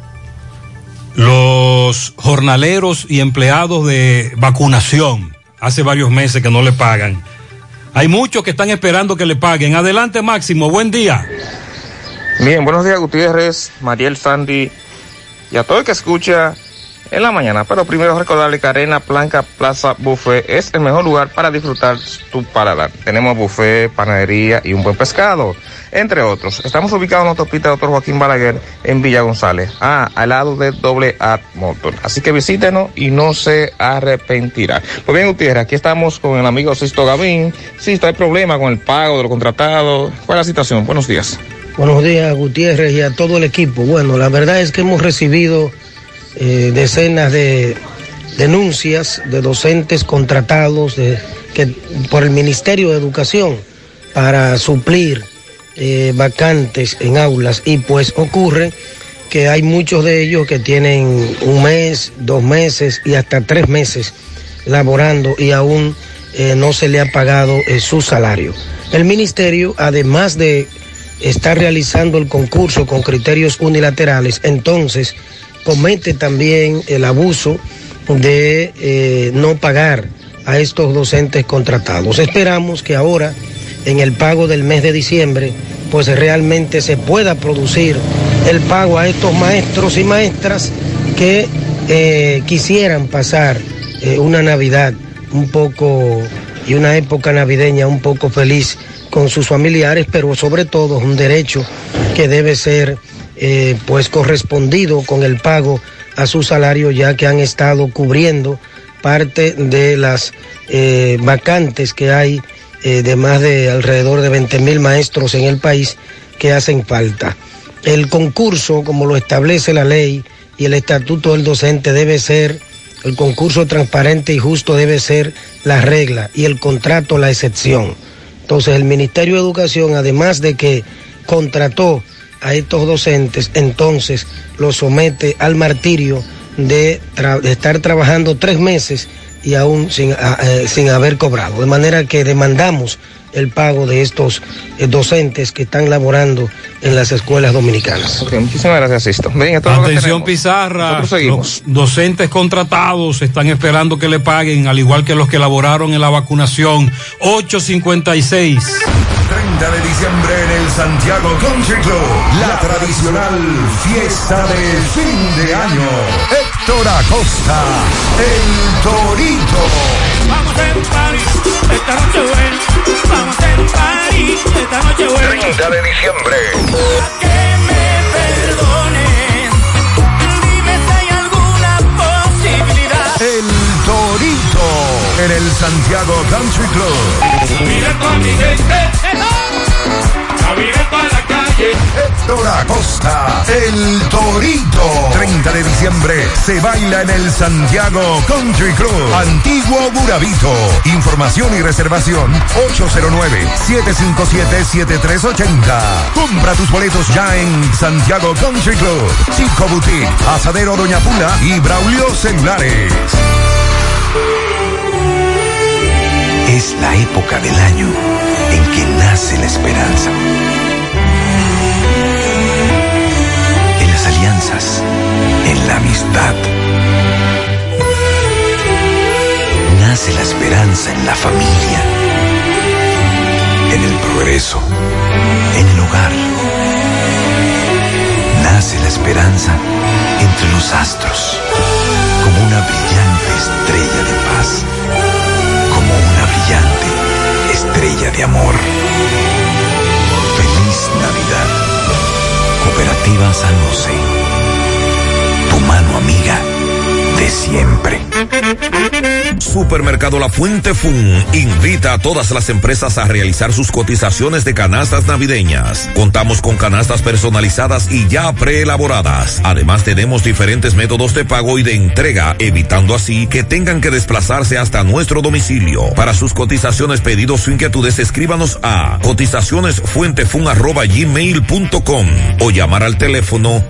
los jornaleros y empleados de vacunación, hace varios meses que no le pagan. Hay muchos que están esperando que le paguen. Adelante, Máximo, buen día. Bien, buenos días, Gutiérrez, Mariel, Sandy y a todo el que escucha en la mañana. Pero primero recordarle que Arena Blanca Plaza Buffet es el mejor lugar para disfrutar tu paladar. Tenemos buffet, panadería y un buen pescado, entre otros. Estamos ubicados en la autopista Dr. Joaquín Balaguer en Villa González, al lado de AA Motor. Así que visítenos y no se arrepentirá. Pues bien, Gutiérrez, aquí estamos con el amigo Sisto Gavín. Sisto, hay problema con el pago de los contratados. ¿Cuál es la situación? Buenos días. Buenos días, Gutiérrez, y a todo el equipo. Bueno, la verdad es que hemos recibido decenas de denuncias de docentes contratados por el Ministerio de Educación para suplir vacantes en aulas, y pues ocurre que hay muchos de ellos que tienen 1 mes, 2 meses y hasta 3 meses laborando y aún no se le ha pagado su salario. El ministerio, además de estar realizando el concurso con criterios unilaterales, entonces comete también el abuso de no pagar a estos docentes contratados. Esperamos que ahora, en el pago del mes de diciembre, pues realmente se pueda producir el pago a estos maestros y maestras que quisieran pasar una Navidad un poco y una época navideña un poco feliz con sus familiares, pero sobre todo es un derecho que debe ser pues correspondido con el pago a su salario, ya que han estado cubriendo parte de las vacantes que hay de más de alrededor de 20,000 maestros en el país que hacen falta. El concurso, como lo establece la ley y el estatuto del docente, debe ser, el concurso transparente y justo debe ser la regla y el contrato la excepción. Entonces el Ministerio de Educación, además de que contrató a estos docentes, entonces los somete al martirio de estar trabajando 3 meses y aún sin haber cobrado. De manera que demandamos el pago de estos docentes que están laborando en las escuelas dominicanas. Okay, muchísimas gracias, Sisto. Atención, Pizarra, los docentes contratados están esperando que le paguen, al igual que los que laboraron en la vacunación. 8:56. 30 de diciembre en el Santiago Country Club, la tradicional fiesta de fin de año. Héctor Acosta, el Torito. Vamos en París, esta noche buena. Vamos en París, esta noche buena. 30 de diciembre. Que me perdonen, dime si hay alguna posibilidad. El Torito en el Santiago Country Club. Mira con mi gente, a vivir para la calle. Héctor Acosta, el Torito. 30 de diciembre se baila en el Santiago Country Club, Antiguo Burabito. Información y reservación 809-757-7380. Compra tus boletos ya en Santiago Country Club, Chico Boutique, Asadero Doña Pula y Braulio Celulares. Es la época del año en que nace la esperanza. esperanzas en la amistad. Nace la esperanza en la familia, en el progreso, en el hogar. Nace la esperanza entre los astros, como una brillante estrella de paz, como una brillante estrella de amor. Feliz Navidad. Cooperativa San José, tu mano amiga de siempre. Supermercado La Fuente Fun invita a todas las empresas a realizar sus cotizaciones de canastas navideñas. Contamos con canastas personalizadas y ya preelaboradas. Además, tenemos diferentes métodos de pago y de entrega, evitando así que tengan que desplazarse hasta nuestro domicilio. Para sus cotizaciones, pedidos o inquietudes, escríbanos a cotizacionesfuentefun@gmail.com o llamar al teléfono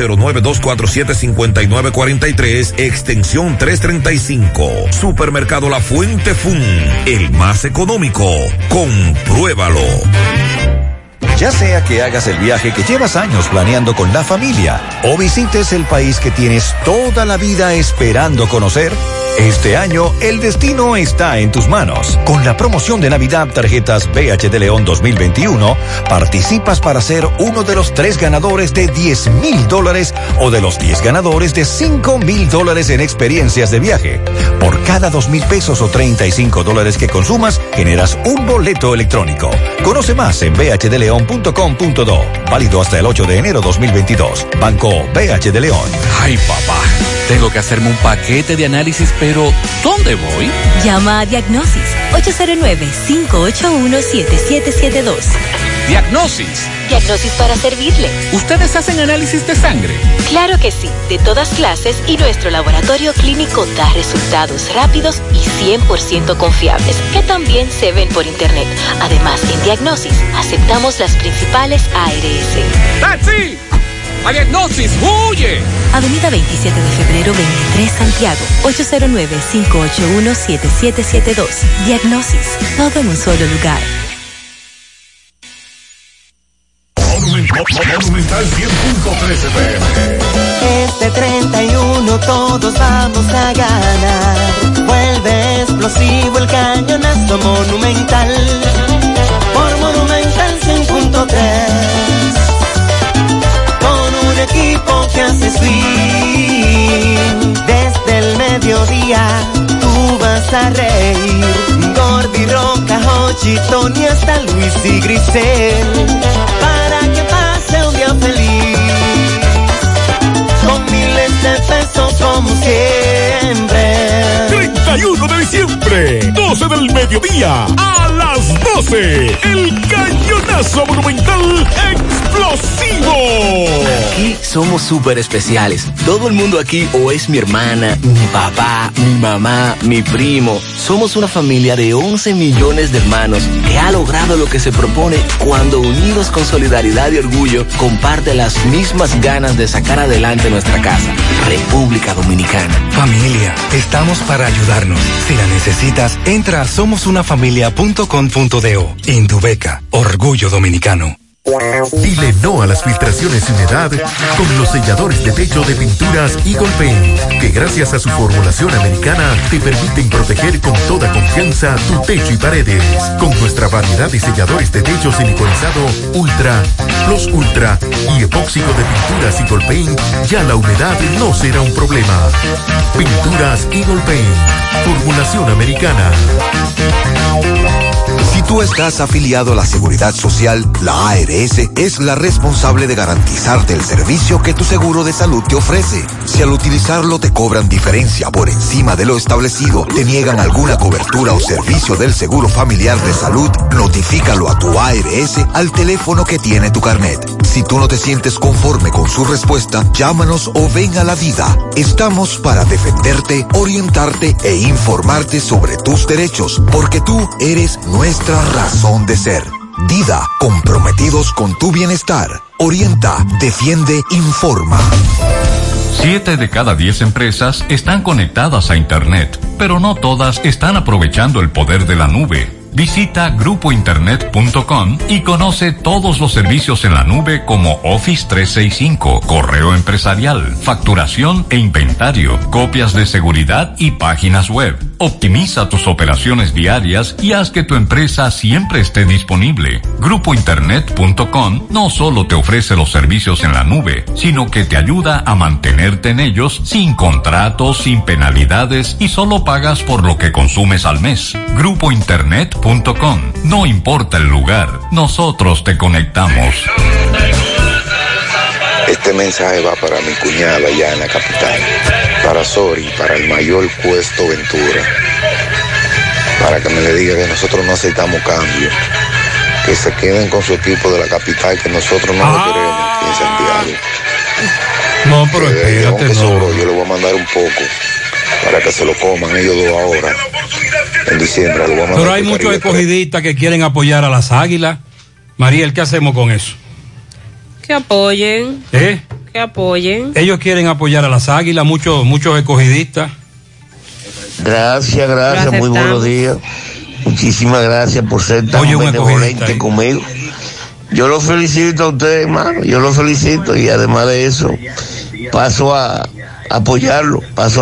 809-247-5943, extensión 335. Supermercado La Fuente Fun, el más económico. Compruébalo. Ya sea que hagas el viaje que llevas años planeando con la familia o visites el país que tienes toda la vida esperando conocer, este año el destino está en tus manos. Con la promoción de Navidad Tarjetas BH de León 2021, participas para ser uno de los 3 ganadores de $10,000 o de los 10 ganadores de $5,000 en experiencias de viaje. Por cada $2,000 o $35 que consumas, generas un boleto electrónico. Conoce más en bhdeleon.com.do. Válido hasta el 8 de enero 2022. Banco BH de León. Ay, papá, tengo que hacerme un paquete de análisis, pero ¿dónde voy? Llama a Diagnosis 809-581-7772. Diagnosis. Diagnosis para servirle. ¿Ustedes hacen análisis de sangre? Claro que sí, de todas clases, y nuestro laboratorio clínico da resultados rápidos y 100% confiables, que también se ven por internet. Además, en Diagnosis aceptamos las principales ARS. ¡Taxi! ¡A Diagnosis, huye! Avenida 27 de febrero 23, Santiago, 809-581-7772. Diagnosis, todo en un solo lugar. Monumental 100.13 PM. Este 31 todos vamos a ganar. Vuelve explosivo el cañonazo Monumental. Por Monumental 100.3. Con un equipo que hace swing. Desde el mediodía tú vas a reír. Gordy, Roca, Hochi, Tony, hasta Luis y Grisel. Para que pase un día feliz. Con miles de pesos como siempre. 31 de diciembre, 12 del mediodía, a las 12, el cañonazo Monumental explosivo. Aquí somos súper especiales. Todo el mundo aquí o es mi hermana, mi papá, mi mamá, mi primo. Somos una familia de 11 millones de hermanos que ha logrado lo que se propone cuando, unidos con solidaridad y orgullo, comparte las mismas ganas de sacar adelante nuestra casa. República Dominicana. Familia, estamos para ayudarnos. Si la necesitas, entra a somosunafamilia.com.do. Indubeca, orgullo dominicano. Dile no a las filtraciones y humedad con los selladores de techo de Pinturas Eagle Paint, que gracias a su formulación americana te permiten proteger con toda confianza tu techo y paredes. Con nuestra variedad de selladores de techo siliconizado Ultra, Plus Ultra y epóxico de Pinturas Eagle Paint, ya la humedad no será un problema. Pinturas Eagle Paint, formulación americana. Si tú estás afiliado a la Seguridad Social, la ARS es la responsable de garantizarte el servicio que tu seguro de salud te ofrece. Si al utilizarlo te cobran diferencia por encima de lo establecido, te niegan alguna cobertura o servicio del Seguro Familiar de Salud, notifícalo a tu ARS al teléfono que tiene tu carnet. Si tú no te sientes conforme con su respuesta, llámanos o ven a la Dida. Estamos para defenderte, orientarte e informarte sobre tus derechos, porque tú eres nuestra razón de ser. Dida, comprometidos con tu bienestar. Orienta, defiende, informa. 7 de cada 10 empresas están conectadas a Internet, pero no todas están aprovechando el poder de la nube. Visita grupointernet.com y conoce todos los servicios en la nube como Office 365, correo empresarial, facturación e inventario, copias de seguridad y páginas web. Optimiza tus operaciones diarias y haz que tu empresa siempre esté disponible. Grupointernet.com no solo te ofrece los servicios en la nube, sino que te ayuda a mantenerte en ellos sin contratos, sin penalidades y solo pagas por lo que consumes al mes. Grupointernet.com. No importa el lugar, nosotros te conectamos. Este mensaje va para mi cuñada allá en la capital, para Sori, para el mayor Cuesto Ventura, para que me le diga que nosotros no aceptamos cambio, que se queden con su equipo de la capital, que nosotros no lo queremos aquí en Santiago. No, pero espérate, no. Yo le voy a mandar un poco para que se lo coman ellos 2 ahora, en diciembre. Lo voy a mandar. Pero hay muchos escogidistas que quieren apoyar a las Águilas. Mariel, ¿qué hacemos con eso? Que apoyen. Que apoyen. Ellos quieren apoyar a las Águilas, muchos escogidistas. Gracias, muy buenos días. Muchísimas gracias por ser tan benevolente conmigo. Yo lo felicito a usted, hermano, yo lo felicito y además de eso, paso a apoyarlo,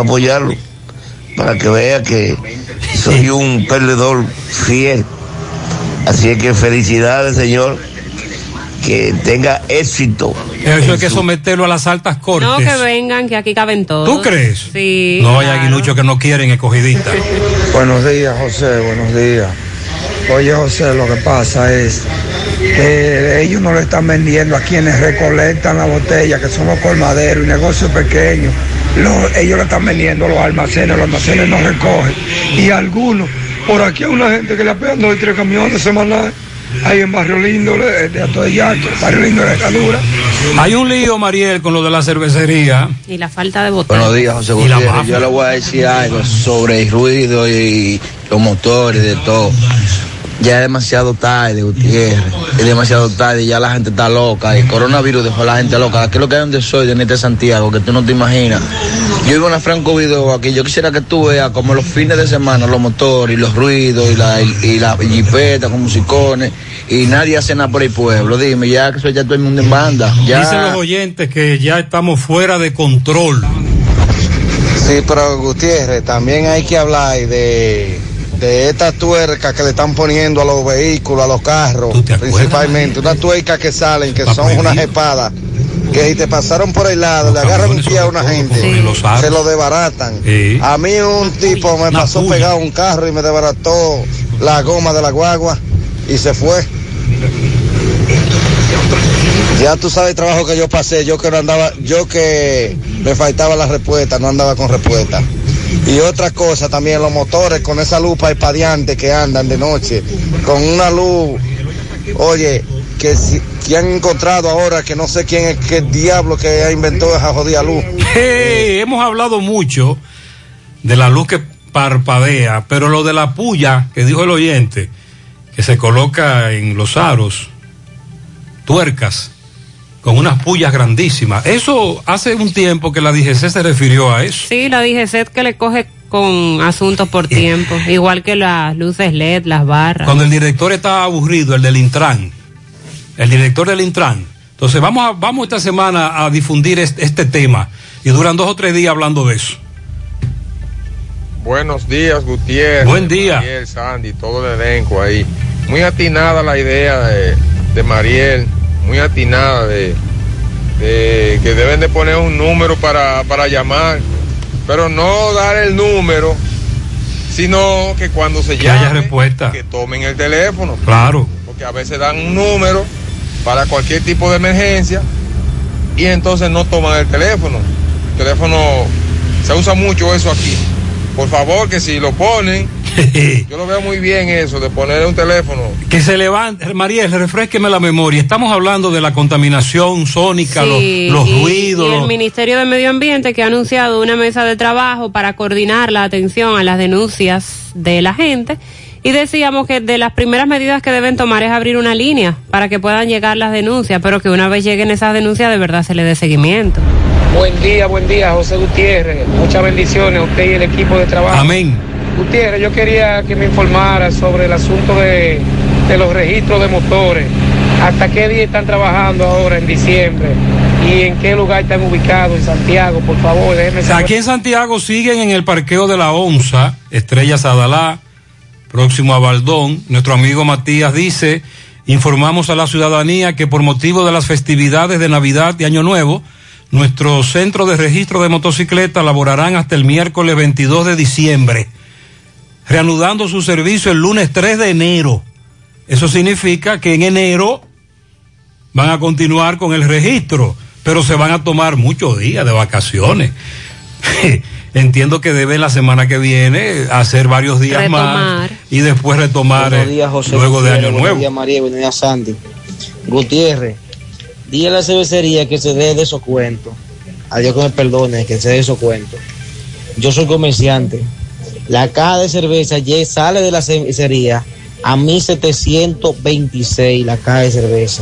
para que vea que soy un perdedor fiel. Así es que felicidades, señor. Que tenga éxito. Eso hay que someterlo a las altas cortes. No, que vengan, que aquí caben todos. ¿Tú crees? Sí. No, hay aguiluchos que no quieren escogidistas. Buenos días, José, buenos días. Oye, José, lo que pasa es que ellos no le están vendiendo a quienes recolectan la botella, que son los colmaderos y negocios pequeños. Ellos le están vendiendo los almacenes no recogen. Y algunos, por aquí hay una gente que le apean 2 y 3 camiones semanales. Ahí en Barrio Lindo, de Atoyaque, Barrio Lindo de Herradura. Hay un lío, Mariel, con lo de la cervecería. Y la falta de botellas. Buenos días, José Gutiérrez. Yo le voy a decir algo sobre el ruido y los motores, de todo. Ya es demasiado tarde, Gutiérrez. Es demasiado tarde, ya la gente está loca. El coronavirus dejó a la gente loca. Aquí lo que hay donde soy, en este Santiago, que tú no te imaginas. Yo vivo en una Franco Video aquí. Yo quisiera que tú veas como los fines de semana, los motores y los ruidos y la jipeta con musicones. Y nadie hace nada por el pueblo. Dime, ya que eso ya todo el mundo en banda. Ya... Dicen los oyentes que ya estamos fuera de control. Sí, pero Gutiérrez, también hay que hablar de estas tuercas que le están poniendo a los vehículos, a los carros, principalmente. Unas tuercas que salen, que son unas espadas, que si te pasaron por el lado, le agarran un pie a una gente, se lo desbaratan. Sí. A mí un tipo me pasó pegado a un carro y me desbarató la goma de la guagua y se fue. Ya tú sabes el trabajo que yo pasé, yo que me faltaba la respuesta, no andaba con respuesta. Y otra cosa también, los motores con esa luz parpadeante que andan de noche, con una luz, oye, que han encontrado ahora, que no sé quién es, qué diablo que ha inventado esa jodida luz. Hemos hablado mucho de la luz que parpadea, pero lo de la puya, que dijo el oyente, que se coloca en los aros, tuercas, con unas pullas grandísimas. Eso hace un tiempo que la DGC se refirió a eso. Sí, la DGC que le coge con asuntos por tiempo, igual que las luces LED, las barras. Cuando el director está aburrido, el del Intran. Entonces vamos esta semana a difundir este tema y duran 2 o 3 días hablando de eso. Buenos días, Gutiérrez. Buen día. Mariel, Sandy, todo el elenco ahí. Muy atinada la idea de Mariel. Muy atinada de que deben de poner un número para llamar, pero no dar el número, sino que cuando se llame, haya respuesta, que tomen el teléfono. Claro. Porque a veces dan un número para cualquier tipo de emergencia y entonces no toman el teléfono. El teléfono, se usa mucho eso aquí. Por favor, que si lo ponen, yo lo veo muy bien eso, de poner un teléfono. Que se levante, Mariel, refrésqueme la memoria. Estamos hablando de la contaminación sónica, sí, los ruidos. Y el Ministerio de Medio Ambiente que ha anunciado una mesa de trabajo para coordinar la atención a las denuncias de la gente. Y decíamos que de las primeras medidas que deben tomar es abrir una línea para que puedan llegar las denuncias, pero que una vez lleguen esas denuncias de verdad se le dé seguimiento. Buen día, José Gutiérrez. Muchas bendiciones a usted y el equipo de trabajo. Amén. Gutiérrez, yo quería que me informara sobre el asunto de los registros de motores. ¿Hasta qué día están trabajando ahora en diciembre? ¿Y en qué lugar están ubicados? En Santiago, por favor, déjeme saber. Aquí en Santiago siguen en el parqueo de la ONSA, Estrellas Adalá, próximo a Baldón. Nuestro amigo Matías dice: informamos a la ciudadanía que por motivo de las festividades de Navidad y Año Nuevo, nuestro centro de registro de motocicletas laborarán hasta el miércoles 22 de diciembre, reanudando su servicio el lunes 3 de enero. Eso significa que en enero van a continuar con el registro, pero se van a tomar muchos días de vacaciones. Entiendo que deben la semana que viene hacer varios días más y después retomar luego de Año Nuevo. Buenos días, María, buenos días, Sandy. Gutiérrez, dile a la cervecería que se dé de esos cuentos. A Dios que me perdone, que se dé de esos cuentos. Yo soy comerciante. La caja de cerveza ya sale de la cervecería a 1,726 la caja de cerveza.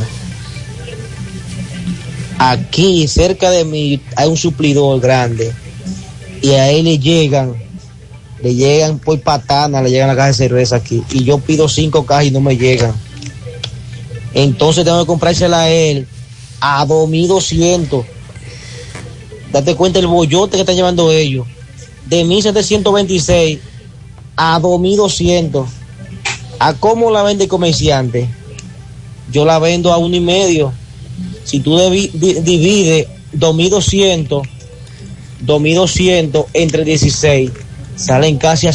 Aquí, cerca de mí, hay un suplidor grande y a él le llegan por patana, le llegan la caja de cerveza aquí, y yo pido 5 cajas y no me llegan. Entonces tengo que comprársela a él a 2,200. Date cuenta el bollote que están llevando ellos, de 1,726 a 2,200. ¿A cómo la vende el comerciante? Yo la vendo a 1,5. Si tú divides 2,200 entre 16, salen casi a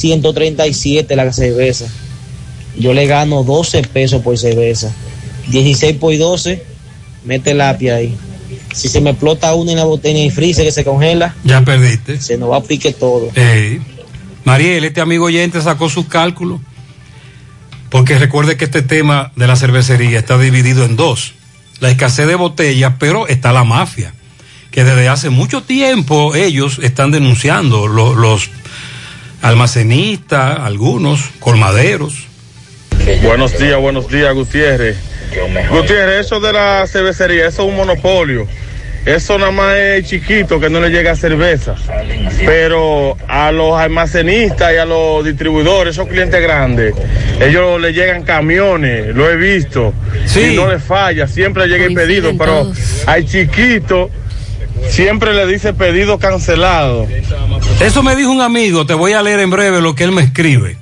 137 la cerveza. Yo le gano 12 pesos por cerveza. 16 por 12, mete el lápiz ahí. Si se me explota una en la botella y freezer que se congela, ya perdiste. Se nos va a pique todo. Mariel, este amigo oyente sacó sus cálculos, porque recuerde que este tema de la cervecería está dividido en dos: la escasez de botellas, pero está la mafia, que desde hace mucho tiempo ellos están denunciando, los almacenistas, algunos colmaderos. Buenos días, Gutiérrez. Gutiérrez, eso de la cervecería, eso es un monopolio. Eso nada más es chiquito, que no le llega cerveza. Pero a los almacenistas y a los distribuidores, esos clientes grandes, ellos le llegan camiones, lo he visto. Sí. Y no les falla, siempre llega el pedido, pero al chiquito siempre le dice pedido cancelado. Eso me dijo un amigo, te voy a leer en breve lo que él me escribe.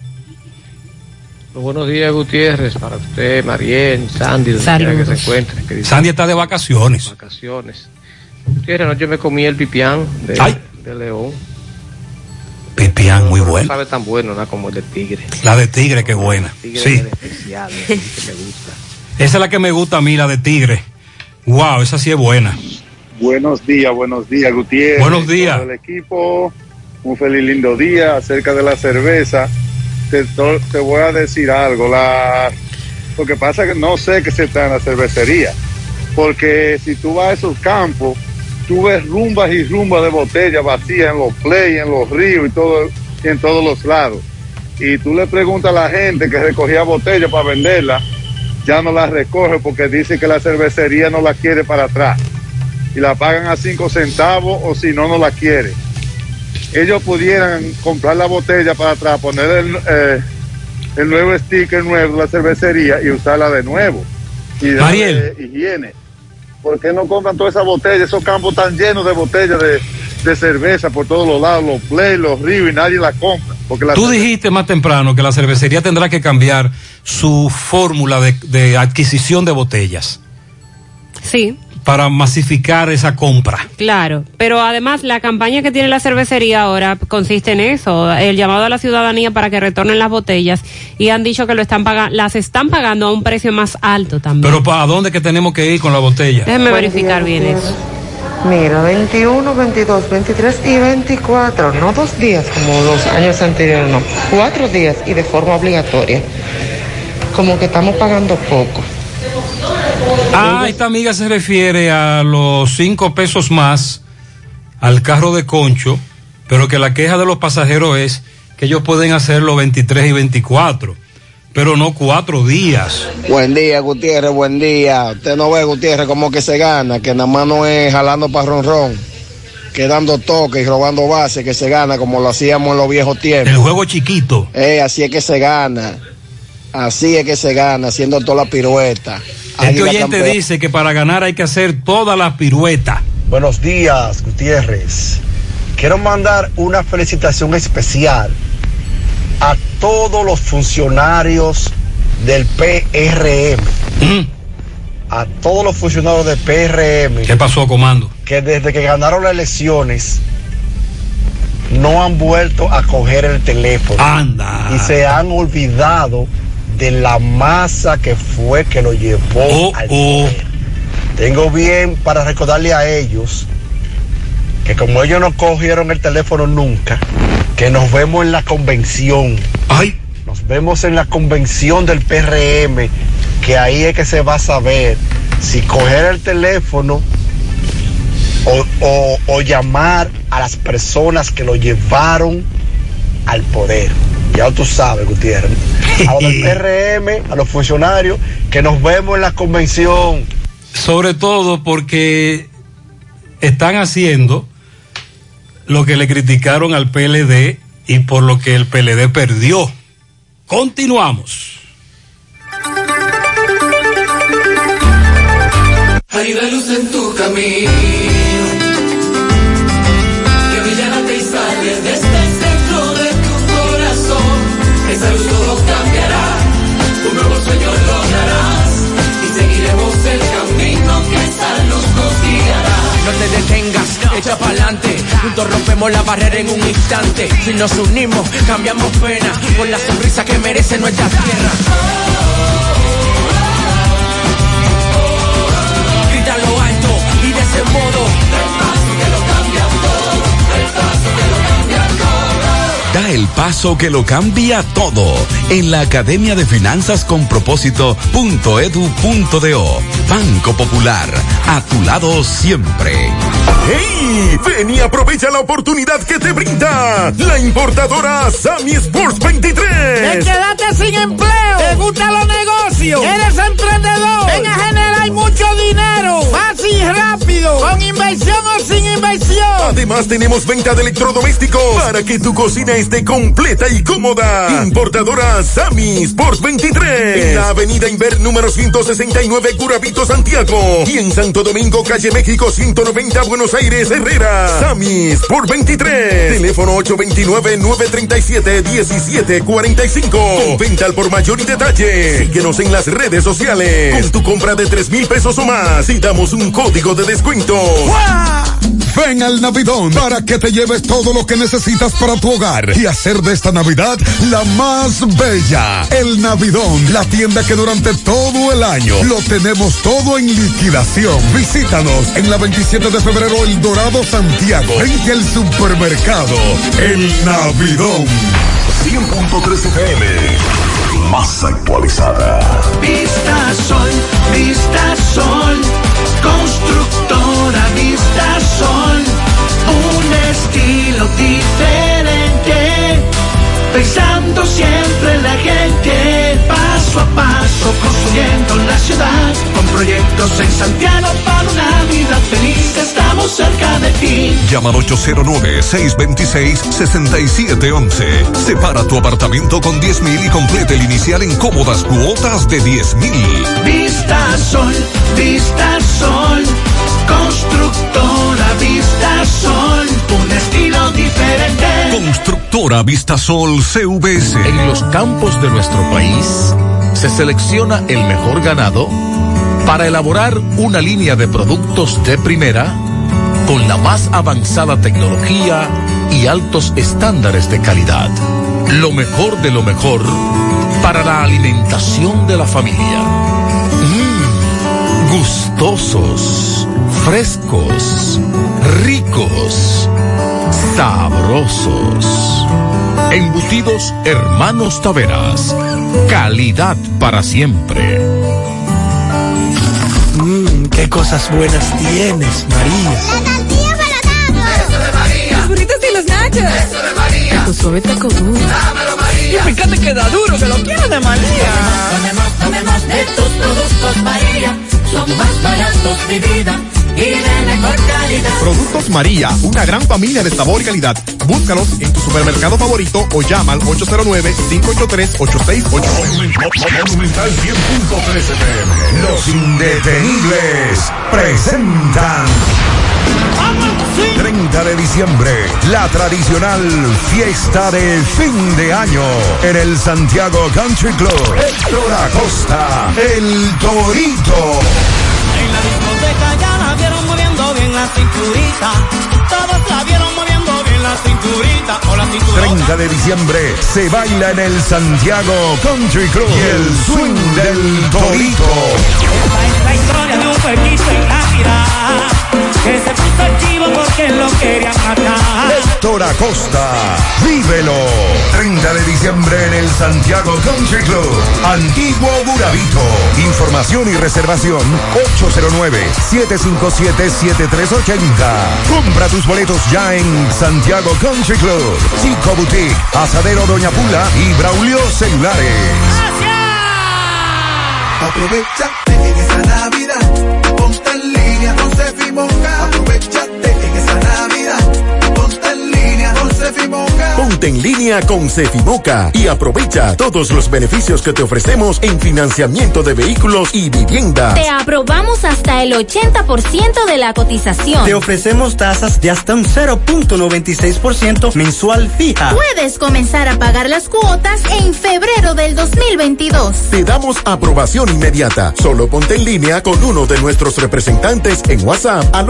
Buenos días, Gutiérrez, para usted, Mariel, Sandy, donde quiera que se encuentre. Sandy está de vacaciones. Gutiérrez, anoche me comí el pipián de León. Pipián, muy bueno. No sabe tan bueno, ¿no? Como el de tigre. La de tigre, qué buena. Tigre sí. Es especial, que me gusta. Esa es la que me gusta a mí, la de tigre. Wow, esa sí es buena. Buenos días, Gutiérrez. Buenos días. Todo el equipo, un feliz lindo día. Acerca de la cerveza, te voy a decir algo. Lo que pasa es que no sé qué se está en la cervecería, porque si tú vas a esos campos, tú ves rumbas y rumbas de botellas vacías en los play, en los ríos y en todos los lados. Y tú le preguntas a la gente que recogía botellas para venderlas, ya no las recoge porque dice que la cervecería no la quiere para atrás y la pagan a 5 centavos, o si no, no la quiere. Ellos pudieran comprar la botella para atrás, poner el nuevo sticker nuevo de la cervecería y usarla de nuevo. Y Mariel, higiene. ¿Por qué no compran todas esas botellas? Esos campos están llenos de botellas de cerveza por todos los lados, los play, los ríos, y nadie la compra. Tú dijiste más temprano que la cervecería tendrá que cambiar su fórmula de adquisición de botellas. Sí. Para masificar esa compra. Claro, pero además la campaña que tiene la cervecería ahora consiste en eso, el llamado a la ciudadanía para que retornen las botellas, y han dicho que las están pagando a un precio más alto también. Pero ¿para dónde que tenemos que ir con la botella? Déjeme verificar bien eso. Mira, 21, 22, 23 y 24, no 2 días como los años anteriores, no, 4 días y de forma obligatoria. Como que estamos pagando poco. Esta amiga se refiere a los 5 pesos más al carro de concho, pero que la queja de los pasajeros es que ellos pueden hacerlo 23 y 24, pero no 4 días. Buen día, Gutiérrez, buen día. Usted no ve, Gutiérrez, como que se gana, que nada más no es jalando para ronrón. que dando toques y robando bases que se gana como lo hacíamos en los viejos tiempos. El juego chiquito. Así es que se gana. Así es que se gana, haciendo toda la pirueta. Este oyente dice que para ganar hay que hacer toda la pirueta. Buenos días, Gutiérrez. Quiero mandar una felicitación especial a todos los funcionarios del PRM. A todos los funcionarios del PRM. ¿Qué pasó, comando? Que desde que ganaron las elecciones no han vuelto a coger el teléfono. Anda. Y se han olvidado de la masa que fue que lo llevó al poder. Tengo bien para recordarle a ellos que como ellos no cogieron el teléfono nunca, que nos vemos en la convención. ¡Ay! Nos vemos en la convención del PRM, que ahí es que se va a saber si coger el teléfono o llamar a las personas que lo llevaron al poder. Ya tú sabes, Gutiérrez. A los del PRM, a los funcionarios, que nos vemos en la convención. Sobre todo porque están haciendo lo que le criticaron al PLD y por lo que el PLD perdió. Continuamos. Hay una luz en tu camino que brillará y sale desde el centro de tu corazón. Esa luz todo cambiará, un nuevo sueño lograrás y seguiremos el camino que esa luz nos guiará. No te detengas, echa pa'lante, juntos rompemos la barrera en un instante. Si nos unimos, cambiamos pena por la sonrisa que merece nuestra tierra. Grita lo alto y de ese modo, el paso que lo cambia todo, el paso que lo cambia todo. Da el paso que lo cambia todo en la Academia de Finanzas con Propósito.edu.do. Banco Popular, a tu lado siempre. ¡Hey! Ven y aprovecha la oportunidad que te brinda la importadora Sammy Sports 23. ¿Te quedaste sin empleo? ¿Te gustan los negocios? ¿Eres emprendedor? Ven a generar mucho dinero, fácil y rápido, con inversión o sin inversión. Además tenemos venta de electrodomésticos para que tu cocina esté completa y cómoda. Importadora Sammy Sports 23. En la avenida Inver número 169, Curabito, Santiago. Y en Santo Domingo, calle México 190, Buenos Aires, Herrera. Sammy Sports 23. Teléfono 829-937-1745. Con venta al por mayor y detalle. Síguenos en las redes sociales. Con tu compra de 3,000 pesos o más y damos un código de descuento. Ven al Navidón para que te lleves todo lo que necesitas para tu hogar y hacer de esta Navidad la más bella. El Navidón, la tienda que durante todo el año lo tenemos todo en liquidación. Visítanos en la 27 de febrero, El Dorado, Santiago, frente al supermercado El Navidón. 100.3 FM, más actualizada. Vista Sol, constructora Vista Sol, un estilo diferente, pensando siempre en la gente, paso a paso construyendo la ciudad, con proyectos en Santiago para una vida feliz, estamos cerca de ti. Llama al 809-626-6711. Separa tu apartamento con 10,000 y complete el inicial en cómodas cuotas de 10,000. Vista Sol, constructora Vista Sol, un estilo diferente. Constructora Vista Sol CVS. En los campos de nuestro país se selecciona el mejor ganado para elaborar una línea de productos de primera con la más avanzada tecnología y altos estándares de calidad. Lo mejor de lo mejor para la alimentación de la familia. Gustosos, frescos, ricos, sabrosos. Embutidos Hermanos Taveras. Calidad para siempre. Qué cosas buenas tienes, María. La tortilla para tacos. Eso de María. Los burritos y los nachos. Eso de María. Tu suave taco duro. Dámelo, María. Y fíjate que da duro, que lo quiero de María. Dame más de tus productos, María. Son más baratos, mi vida. y de mejor calidad. Productos María, una gran familia de sabor y calidad. Búscalos en tu supermercado favorito o llama al 809-583-8689. Monumental 100.13 FM. Los Indetenibles presentan 30 de diciembre, la tradicional fiesta de fin de año en el Santiago Country Club. Héctor Acosta, el Torito. En la discoteca ya la vieron moviendo bien la cinturita. Todos la vieron moviendo bien la cinturita. O la cinturita. 30 de diciembre se baila en el Santiago Country Club. Y el swing del Torito. Esta es la historia de un pueblito en la ciudad que se puso chivo porque lo querían matar. Héctor Acosta, vívelo. 30 de diciembre en el Santiago Country Club, Antiguo Burabito. Información y reservación 809-757-7380. Compra tus boletos ya en Santiago Country Club, Chico Boutique, Asadero Doña Pula y Braulio Celulares. Aprovechate en esta Navidad, ponte en línea con Cefimoca. Aprovechate en esta Navidad, ponte en línea con Cefimoca. Ponte en línea con Cefimoca y aprovecha todos los beneficios que te ofrecemos en financiamiento de vehículos y vivienda. Te aprobamos hasta el 80% de la cotización. Te ofrecemos tasas de hasta un 0.96% mensual fija. Puedes comenzar a pagar las cuotas en febrero del 2022. Te damos aprobación inmediata. Solo ponte en línea con uno de nuestros representantes en WhatsApp al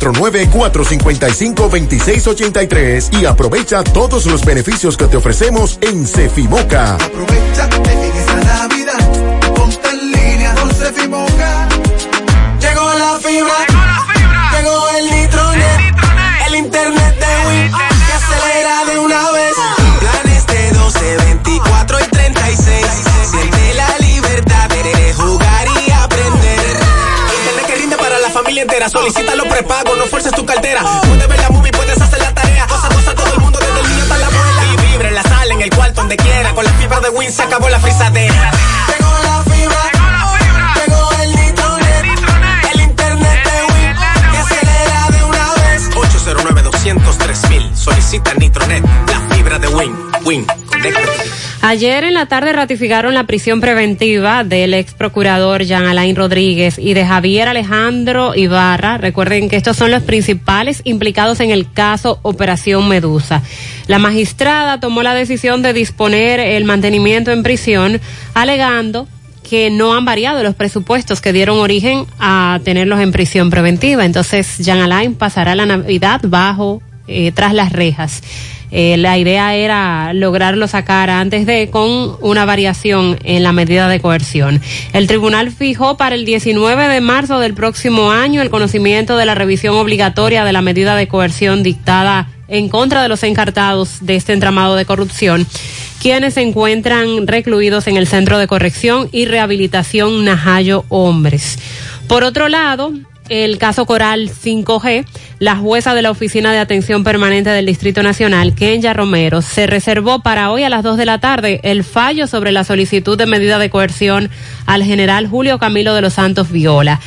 849-455-2683 y aprovecha todos los beneficios que te ofrecemos en Cefimoca. Aprovechate en esta Navidad, ponte en línea con Cefimoca. Llegó la fibra, llegó el Nitronet, el internet de Win que acelera de una vez. Planes de 12, 24 y 36. Siente la libertad de jugar y aprender. Internet que rinde para la familia entera. Solicita los prepagos, no fuerces tu cartera. Puedes ver la movie, puedes hacer la tarea. Cosa todo el mundo, desde el niño hasta la abuela. Y vibre en la sala, en el cuarto, donde quiera. Con la fibra de Win se acabó la frisadera. Llegó la fibra, llegó el Nitronet, el internet de Win que acelera de una vez. 809-203-1000. Solicita Nitronet, la fibra de Win. Win, conéctate. Ayer en la tarde ratificaron la prisión preventiva del ex procurador Jean Alain Rodríguez y de Javier Alejandro Ibarra. Recuerden que estos son los principales implicados en el caso Operación Medusa. La magistrada tomó la decisión de disponer el mantenimiento en prisión, alegando que no han variado los presupuestos que dieron origen a tenerlos en prisión preventiva. Entonces, Jean Alain pasará la Navidad tras las rejas. La idea era lograrlo sacar antes con una variación en la medida de coerción. El tribunal fijó para el 19 de marzo del próximo año el conocimiento de la revisión obligatoria de la medida de coerción dictada en contra de los encartados de este entramado de corrupción, quienes se encuentran recluidos en el Centro de Corrección y Rehabilitación Najayo Hombres. Por otro lado, el caso Coral 5G, la jueza de la Oficina de Atención Permanente del Distrito Nacional, Kenya Romero, se reservó para hoy a las 2 de la tarde el fallo sobre la solicitud de medida de coerción al general Julio Camilo de los Santos Viola.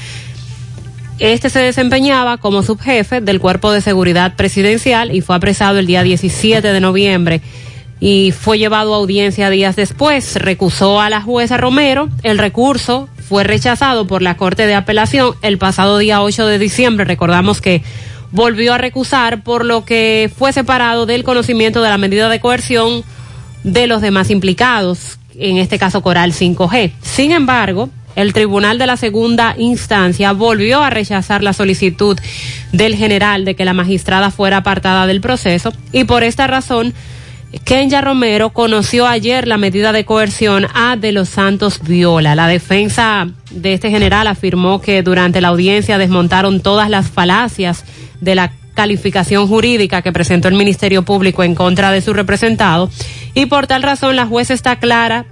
Este se desempeñaba como subjefe del Cuerpo de Seguridad Presidencial y fue apresado el día 17 de noviembre y fue llevado a audiencia días después. Recusó a la jueza Romero. El recurso fue rechazado por la Corte de Apelación el pasado día 8 de diciembre. Recordamos que volvió a recusar, por lo que fue separado del conocimiento de la medida de coerción de los demás implicados, en este caso Coral 5G. Sin embargo, el tribunal de la segunda instancia volvió a rechazar la solicitud del general de que la magistrada fuera apartada del proceso, y por esta razón Kenya Romero conoció ayer la medida de coerción a De los Santos Viola. La defensa de este general afirmó que durante la audiencia desmontaron todas las falacias de la calificación jurídica que presentó el Ministerio Público en contra de su representado, y por tal razón la jueza está clara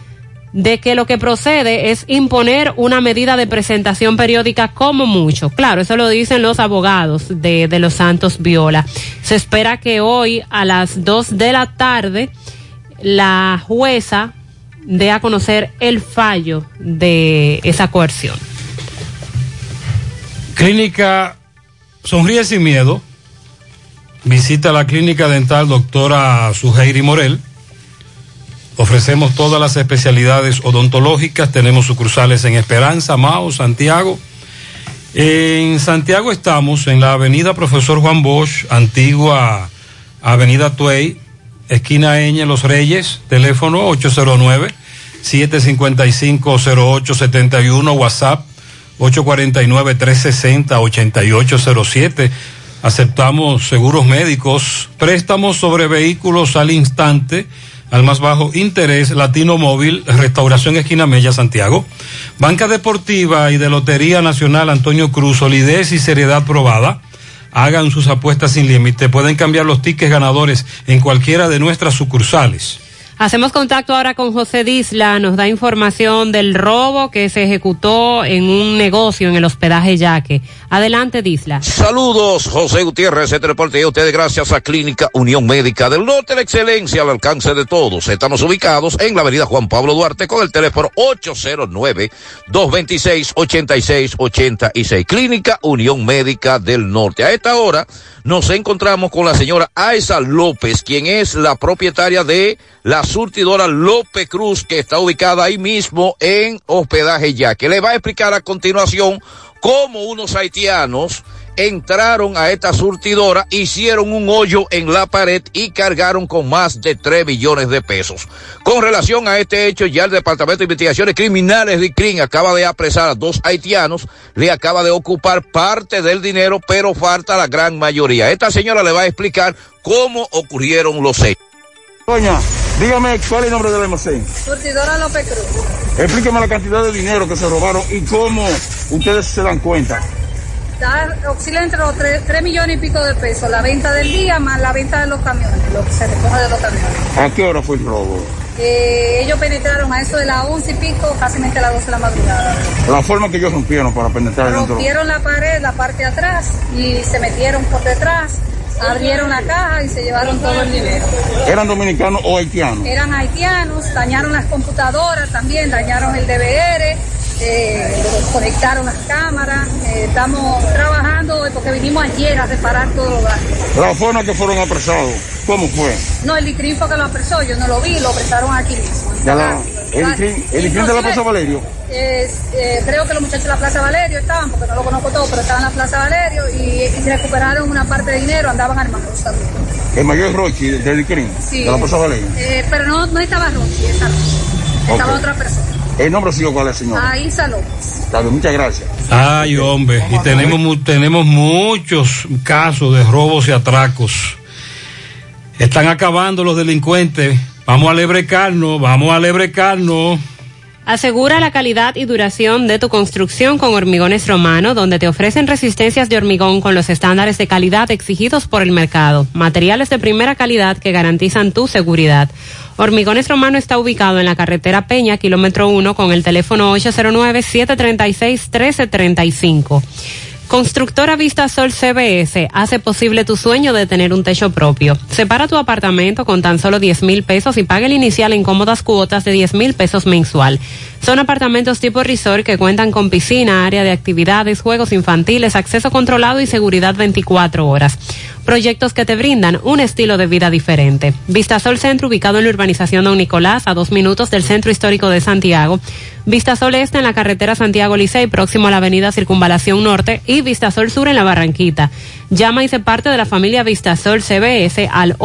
de que lo que procede es imponer una medida de presentación periódica como mucho. Claro, eso lo dicen los abogados de los Santos Viola. Se espera que hoy a las 2 de la tarde la jueza dé a conocer el fallo de esa coerción. Clínica Sonríe Sin Miedo. Visita la clínica dental doctora Suheiri Morel. Ofrecemos todas las especialidades odontológicas. Tenemos sucursales en Esperanza, Mao, Santiago. En Santiago estamos en la avenida Profesor Juan Bosch, antigua avenida Tuey, esquina Eñe, Los Reyes, teléfono 809-755-0871, WhatsApp 849-360-8807. Aceptamos seguros médicos, préstamos sobre vehículos al instante, al más bajo interés, Latino Móvil, Restauración Esquina Mella, Santiago. Banca Deportiva y de Lotería Nacional Antonio Cruz, solidez y seriedad probada. Hagan sus apuestas sin límite. Pueden cambiar los tickets ganadores en cualquiera de nuestras sucursales. Hacemos contacto ahora con José Disla, nos da información del robo que se ejecutó en un negocio en el hospedaje Yaque. Adelante, Disla. Saludos, José Gutiérrez, este reporte a ustedes gracias a Clínica Unión Médica del Norte, la excelencia al alcance de todos. Estamos ubicados en la avenida Juan Pablo Duarte con el teléfono 809-226-8686. Clínica Unión Médica del Norte. A esta hora nos encontramos con la señora Aiza López, quien es la propietaria de la surtidora López Cruz, que está ubicada ahí mismo en hospedaje Yaque. Le va a explicar a continuación cómo unos haitianos entraron a esta surtidora, hicieron un hoyo en la pared y cargaron con más de 3 millones de pesos. Con relación a este hecho, ya el Departamento de Investigaciones Criminales de CRIM acaba de apresar a 2 haitianos, le acaba de ocupar parte del dinero, pero falta la gran mayoría. Esta señora le va a explicar cómo ocurrieron los hechos. Doña, dígame cuál es el nombre del almacén. Surtidora López Cruz. Explíqueme la cantidad de dinero que se robaron y cómo ustedes se dan cuenta. Oscila entre los 3 millones y pico de pesos, la venta del día más la venta de los camiones, lo que se recoge de los camiones. ¿A qué hora fue el robo? Ellos penetraron a eso de las 11 y pico, casi a las 12 de la madrugada. La forma que ellos rompieron para penetrar dentro. Rompieron la pared, la parte de atrás, y se metieron por detrás, abrieron la caja y se llevaron todo el dinero. ¿Eran dominicanos o haitianos? Eran haitianos, dañaron las computadoras también, dañaron el DVR, conectaron las cámaras. Estamos trabajando porque vinimos ayer a reparar todo lo daño. La forma que fueron apresados, ¿cómo fue? No, el ICRIM fue que lo apresó, yo no lo vi, lo apresaron aquí mismo. ¿El ICRIM de la Plaza Valerio? Creo que los muchachos de la Plaza Valerio estaban, porque no lo conozco todo, pero estaban en la Plaza Valerio y recuperaron una parte de dinero, andaban armados también. ¿El mayor Rochi del ICRIM? Sí. ¿De la Plaza Valerio? Pero no estaba Rochi esa noche, estaba otra persona. ¿El nombre sigue cuál es, señor? Aiza López. Muchas gracias. Ay, hombre, y tenemos muchos casos de robos y atracos. Están acabando los delincuentes. Vamos a lebrecarnos. Asegura la calidad y duración de tu construcción con Hormigones Romano, donde te ofrecen resistencias de hormigón con los estándares de calidad exigidos por el mercado. Materiales de primera calidad que garantizan tu seguridad. Hormigones Romano está ubicado en la carretera Peña, kilómetro 1, con el teléfono 809-736-1335. Constructora Vistasol CBS hace posible tu sueño de tener un techo propio. Separa tu apartamento con tan solo 10,000 pesos y paga el inicial en cómodas cuotas de 10,000 pesos mensual. Son apartamentos tipo resort que cuentan con piscina, área de actividades, juegos infantiles, acceso controlado y seguridad 24 horas. Proyectos que te brindan un estilo de vida diferente. Vistasol Centro, ubicado en la urbanización Don Nicolás, a 2 minutos del Centro Histórico de Santiago. Vistasol Este en la carretera Santiago Licey, próximo a la avenida Circunvalación Norte, y Vistasol Sur en la Barranquita. Llama y sé parte de la familia Vistasol CBS al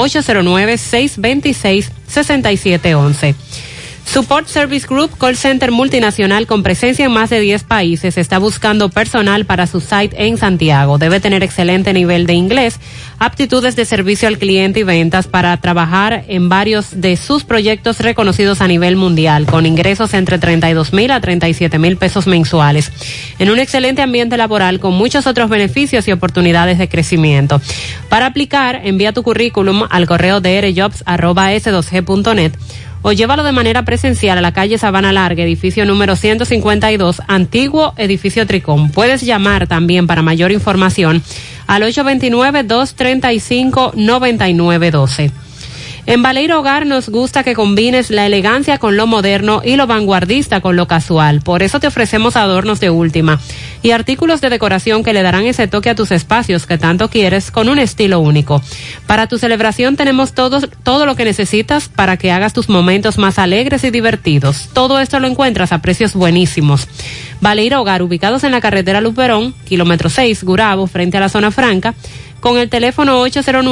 809-626-6711. Support Service Group, call center multinacional con presencia en más de 10 países, está buscando personal para su site en Santiago. Debe tener excelente nivel de inglés, aptitudes de servicio al cliente y ventas para trabajar en varios de sus proyectos reconocidos a nivel mundial, con ingresos entre 32,000 a 37,000 pesos mensuales, en un excelente ambiente laboral con muchos otros beneficios y oportunidades de crecimiento. Para aplicar, envía tu currículum al correo drjobs@s2g.net o llévalo de manera presencial a la calle Sabana Larga, edificio número 152, antiguo edificio Tricón. Puedes llamar también para mayor información al 829-235-9912. En Baleiro Hogar nos gusta que combines la elegancia con lo moderno y lo vanguardista con lo casual. Por eso te ofrecemos adornos de última y artículos de decoración que le darán ese toque a tus espacios que tanto quieres con un estilo único. Para tu celebración tenemos todo lo que necesitas para que hagas tus momentos más alegres y divertidos. Todo esto lo encuentras a precios buenísimos. Baleiro Hogar, ubicados en la carretera Luperón, kilómetro 6, Gurabo, frente a la zona franca, con el teléfono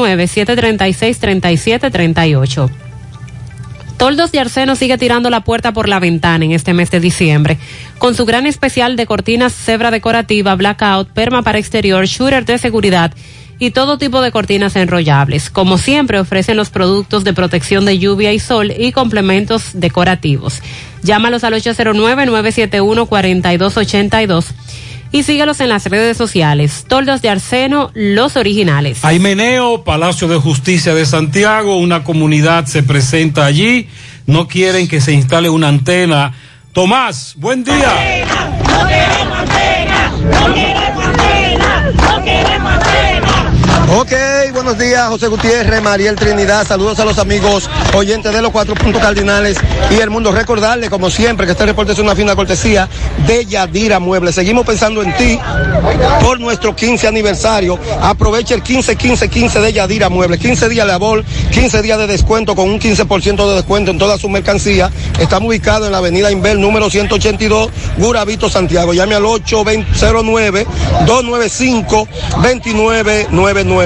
809-736-3738. Toldos de Arseno sigue tirando la puerta por la ventana en este mes de diciembre, con su gran especial de cortinas cebra decorativa, blackout, perma para exterior, shooter de seguridad y todo tipo de cortinas enrollables. Como siempre, ofrecen los productos de protección de lluvia y sol y complementos decorativos. Llámalos al 809-971-4282 y síguelos en las redes sociales. Toldos de Arseno, los originales. Hay meneo, Palacio de Justicia de Santiago, una comunidad se presenta allí, no quieren que se instale una antena. Tomás, buen día. No queremos antena, no queremos antena, no queremos antena. Ok, buenos días, José Gutiérrez, Mariel Trinidad, saludos a los amigos oyentes de los 4 puntos cardinales y el mundo. Recordarle, como siempre, que este reporte es una fina cortesía de Yadira Muebles. Seguimos pensando en ti por nuestro 15 aniversario. Aprovecha el 15-15-15 de Yadira Muebles. 15 días de labor, 15 días de descuento con un 15% de descuento en toda su mercancía. Estamos ubicados en la avenida Inver, número 182, Guravito, Santiago. Llame al 809-295-2999.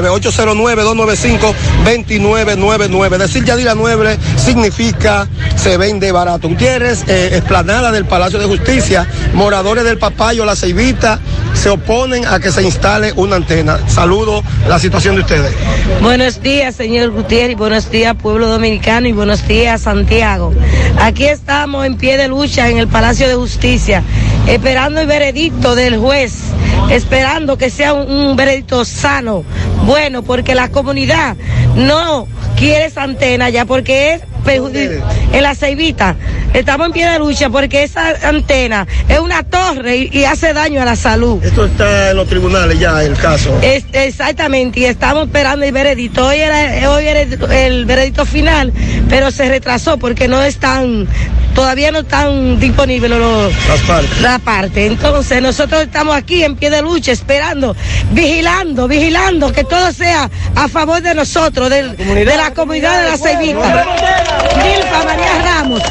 809-295-2999. Decir Yadira Muebles significa se vende barato. Gutiérrez, explanada del Palacio de Justicia, moradores del Papayo, La Ceibita, se oponen a que se instale una antena. Saludo la situación de ustedes. Buenos días, señor Gutiérrez, buenos días, pueblo dominicano, y buenos días, Santiago. Aquí estamos en pie de lucha en el Palacio de Justicia, esperando el veredicto del juez, esperando que sea un veredicto sano, bueno, porque la comunidad no quiere esa antena ya, porque es en La Ceibita. Estamos en pie de lucha porque esa antena es una torre y hace daño a la salud. Esto está en los tribunales ya, el caso. Exactamente, y estamos esperando el veredicto. Hoy era el veredicto final, pero se retrasó porque todavía no están disponibles las partes. Entonces nosotros estamos aquí en pie de lucha, esperando, vigilando que todo sea a favor de nosotros, de la comunidad de La Ceibita. Milfa María Ramos.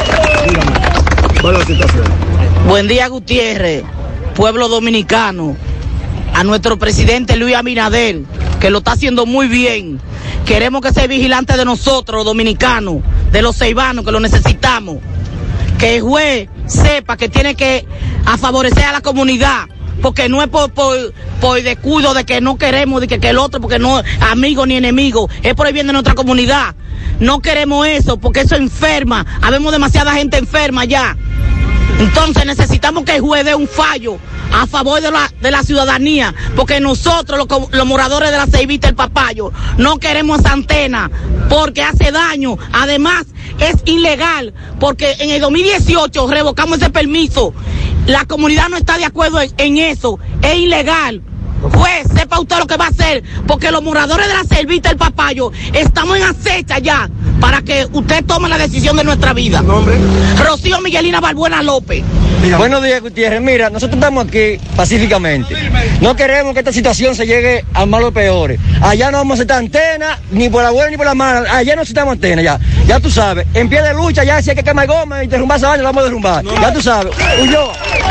Buena situación. Buen día, Gutiérrez, pueblo dominicano, a nuestro presidente Luis Abinader, que lo está haciendo muy bien. Queremos que sea vigilante de nosotros, los dominicanos, de los ceibanos, que lo necesitamos. Que el juez sepa que tiene que favorecer a la comunidad, porque no es por descuido de que no queremos, de que el otro, porque no es amigo ni enemigo, es por el bien de nuestra comunidad. No queremos eso, porque eso enferma, habemos demasiada gente enferma ya. Entonces necesitamos que el juez dé un fallo a favor de la ciudadanía, porque nosotros, los moradores de La Ceibita, el Papayo, no queremos esa antena, porque hace daño. Además, es ilegal, porque en el 2018 revocamos ese permiso. La comunidad no está de acuerdo en eso, es ilegal. Juez, sepa usted lo que va a hacer, porque los moradores de La Ceibita, el Papayo, estamos en acecha ya para que usted tome la decisión de nuestra vida. ¿Nombre? Rocío Miguelina Balbuena López. Buenos días, Gutiérrez. Mira, nosotros estamos aquí pacíficamente. No queremos que esta situación se llegue a malos peores. Allá no vamos a aceptar antena, ni por la buena ni por la mala. Allá no necesitamos antena, ya tú sabes. En pie de lucha, ya si hay que quemar goma y derrumbar esa vaina, la vamos a derrumbar. Ya tú sabes. Huyó.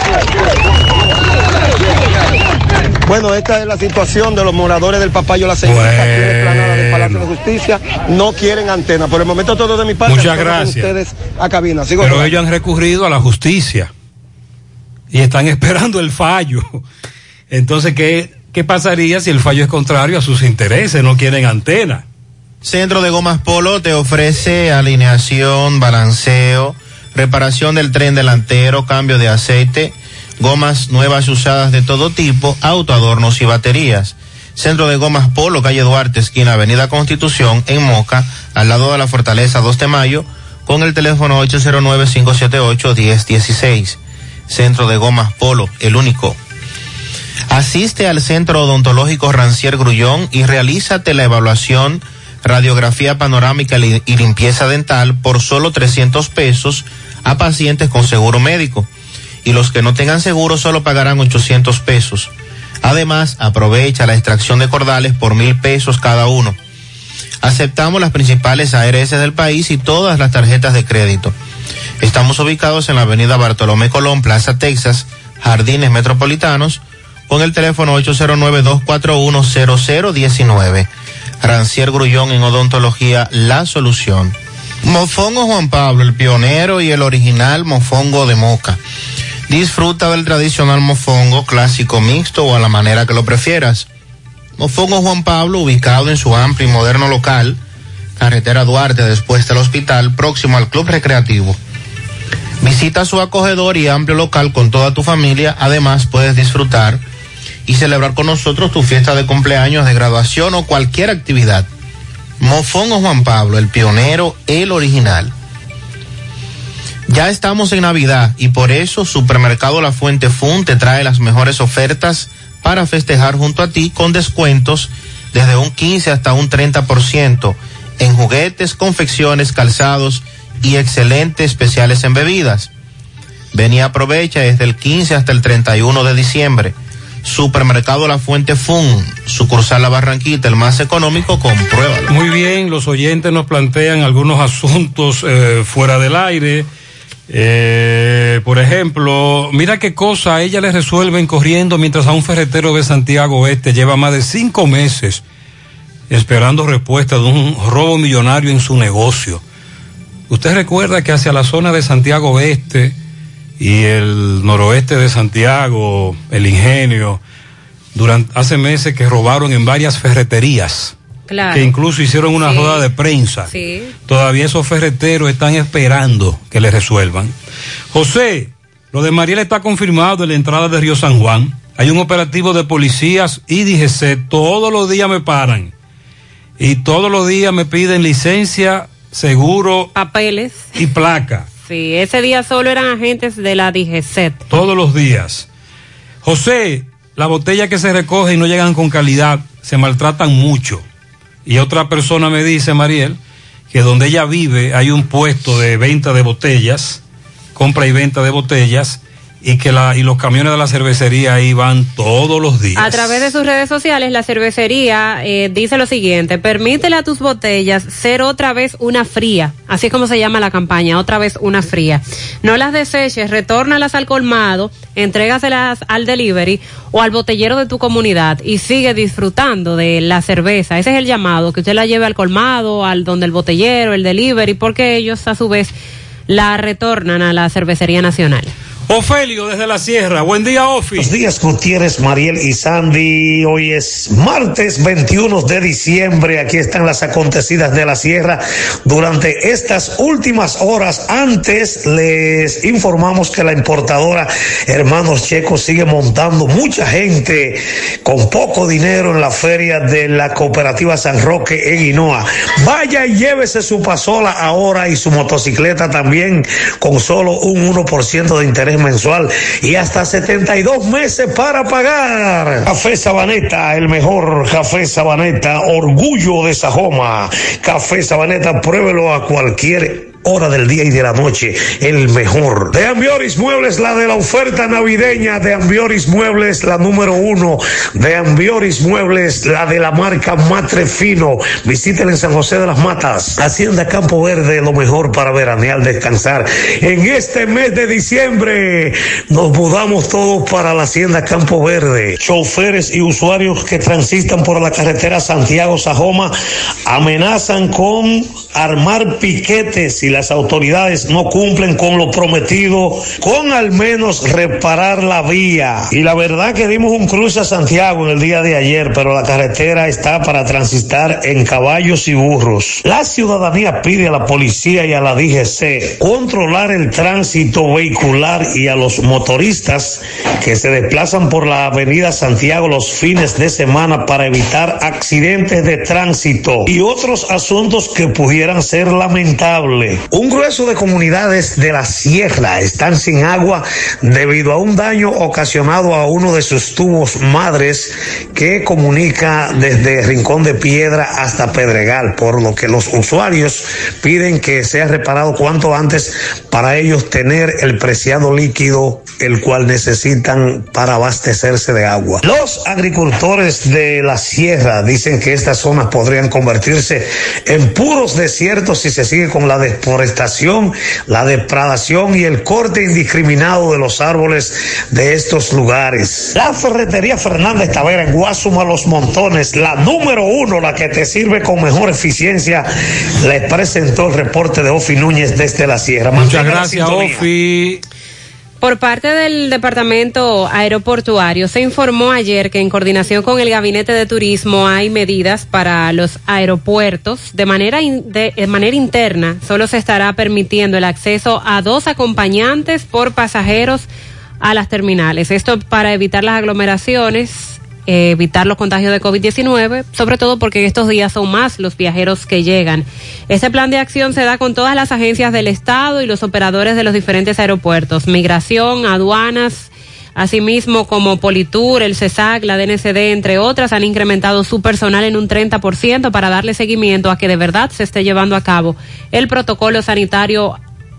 Bueno, esta es la situación de los moradores del Papayo La Ceibita, aquí en la explanada del Palacio de Justicia. No quieren antena. Por el momento todo de mi parte. Muchas gracias. Ustedes a cabina. Pero ellos han recurrido a la justicia y están esperando el fallo. Entonces, ¿qué pasaría si el fallo es contrario a sus intereses? No quieren antena. Centro de Gomas Polo te ofrece alineación, balanceo, reparación del tren delantero, cambio de aceite, gomas nuevas y usadas de todo tipo, autoadornos y baterías. Centro de Gomas Polo, calle Duarte, esquina Avenida Constitución, en Moca, al lado de la Fortaleza 2 de Mayo, con el teléfono 809-578-1016. Centro de Gomas Polo, el único. Asiste al Centro Odontológico Rancier Grullón y realízate la evaluación radiografía panorámica y limpieza dental por solo 300 pesos a pacientes con seguro médico. Y los que no tengan seguro solo pagarán 800 pesos. Además, aprovecha la extracción de cordales por 1,000 pesos cada uno. Aceptamos las principales ARS del país y todas las tarjetas de crédito. Estamos ubicados en la avenida Bartolomé Colón, Plaza Texas, Jardines Metropolitanos, con el teléfono 809-241-0019. Rancier Grullón en Odontología, la solución. Mofongo Juan Pablo, el pionero y el original mofongo de Moca. Disfruta del tradicional mofongo clásico mixto o a la manera que lo prefieras. Mofongo Juan Pablo, ubicado en su amplio y moderno local, carretera Duarte, después del hospital, próximo al Club Recreativo. Visita su acogedor y amplio local con toda tu familia. Además, puedes disfrutar y celebrar con nosotros tu fiesta de cumpleaños, de graduación o cualquier actividad. Mofongo Juan Pablo, el pionero, el original. Ya estamos en Navidad y por eso Supermercado La Fuente Fun te trae las mejores ofertas para festejar junto a ti, con descuentos desde un 15 hasta un 30% en juguetes, confecciones, calzados y excelentes especiales en bebidas. Ven y aprovecha desde el 15 hasta el 31 de diciembre. Supermercado La Fuente Fun, sucursal La Barranquita, el más económico, compruébalo. Muy bien, los oyentes nos plantean algunos asuntos fuera del aire. Por ejemplo, mira qué cosa a ella le resuelven corriendo, mientras a un ferretero de Santiago Oeste lleva más de 5 meses esperando respuesta de un robo millonario en su negocio. Usted recuerda que hacia la zona de Santiago Oeste y el noroeste de Santiago, el Ingenio, hace meses que robaron en varias ferreterías. Claro. Que incluso hicieron una rueda de prensa. Sí. Todavía esos ferreteros están esperando que les resuelvan. José, lo de Mariel está confirmado en la entrada de Río San Juan. Hay un operativo de policías y DGC. Todos los días me paran. Y todos los días me piden licencia, seguro, papeles y placa. Sí, ese día solo eran agentes de la DGC. Todos los días. José, la botella que se recoge y no llegan con calidad, se maltratan mucho. Y otra persona me dice, Mariel, que donde ella vive hay un puesto de venta de botellas, compra y venta de botellas, y que los camiones de la cervecería ahí van todos los días. A través de sus redes sociales, la cervecería dice lo siguiente: permítele a tus botellas ser otra vez una fría, así es como se llama la campaña, otra vez una fría. No las deseches, retórnalas al colmado, entrégaselas al delivery o al botellero de tu comunidad y sigue disfrutando de la cerveza. Ese es el llamado, que usted la lleve al colmado, al donde el botellero, el delivery, porque ellos a su vez la retornan a la Cervecería Nacional. Ofelio desde la Sierra. Buen día, Ofi. Buenos días, Gutiérrez, Mariel y Sandy. Hoy es martes 21 de diciembre. Aquí están las acontecidas de la Sierra durante estas últimas horas. Antes les informamos que la importadora Hermanos Checos sigue montando mucha gente con poco dinero en la feria de la cooperativa San Roque en Hinoa. Vaya y llévese su pasola ahora y su motocicleta también con solo un 1% de interés mensual y hasta 72 meses para pagar. Café Sabaneta, el mejor café Sabaneta, orgullo de Sajoma. Café Sabaneta, pruébelo a cualquier hora del día y de la noche, el mejor. De Ambioris Muebles, la de la oferta navideña. De Ambioris Muebles, la número 1. De Ambioris Muebles, la de la marca Matre Fino. Visítenla en San José de las Matas. Hacienda Campo Verde, lo mejor para veranear, descansar. En este mes de diciembre nos mudamos todos para la Hacienda Campo Verde. Choferes y usuarios que transitan por la carretera Santiago-Sajoma amenazan con armar piquetes si las autoridades no cumplen con lo prometido, con al menos reparar la vía. Y la verdad que dimos un cruce a Santiago en el día de ayer, pero la carretera está para transitar en caballos y burros. La ciudadanía pide a la policía y a la DGC controlar el tránsito vehicular y a los motoristas que se desplazan por la avenida Santiago los fines de semana para evitar accidentes de tránsito y otros asuntos que pudieran ser lamentables. Un grueso de comunidades de la sierra están sin agua debido a un daño ocasionado a uno de sus tubos madres que comunica desde Rincón de Piedra hasta Pedregal, por lo que los usuarios piden que sea reparado cuanto antes para ellos tener el preciado líquido el cual necesitan para abastecerse de agua. Los agricultores de la sierra dicen que estas zonas podrían convertirse en puros desiertos si se sigue con la deforestación, la depredación y el corte indiscriminado de los árboles de estos lugares. La ferretería Fernández Tavera en Guasuma Los Montones, la número 1, la que te sirve con mejor eficiencia, les presentó el reporte de Ofi Núñez desde la sierra. Muchas gracias, Ofi. Por parte del Departamento Aeroportuario, se informó ayer que en coordinación con el Gabinete de Turismo hay medidas para los aeropuertos. De manera interna, solo se estará permitiendo el acceso a 2 acompañantes por pasajeros a las terminales. Esto para evitar las aglomeraciones, evitar los contagios de COVID-19, sobre todo porque en estos días son más los viajeros que llegan. Este plan de acción se da con todas las agencias del Estado y los operadores de los diferentes aeropuertos, Migración, Aduanas, asimismo como Politur, el CESAC, la DNCD, entre otras, han incrementado su personal en un 30% para darle seguimiento a que de verdad se esté llevando a cabo el protocolo sanitario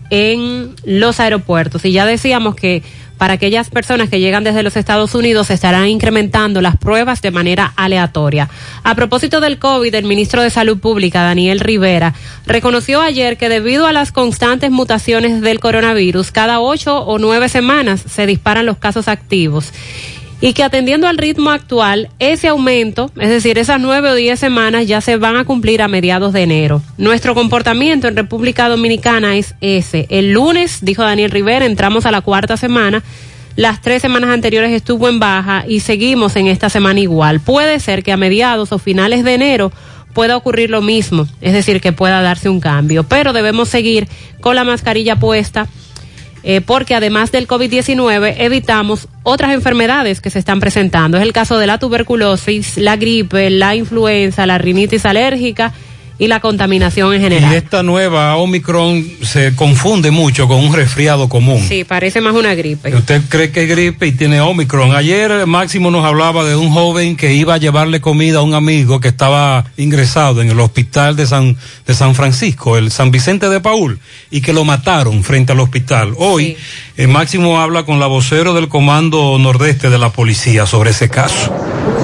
en los aeropuertos. Y ya decíamos que para aquellas personas que llegan desde los Estados Unidos se estarán incrementando las pruebas de manera aleatoria. A propósito del COVID, el ministro de Salud Pública, Daniel Rivera, reconoció ayer que debido a las constantes mutaciones del coronavirus, cada 8 o 9 semanas se disparan los casos activos. Y que atendiendo al ritmo actual, ese aumento, es decir, esas 9 o 10 semanas ya se van a cumplir a mediados de enero. Nuestro comportamiento en República Dominicana es ese. El lunes, dijo Daniel Rivera, entramos a la 4ª semana. Las 3 semanas anteriores estuvo en baja y seguimos en esta semana igual. Puede ser que a mediados o finales de enero pueda ocurrir lo mismo, es decir, que pueda darse un cambio. Pero debemos seguir con la mascarilla puesta, porque además del COVID-19 evitamos otras enfermedades que se están presentando. Es el caso de la tuberculosis, la gripe, la influenza, la rinitis alérgica y la contaminación en general. Y esta nueva Omicron se confunde mucho con un resfriado común. Sí, parece más una gripe. Usted cree que es gripe y tiene Omicron. Ayer Máximo nos hablaba de un joven que iba a llevarle comida a un amigo que estaba ingresado en el hospital de San Francisco, el San Vicente de Paúl, y que lo mataron frente al hospital. Hoy, sí, Máximo habla con la vocero del Comando Nordeste de la Policía sobre ese caso.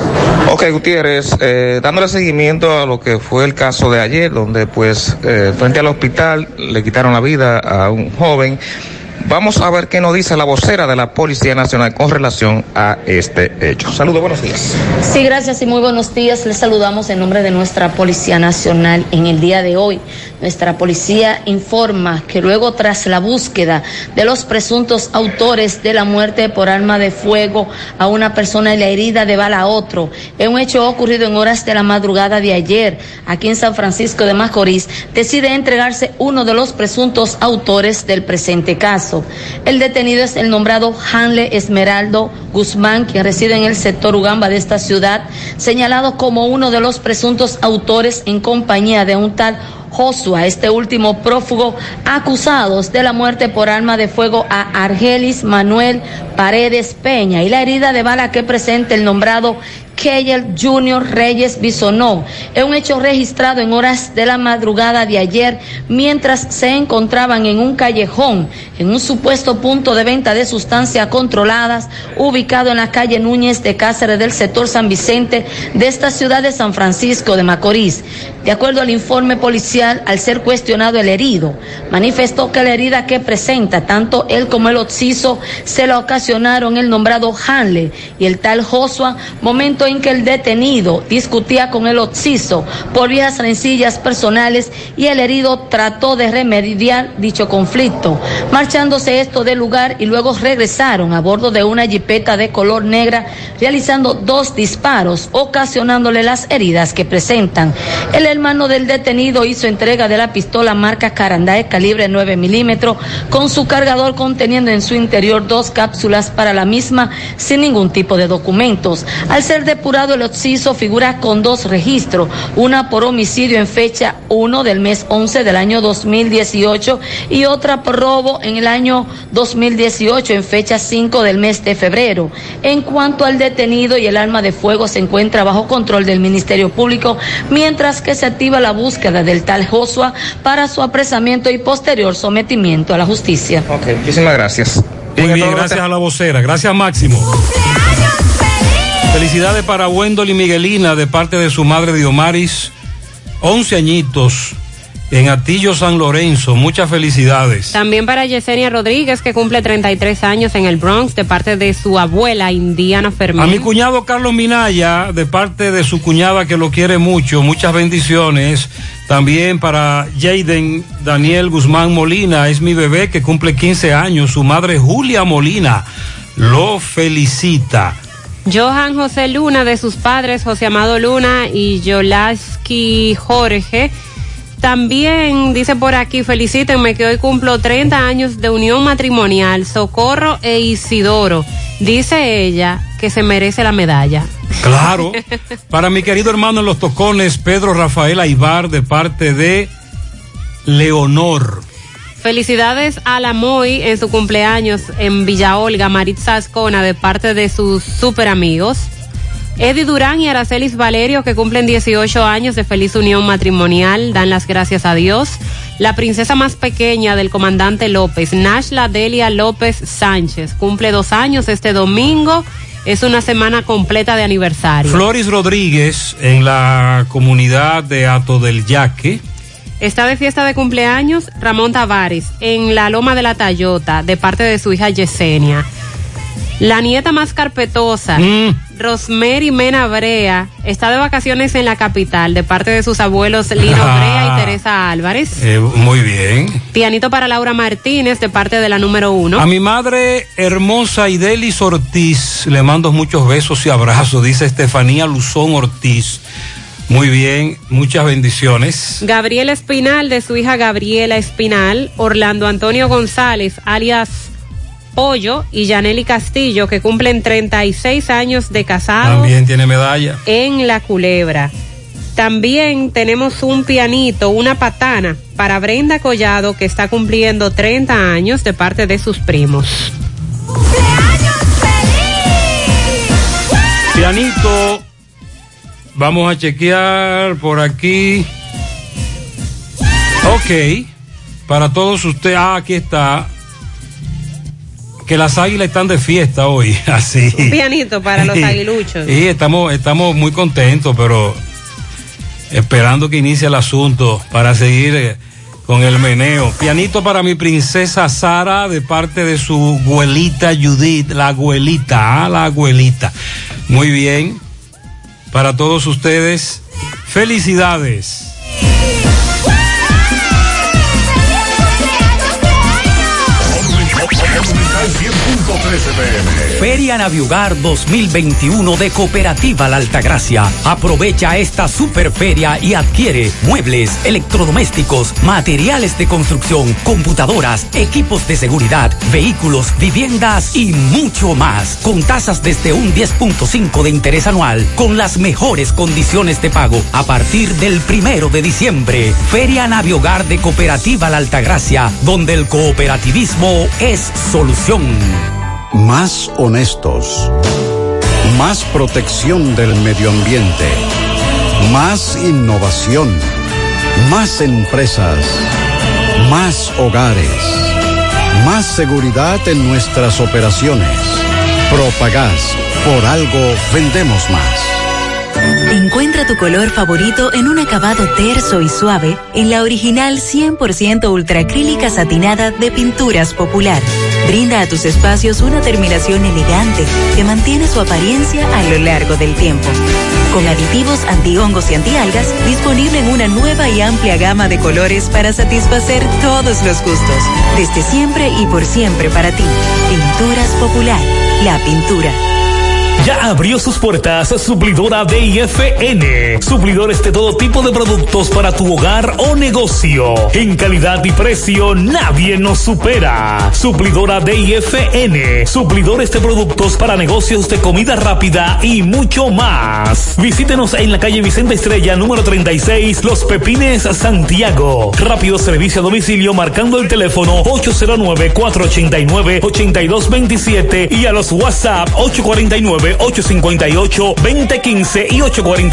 Ok, Gutiérrez, dándole seguimiento a lo que fue el caso de ayer, donde pues frente al hospital le quitaron la vida a un joven. Vamos a ver qué nos dice la vocera de la Policía Nacional con relación a este hecho. Saludos, buenos días. Sí, gracias y muy buenos días. Les saludamos en nombre de nuestra Policía Nacional. En el día de hoy, nuestra policía informa que luego tras la búsqueda de los presuntos autores de la muerte por arma de fuego a una persona y la herida de bala a otro, en un hecho ocurrido en horas de la madrugada de ayer, aquí en San Francisco de Macorís, decide entregarse uno de los presuntos autores del presente caso. El detenido es el nombrado Hanle Esmeraldo Guzmán, quien reside en el sector Ugamba de esta ciudad, señalado como uno de los presuntos autores en compañía de un tal Joshua, este último prófugo, acusados de la muerte por arma de fuego a Argelis Manuel Paredes Peña y la herida de bala que presenta el nombrado Keyel Junior Reyes Bisonó. Es un hecho registrado en horas de la madrugada de ayer mientras se encontraban en un callejón, en un supuesto punto de venta de sustancias controladas ubicado en la calle Núñez de Cáceres del sector San Vicente de esta ciudad de San Francisco de Macorís. De acuerdo al informe policial, al ser cuestionado el herido, manifestó que la herida que presenta tanto él como el occiso se la ocasionaron el nombrado Hanle y el tal Joshua, momento en que el detenido discutía con el occiso por viejas rencillas personales y el herido trató de remediar dicho conflicto, marchándose esto del lugar y luego regresaron a bordo de una jipeta de color negra realizando 2 disparos, ocasionándole las heridas que presentan. El hermano del detenido hizo entrega de la pistola marca Carandae calibre 9 milímetros con su cargador conteniendo en su interior 2 cápsulas para la misma sin ningún tipo de documentos. Al ser depurado jurado el occiso figura con 2 registros, una por homicidio en fecha 1 del mes 11 del año 2018 y otra por robo en el año 2018 en fecha 5 del mes de febrero. En cuanto al detenido y el arma de fuego se encuentra bajo control del Ministerio Público, mientras que se activa la búsqueda del tal Joshua para su apresamiento y posterior sometimiento a la justicia. Ok, muchísimas gracias. Muy bien, gracias a la vocera. Gracias, Máximo. Felicidades para Wendell y Miguelina de parte de su madre Diomaris, 11 añitos en Atillo, San Lorenzo. Muchas felicidades. También para Yesenia Rodríguez, que cumple 33 años en el Bronx, de parte de su abuela Indiana Fermín. A mi cuñado Carlos Minaya, de parte de su cuñada que lo quiere mucho. Muchas bendiciones. También para Jaden Daniel Guzmán Molina, es mi bebé que cumple 15 años. Su madre Julia Molina lo felicita. Johan José Luna, de sus padres José Amado Luna y Yolaski Jorge. También dice por aquí, felicítenme que hoy cumplo 30 años de unión matrimonial, Socorro e Isidoro. Dice ella que se merece la medalla. Claro. Para mi querido hermano en los tocones, Pedro Rafael Aybar, de parte de Leonor. Felicidades a la Moy en su cumpleaños en Villa Olga, Maritza Ascona, de parte de sus super amigos. Eddie Durán y Aracelis Valerio, que cumplen 18 años de feliz unión matrimonial, dan las gracias a Dios. La princesa más pequeña del comandante López, Nashla Delia López Sánchez, cumple 2 años este domingo. Es una semana completa de aniversario. Floris Rodríguez, en la comunidad de Hato del Yaque. Está de fiesta de cumpleaños Ramón Tavares, en la Loma de la Tayota, de parte de su hija Yesenia. La nieta más carpetosa, Rosemary Mena Brea, está de vacaciones en la capital, de parte de sus abuelos Lino Brea y Teresa Álvarez. Muy bien. Pianito para Laura Martínez, de parte de la número 1. A mi madre hermosa Idelis Ortiz, le mando muchos besos y abrazos, dice Estefanía Luzón Ortiz. Muy bien, muchas bendiciones. Gabriela Espinal, de su hija Gabriela Espinal. Orlando Antonio González, alias Pollo, y Yaneli Castillo, que cumplen 36 años de casado. También tiene medalla. En La Culebra. También tenemos un pianito, una patana, para Brenda Collado, que está cumpliendo 30 años, de parte de sus primos. Pianito. Vamos a chequear por aquí. Ok. Para todos ustedes. Aquí está. Que las águilas están de fiesta hoy. Así. Un pianito para los aguiluchos. Sí, estamos muy contentos, pero esperando que inicie el asunto para seguir con el meneo. Pianito para mi princesa Sara, de parte de su abuelita Judith. La abuelita, la abuelita. Muy bien. Para todos ustedes, felicidades. Feria Naviugar 2021 de Cooperativa La Altagracia. Aprovecha esta superferia y adquiere muebles, electrodomésticos, materiales de construcción, computadoras, equipos de seguridad, vehículos, viviendas y mucho más. Con tasas desde un 10.5 de interés anual, con las mejores condiciones de pago a partir del 1 de diciembre. Feria Naviugar de Cooperativa La Altagracia, donde el cooperativismo es solución. Más honestos, más protección del medio ambiente, más innovación, más empresas, más hogares, más seguridad en nuestras operaciones. Propagás, por algo vendemos más. Encuentra tu color favorito en un acabado terso y suave en la original 100% ultracrílica satinada de Pinturas Popular. Brinda a tus espacios una terminación elegante que mantiene su apariencia a lo largo del tiempo. Con aditivos antihongos y antialgas, disponible en una nueva y amplia gama de colores para satisfacer todos los gustos. Desde siempre y por siempre para ti. Pinturas Popular, la pintura. Ya abrió sus puertas Suplidora DIFN. Suplidores de todo tipo de productos para tu hogar o negocio. En calidad y precio nadie nos supera. Suplidora DIFN. Suplidores de productos para negocios de comida rápida y mucho más. Visítenos en la calle Vicente Estrella, número 36, Los Pepines, Santiago. Rápido servicio a domicilio marcando el teléfono 809-489-8227 y a los WhatsApp 849-858-2015 y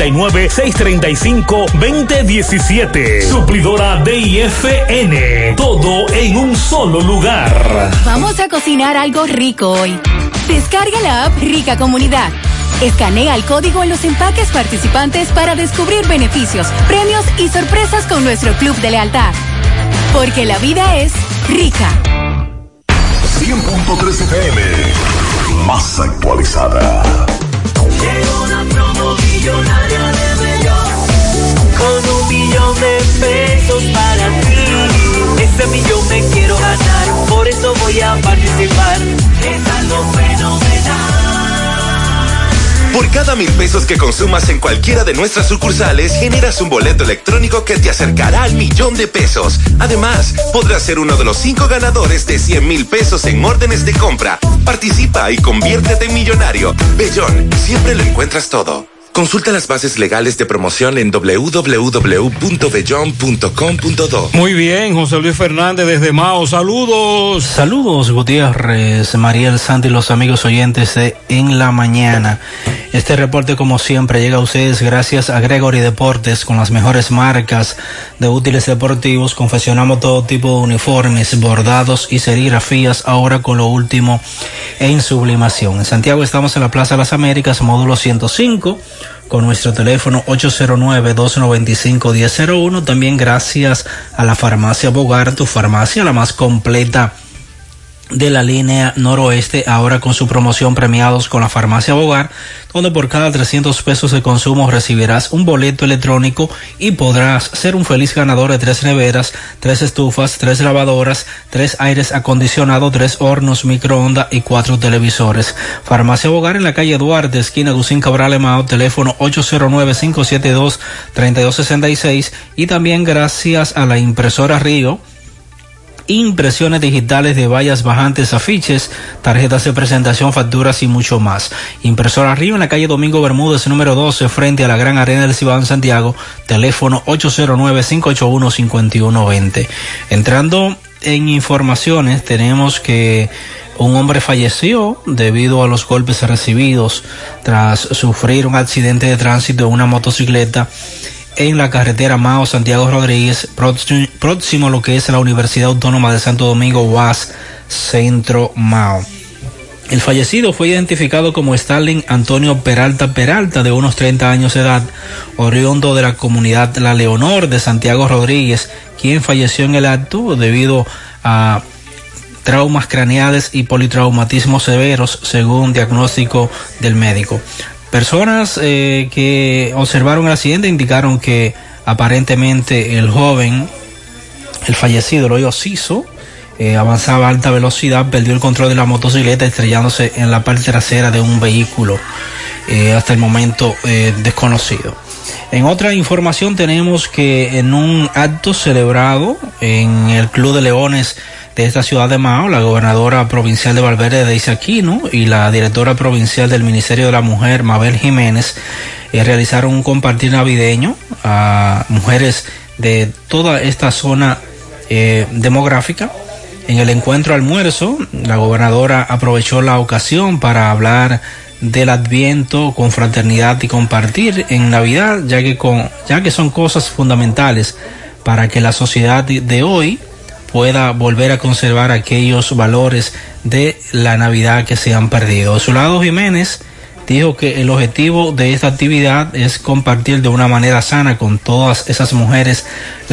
849-635-2017. Suplidora DIFN. Todo en un solo lugar. Vamos a cocinar algo rico hoy. Descarga la app Rica Comunidad. Escanea el código en los empaques participantes para descubrir beneficios, premios y sorpresas con nuestro club de lealtad. Porque la vida es rica. 100.3 FM, más actualizada. Llegó una promo millonaria de Bellón, con 1 millón de pesos para ti. Ese millón me quiero ganar, por eso voy a participar. Es algo fenomenal. Por cada 1,000 pesos que consumas en cualquiera de nuestras sucursales, generas un boleto electrónico que te acercará al millón de pesos. Además, podrás ser uno de los 5 ganadores de 100,000 pesos en órdenes de compra. Participa y conviértete en millonario. Bellón, siempre lo encuentras todo. Consulta las bases legales de promoción en www.bellon.com.do. Muy bien, José Luis Fernández desde Mao, saludos. Saludos, Gutiérrez, Mariel Santi y los amigos oyentes de En la Mañana. Este reporte, como siempre, llega a ustedes gracias a Gregory Deportes, con las mejores marcas de útiles deportivos. Confeccionamos todo tipo de uniformes, bordados y serigrafías, ahora con lo último en sublimación. En Santiago estamos en la Plaza de las Américas, módulo 105, con nuestro teléfono 809-295-1001. También gracias a la Farmacia Bogar, tu farmacia la más completa de la línea noroeste, ahora con su promoción premiados con la Farmacia Bogar, donde por cada 300 pesos de consumo recibirás un boleto electrónico y podrás ser un feliz ganador de 3 neveras, 3 estufas, 3 lavadoras, 3 aires acondicionados, 3 hornos microondas y 4 televisores. Farmacia Bogar en la calle Duarte, esquina Agustín Cabral Emao, teléfono 809-572-3266, y también gracias a la impresora Río, impresiones digitales de vallas bajantes, afiches, tarjetas de presentación, facturas y mucho más. Impresora Río en la calle Domingo Bermúdez, número 12, frente a la Gran Arena del Cibao en Santiago, teléfono 809-581-5120. Entrando en informaciones, tenemos que un hombre falleció debido a los golpes recibidos tras sufrir un accidente de tránsito en una motocicleta en la carretera Mao Santiago Rodríguez, próximo a lo que es la Universidad Autónoma de Santo Domingo, UAS Centro Mao. El fallecido fue identificado como Stalin Antonio Peralta, de unos 30 años de edad, oriundo de la comunidad La Leonor de Santiago Rodríguez, quien falleció en el acto debido a traumas craneales y politraumatismos severos, según diagnóstico del médico. Personas que observaron el accidente indicaron que aparentemente el joven, el fallecido, Eloy Ociso, avanzaba a alta velocidad, perdió el control de la motocicleta estrellándose en la parte trasera de un vehículo, hasta el momento desconocido. En otra información tenemos que en un acto celebrado en el Club de Leones de esta ciudad de Mao, la gobernadora provincial de Valverde, Deisy Aquino, y la directora provincial del Ministerio de la Mujer, Mabel Jiménez, realizaron un compartir navideño a mujeres de toda esta zona demográfica. En el encuentro almuerzo, la gobernadora aprovechó la ocasión para hablar del Adviento, confraternidad y compartir en Navidad, ya que son cosas fundamentales para que la sociedad de hoy pueda volver a conservar aquellos valores de la Navidad que se han perdido. A su lado, Jiménez dijo que el objetivo de esta actividad es compartir de una manera sana con todas esas mujeres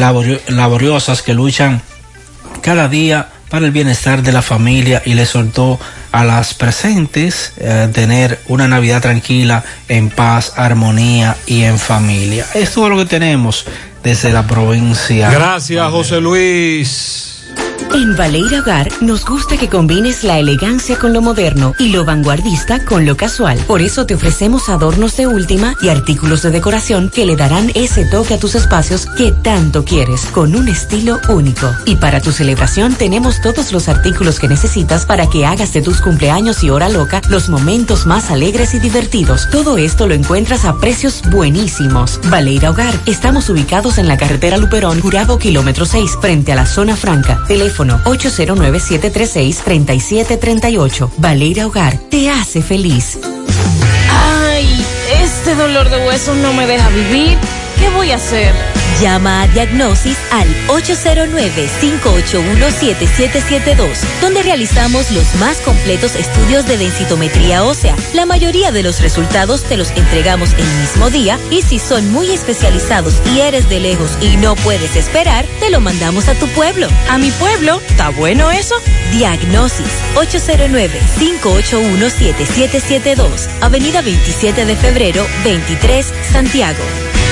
laboriosas que luchan cada día para el bienestar de la familia, y le soltó a las presentes tener una Navidad tranquila, en paz, armonía y en familia. Es todo lo que tenemos desde la provincia. Gracias, José Luis. En Valleira Hogar nos gusta que combines la elegancia con lo moderno y lo vanguardista con lo casual. Por eso te ofrecemos adornos de última y artículos de decoración que le darán ese toque a tus espacios que tanto quieres, con un estilo único. Y para tu celebración tenemos todos los artículos que necesitas para que hagas de tus cumpleaños y hora loca los momentos más alegres y divertidos. Todo esto lo encuentras a precios buenísimos. Valleira Hogar. Estamos ubicados en la carretera Luperón, Gurabo, kilómetro 6, frente a la zona franca. Teléfono 809-736-3738. Valleira Hogar te hace feliz. Ay, este dolor de huesos no me deja vivir. ¿Qué voy a hacer? Llama a Diagnosis al 809-581-7772, donde realizamos los más completos estudios de densitometría ósea. La mayoría de los resultados te los entregamos el mismo día y si son muy especializados y eres de lejos y no puedes esperar, te lo mandamos a tu pueblo. ¿A mi pueblo? ¿Está bueno eso? Diagnosis 809-581-7772, Avenida 27 de Febrero, 23, Santiago.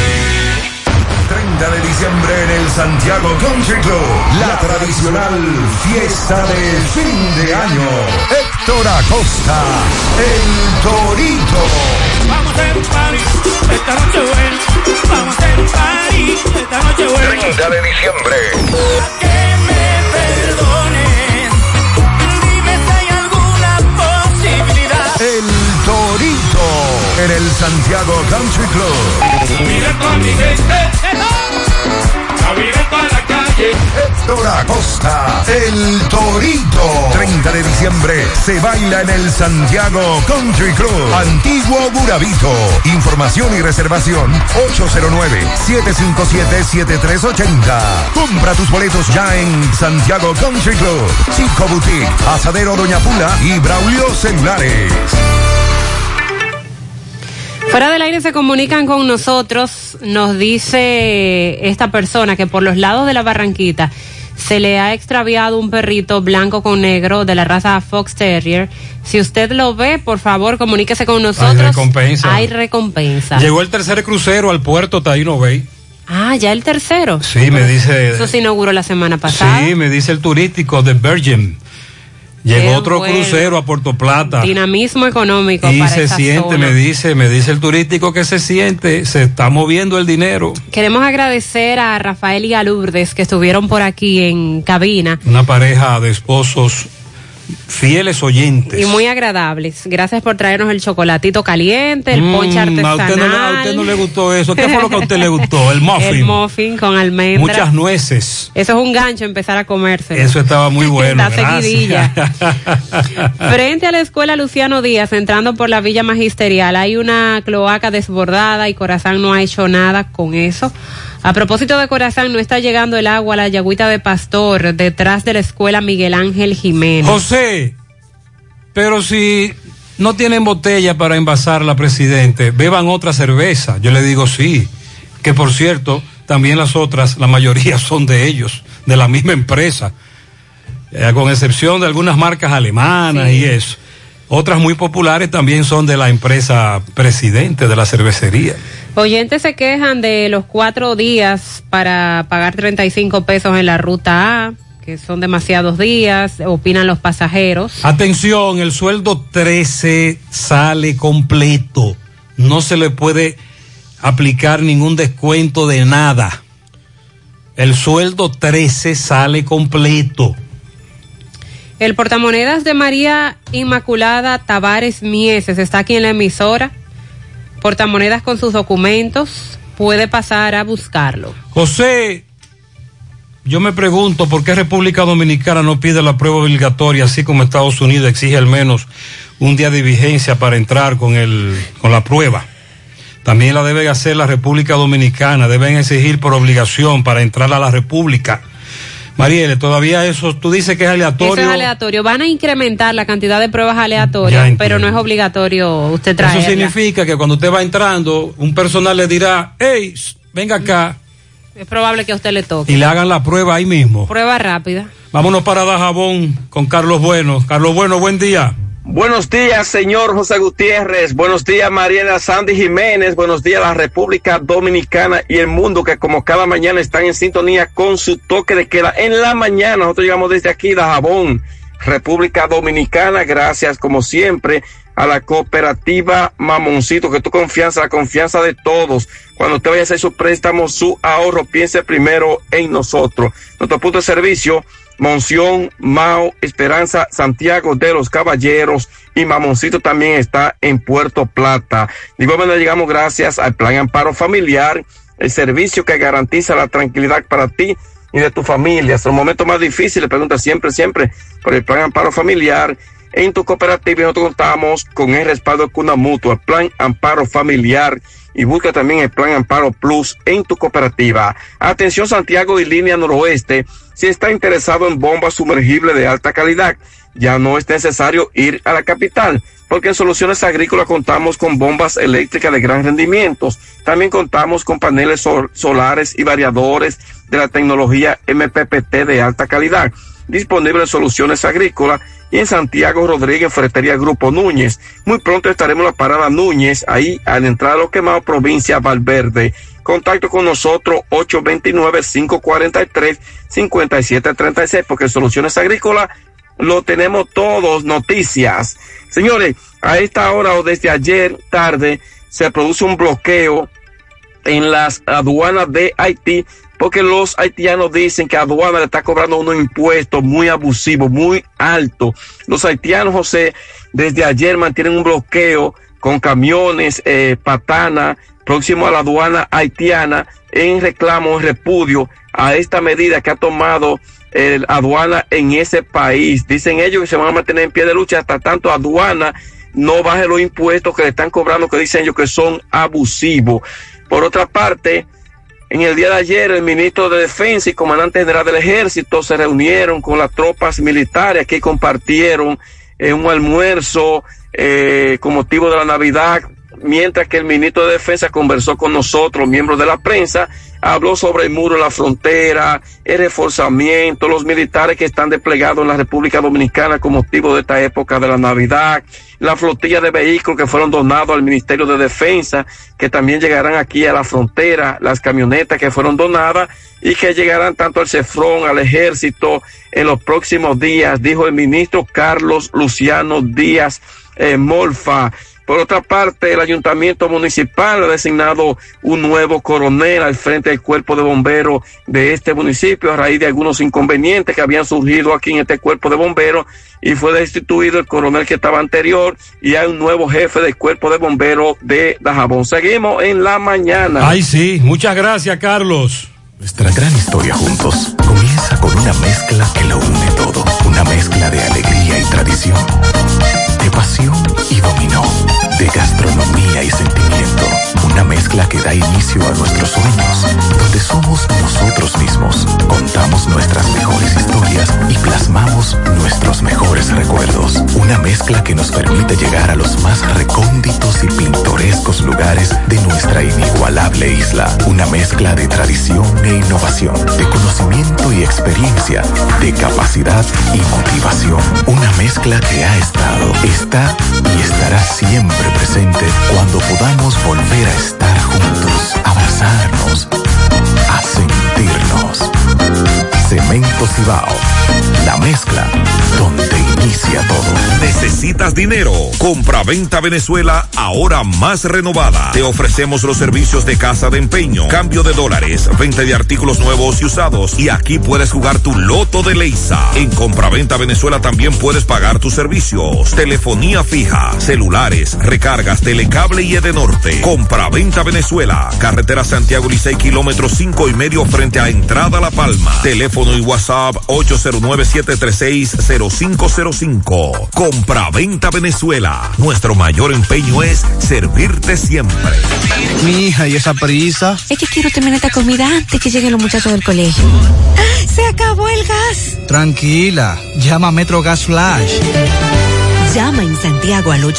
30 de diciembre en el Santiago Country Club, la tradicional fiesta de fin de año. Héctor Acosta, el Torito. Vamos a hacer un party, esta noche buena. Vamos a hacer un party, esta noche buena. 30 de diciembre. Que me perdonen, dime si hay alguna posibilidad. El Torito en el Santiago Country Club. Mira con mi gente, a vivir toda la calle. Héctor Acosta, el Torito. 30 de diciembre se baila en el Santiago Country Club, Antiguo Burabito. Información y reservación 809-757-7380. Compra tus boletos ya en Santiago Country Club, Chico Boutique, Asadero Doña Pula y Braulio Celulares. Fuera del aire se comunican con nosotros, nos dice esta persona que por los lados de la Barranquita se le ha extraviado un perrito blanco con negro de la raza Fox Terrier. Si usted lo ve, por favor, comuníquese con nosotros. Hay recompensa. Hay recompensa. Llegó el tercer crucero al puerto Taíno Bay. Ah, ¿ya el tercero? Sí, me dice. Eso se inauguró la semana pasada. Sí, me dice el turístico de Virgin. Llegó otro crucero a Puerto Plata. Dinamismo económico y para se esa siente, zona. me dice el turístico que se siente, se está moviendo el dinero. Queremos agradecer a Rafael y a Lourdes que estuvieron por aquí en cabina. Una pareja de esposos fieles oyentes. Y muy agradables. Gracias por traernos el chocolatito caliente, el ponche artesanal. A usted no le gustó eso. ¿Qué fue lo que a usted le gustó? El muffin. El muffin con almendras. Muchas nueces. Eso es un gancho, empezar a comérselo. Eso estaba muy bueno. La seguidilla. Frente a la escuela Luciano Díaz, entrando por la Villa Magisterial, hay una cloaca desbordada y Corazán no ha hecho nada con eso. A propósito de Corazán, no está llegando el agua a la Yagüita de Pastor, detrás de la escuela Miguel Ángel Jiménez. José, pero si no tienen botella para envasarla, presidente, beban otra cerveza. Yo le digo sí, que por cierto, también las otras, la mayoría son de ellos, de la misma empresa, con excepción de algunas marcas alemanas y eso. Otras muy populares también son de la empresa Presidente, de la cervecería. Oyentes se quejan de los 4 días para pagar 35 pesos en la ruta A, que son demasiados días, opinan los pasajeros. Atención, el sueldo 13 sale completo. No se le puede aplicar ningún descuento de nada. El sueldo 13 sale completo. El portamonedas de María Inmaculada Tavares Mieses está aquí en la emisora. Portamonedas con sus documentos, puede pasar a buscarlo. José, yo me pregunto por qué República Dominicana no pide la prueba obligatoria, así como Estados Unidos exige al menos un día de vigencia para entrar con la prueba. También la debe hacer la República Dominicana, deben exigir por obligación para entrar a la República. Mariele, todavía eso, tú dices que es aleatorio. Eso es aleatorio. Van a incrementar la cantidad de pruebas aleatorias, pero no es obligatorio usted traerla. Eso significa que cuando usted va entrando, un personal le dirá, hey, venga acá. Es probable que a usted le toque. Y le hagan la prueba ahí mismo. Prueba rápida. Vámonos para Dajabón con Carlos Bueno. Carlos Bueno, buen día. Buenos días, señor José Gutiérrez. Buenos días, Mariela Sandy Jiménez. Buenos días, la República Dominicana y el mundo que como cada mañana están en sintonía con su toque de queda. En la mañana, nosotros llegamos desde aquí, Dajabón, República Dominicana. Gracias, como siempre, a la cooperativa Mamoncito, que tu confianza, la confianza de todos. Cuando usted vaya a hacer su préstamo, su ahorro, piense primero en nosotros. Nuestro punto de servicio, Monción, Mao, Esperanza, Santiago de los Caballeros y Mamoncito también está en Puerto Plata. De igual manera llegamos gracias al Plan Amparo Familiar, el servicio que garantiza la tranquilidad para ti y de tu familia. Hasta el momento más difícil, le pregunta siempre por el Plan Amparo Familiar. En tu cooperativa nosotros contamos con el respaldo de Cuna Mutua, el Plan Amparo Familiar, y busca también el Plan Amparo Plus en tu cooperativa. Atención Santiago y línea noroeste, si está interesado en bombas sumergibles de alta calidad, ya no es necesario ir a la capital, porque en Soluciones Agrícolas contamos con bombas eléctricas de gran rendimiento. También contamos con paneles solares y variadores de la tecnología MPPT de alta calidad, disponible en Soluciones Agrícolas y en Santiago Rodríguez, Ferretería Grupo Núñez. Muy pronto estaremos en la parada Núñez, ahí a la entrada de Los Quemados, provincia Valverde. Contacto con nosotros 829-543-5736, porque en Soluciones Agrícolas lo tenemos todos. Noticias. Señores, a esta hora o desde ayer tarde se produce un bloqueo en las aduanas de Haití, porque los haitianos dicen que aduana le está cobrando unos impuestos muy abusivos, muy altos. Los haitianos, José, desde ayer mantienen un bloqueo con camiones, patana, próximo a la aduana haitiana, en reclamo, en repudio a esta medida que ha tomado la aduana en ese país. Dicen ellos que se van a mantener en pie de lucha hasta tanto aduana no baje los impuestos que le están cobrando, que dicen ellos que son abusivos. Por otra parte, en el día de ayer, el ministro de Defensa y comandante general del Ejército se reunieron con las tropas militares que compartieron un almuerzo con motivo de la Navidad, mientras que el ministro de Defensa conversó con nosotros, miembros de la prensa, habló sobre el muro de la frontera, el reforzamiento, los militares que están desplegados en la República Dominicana con motivo de esta época de la Navidad, la flotilla de vehículos que fueron donados al Ministerio de Defensa, que también llegarán aquí a la frontera, las camionetas que fueron donadas y que llegarán tanto al CEFRON, al Ejército en los próximos días, dijo el ministro Carlos Luciano Díaz Molfa. Por otra parte, el Ayuntamiento Municipal ha designado un nuevo coronel al frente del Cuerpo de Bomberos de este municipio a raíz de algunos inconvenientes que habían surgido aquí en este Cuerpo de Bomberos, y fue destituido el coronel que estaba anterior y hay un nuevo jefe del Cuerpo de Bomberos de Dajabón. Seguimos en la mañana. Ay, sí, muchas gracias, Carlos. Nuestra gran historia juntos comienza con una mezcla que lo une todo, una mezcla de alegría y tradición, de pasión y dominó, de gastronomía y sentimiento, una mezcla que da inicio a nuestros sueños, donde somos nosotros mismos, contamos nuestras mejores historias y plasmamos nuestros mejores recuerdos, una mezcla que nos permite llegar a los más recónditos y pintorescos lugares de nuestra inigualable isla, una mezcla de tradición e innovación, de conocimiento y experiencia, de capacidad y motivación, una mezcla que ha estado, está y estará siempre presente cuando podamos volver a estar juntos, abrazarnos, a sentirnos. Cemento Cibao, la mezcla donde inicia todo. ¿Necesitas dinero? Compra-venta Venezuela, ahora más renovada. Te ofrecemos los servicios de casa de empeño, cambio de dólares, venta de artículos nuevos y usados, y aquí puedes jugar tu loto de Leisa. En Compra-venta Venezuela también puedes pagar tus servicios, telefonía fija, celulares, recargas, telecable y Edenorte. Compra-venta Venezuela, carretera Santiago Licey, kilómetro 5.5 frente a Entrada La Palma. Teléfono y WhatsApp 809-736-0505. Compra-venta Venezuela. Nuestro mayor empeño es servirte siempre. Mi hija, ¿y esa prisa? Es que quiero terminar esta comida antes que lleguen los muchachos del colegio. ¡Se acabó el gas! Tranquila, llama a Metro Gas Flash. Llama Llama en Santiago al 809-226-0202,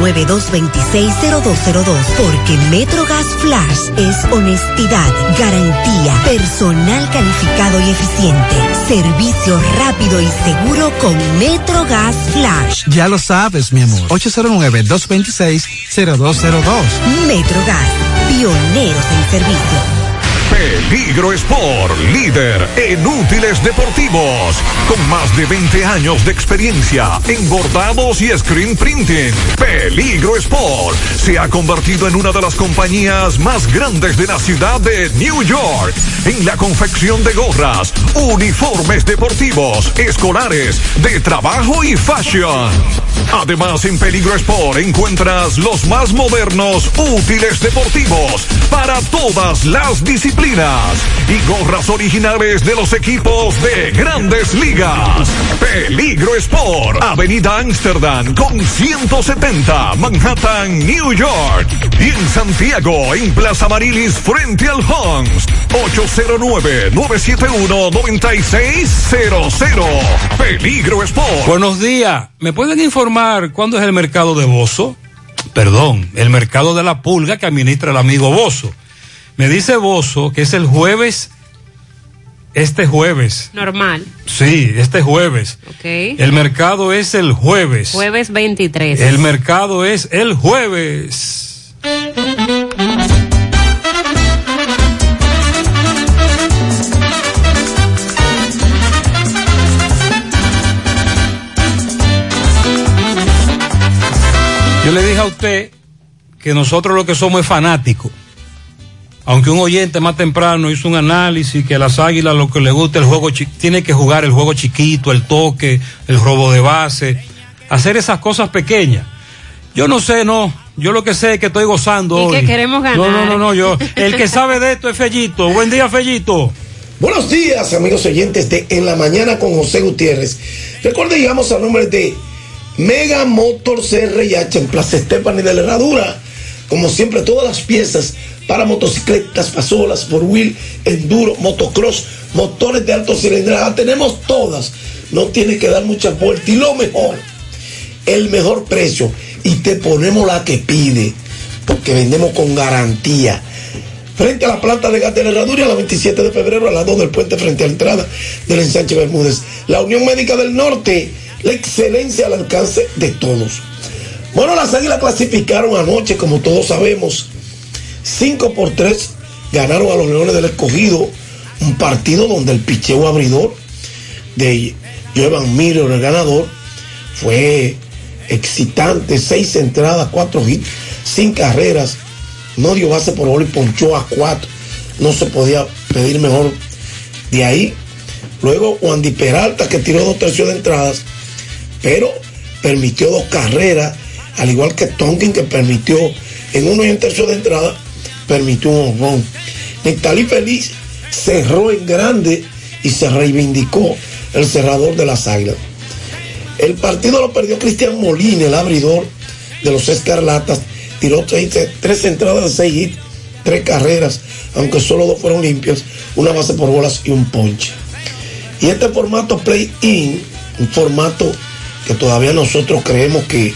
porque MetroGas Flash es honestidad, garantía, personal calificado y eficiente, servicio rápido y seguro con MetroGas Flash. Ya lo sabes, mi amor. 809-226-0202. MetroGas, pioneros en servicio. Peligro Sport, líder en útiles deportivos, con más de 20 años de experiencia en bordados y screen printing. Peligro Sport se ha convertido en una de las compañías más grandes de la ciudad de New York en la confección de gorras, uniformes deportivos, escolares, de trabajo y fashion. Además, en Peligro Sport encuentras los más modernos útiles deportivos para todas las disciplinas y gorras originales de los equipos de Grandes Ligas. Peligro Sport, Avenida Amsterdam con 170, Manhattan, New York. Y en Santiago, en Plaza Marilis, frente al Hans, 809-971-9600. Peligro Sport. Buenos días. ¿Me pueden informar cuándo es el mercado de Bozo? Perdón, el mercado de la pulga que administra el amigo Bozo. Me dice Bozo que es el jueves, este jueves. Normal. Sí, este jueves. Ok. El mercado es el jueves. Jueves 23. El mercado es el jueves. Yo le dije a usted que nosotros lo que somos es fanáticos. Aunque un oyente más temprano hizo un análisis que a las Águilas lo que le gusta el juego, tiene que jugar el juego chiquito, el toque, el robo de base, hacer esas cosas pequeñas. Yo no sé, no. Yo lo que sé es que estoy gozando hoy. Y que queremos ganar. No, yo. El que sabe de esto es Fellito. Buen día, Fellito. Buenos días, amigos oyentes de En la Mañana con José Gutiérrez. Recuerden, llegamos al nombre de Mega Motor CRH en Plaza Estefani de la Herradura. Como siempre, todas las piezas para motocicletas, pasolas, four wheel, enduro, motocross, motores de alto cilindrada, tenemos todas. No tienes que dar muchas vueltas. Y lo mejor, el mejor precio. Y te ponemos la que pide, porque vendemos con garantía. Frente a la planta de gas de la Herradura, a la 27 de febrero, al lado del puente, frente a la entrada del ensanche Bermúdez. La Unión Médica del Norte, la excelencia al alcance de todos. Bueno, las Águilas clasificaron anoche, como todos sabemos, 5-3, ganaron a los Leones del Escogido, un partido donde el picheo abridor de Jovan Miller, el ganador, fue excitante, 6 entradas, 4 hits, sin carreras, no dio base por bola y ponchó a 4, no se podía pedir mejor de ahí. Luego Wandy Peralta, que tiró 2 tercios de entradas, pero permitió 2 carreras, al igual que Tonkin, que permitió en 1 y 1 tercio de entrada, permitió un honrón. Nectalí Feliz cerró en grande y se reivindicó el cerrador de las Águilas. El partido lo perdió Cristian Molina, el abridor de los Escarlatas, tiró 3 entradas de 6 hits, 3 carreras, aunque solo 2 fueron limpias, 1 base por bolas y un ponche. Y este formato play-in, un formato que todavía nosotros creemos que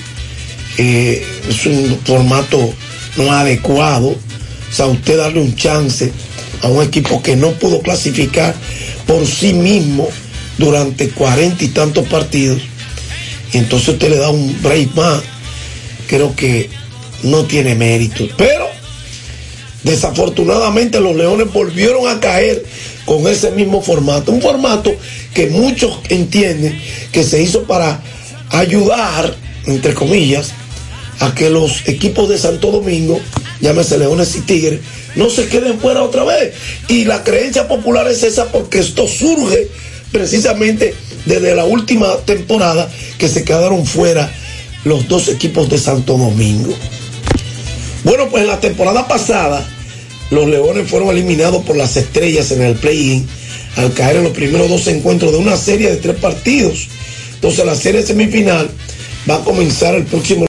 es un formato no adecuado, o sea, usted darle un chance a un equipo que no pudo clasificar por sí mismo durante 40 y tantos partidos, y entonces usted le da un break más, creo que no tiene mérito. Pero desafortunadamente los Leones volvieron a caer con ese mismo formato, un formato que muchos entienden que se hizo para ayudar, entre comillas, a que los equipos de Santo Domingo, llámese Leones y Tigres, no se queden fuera otra vez. Y la creencia popular es esa, porque esto surge precisamente desde la última temporada, que se quedaron fuera los 2 equipos de Santo Domingo. Bueno, pues en la temporada pasada los Leones fueron eliminados por las Estrellas en el play-in al caer en los primeros 2 encuentros de una serie de 3 partidos. Entonces la serie semifinal va a comenzar el próximo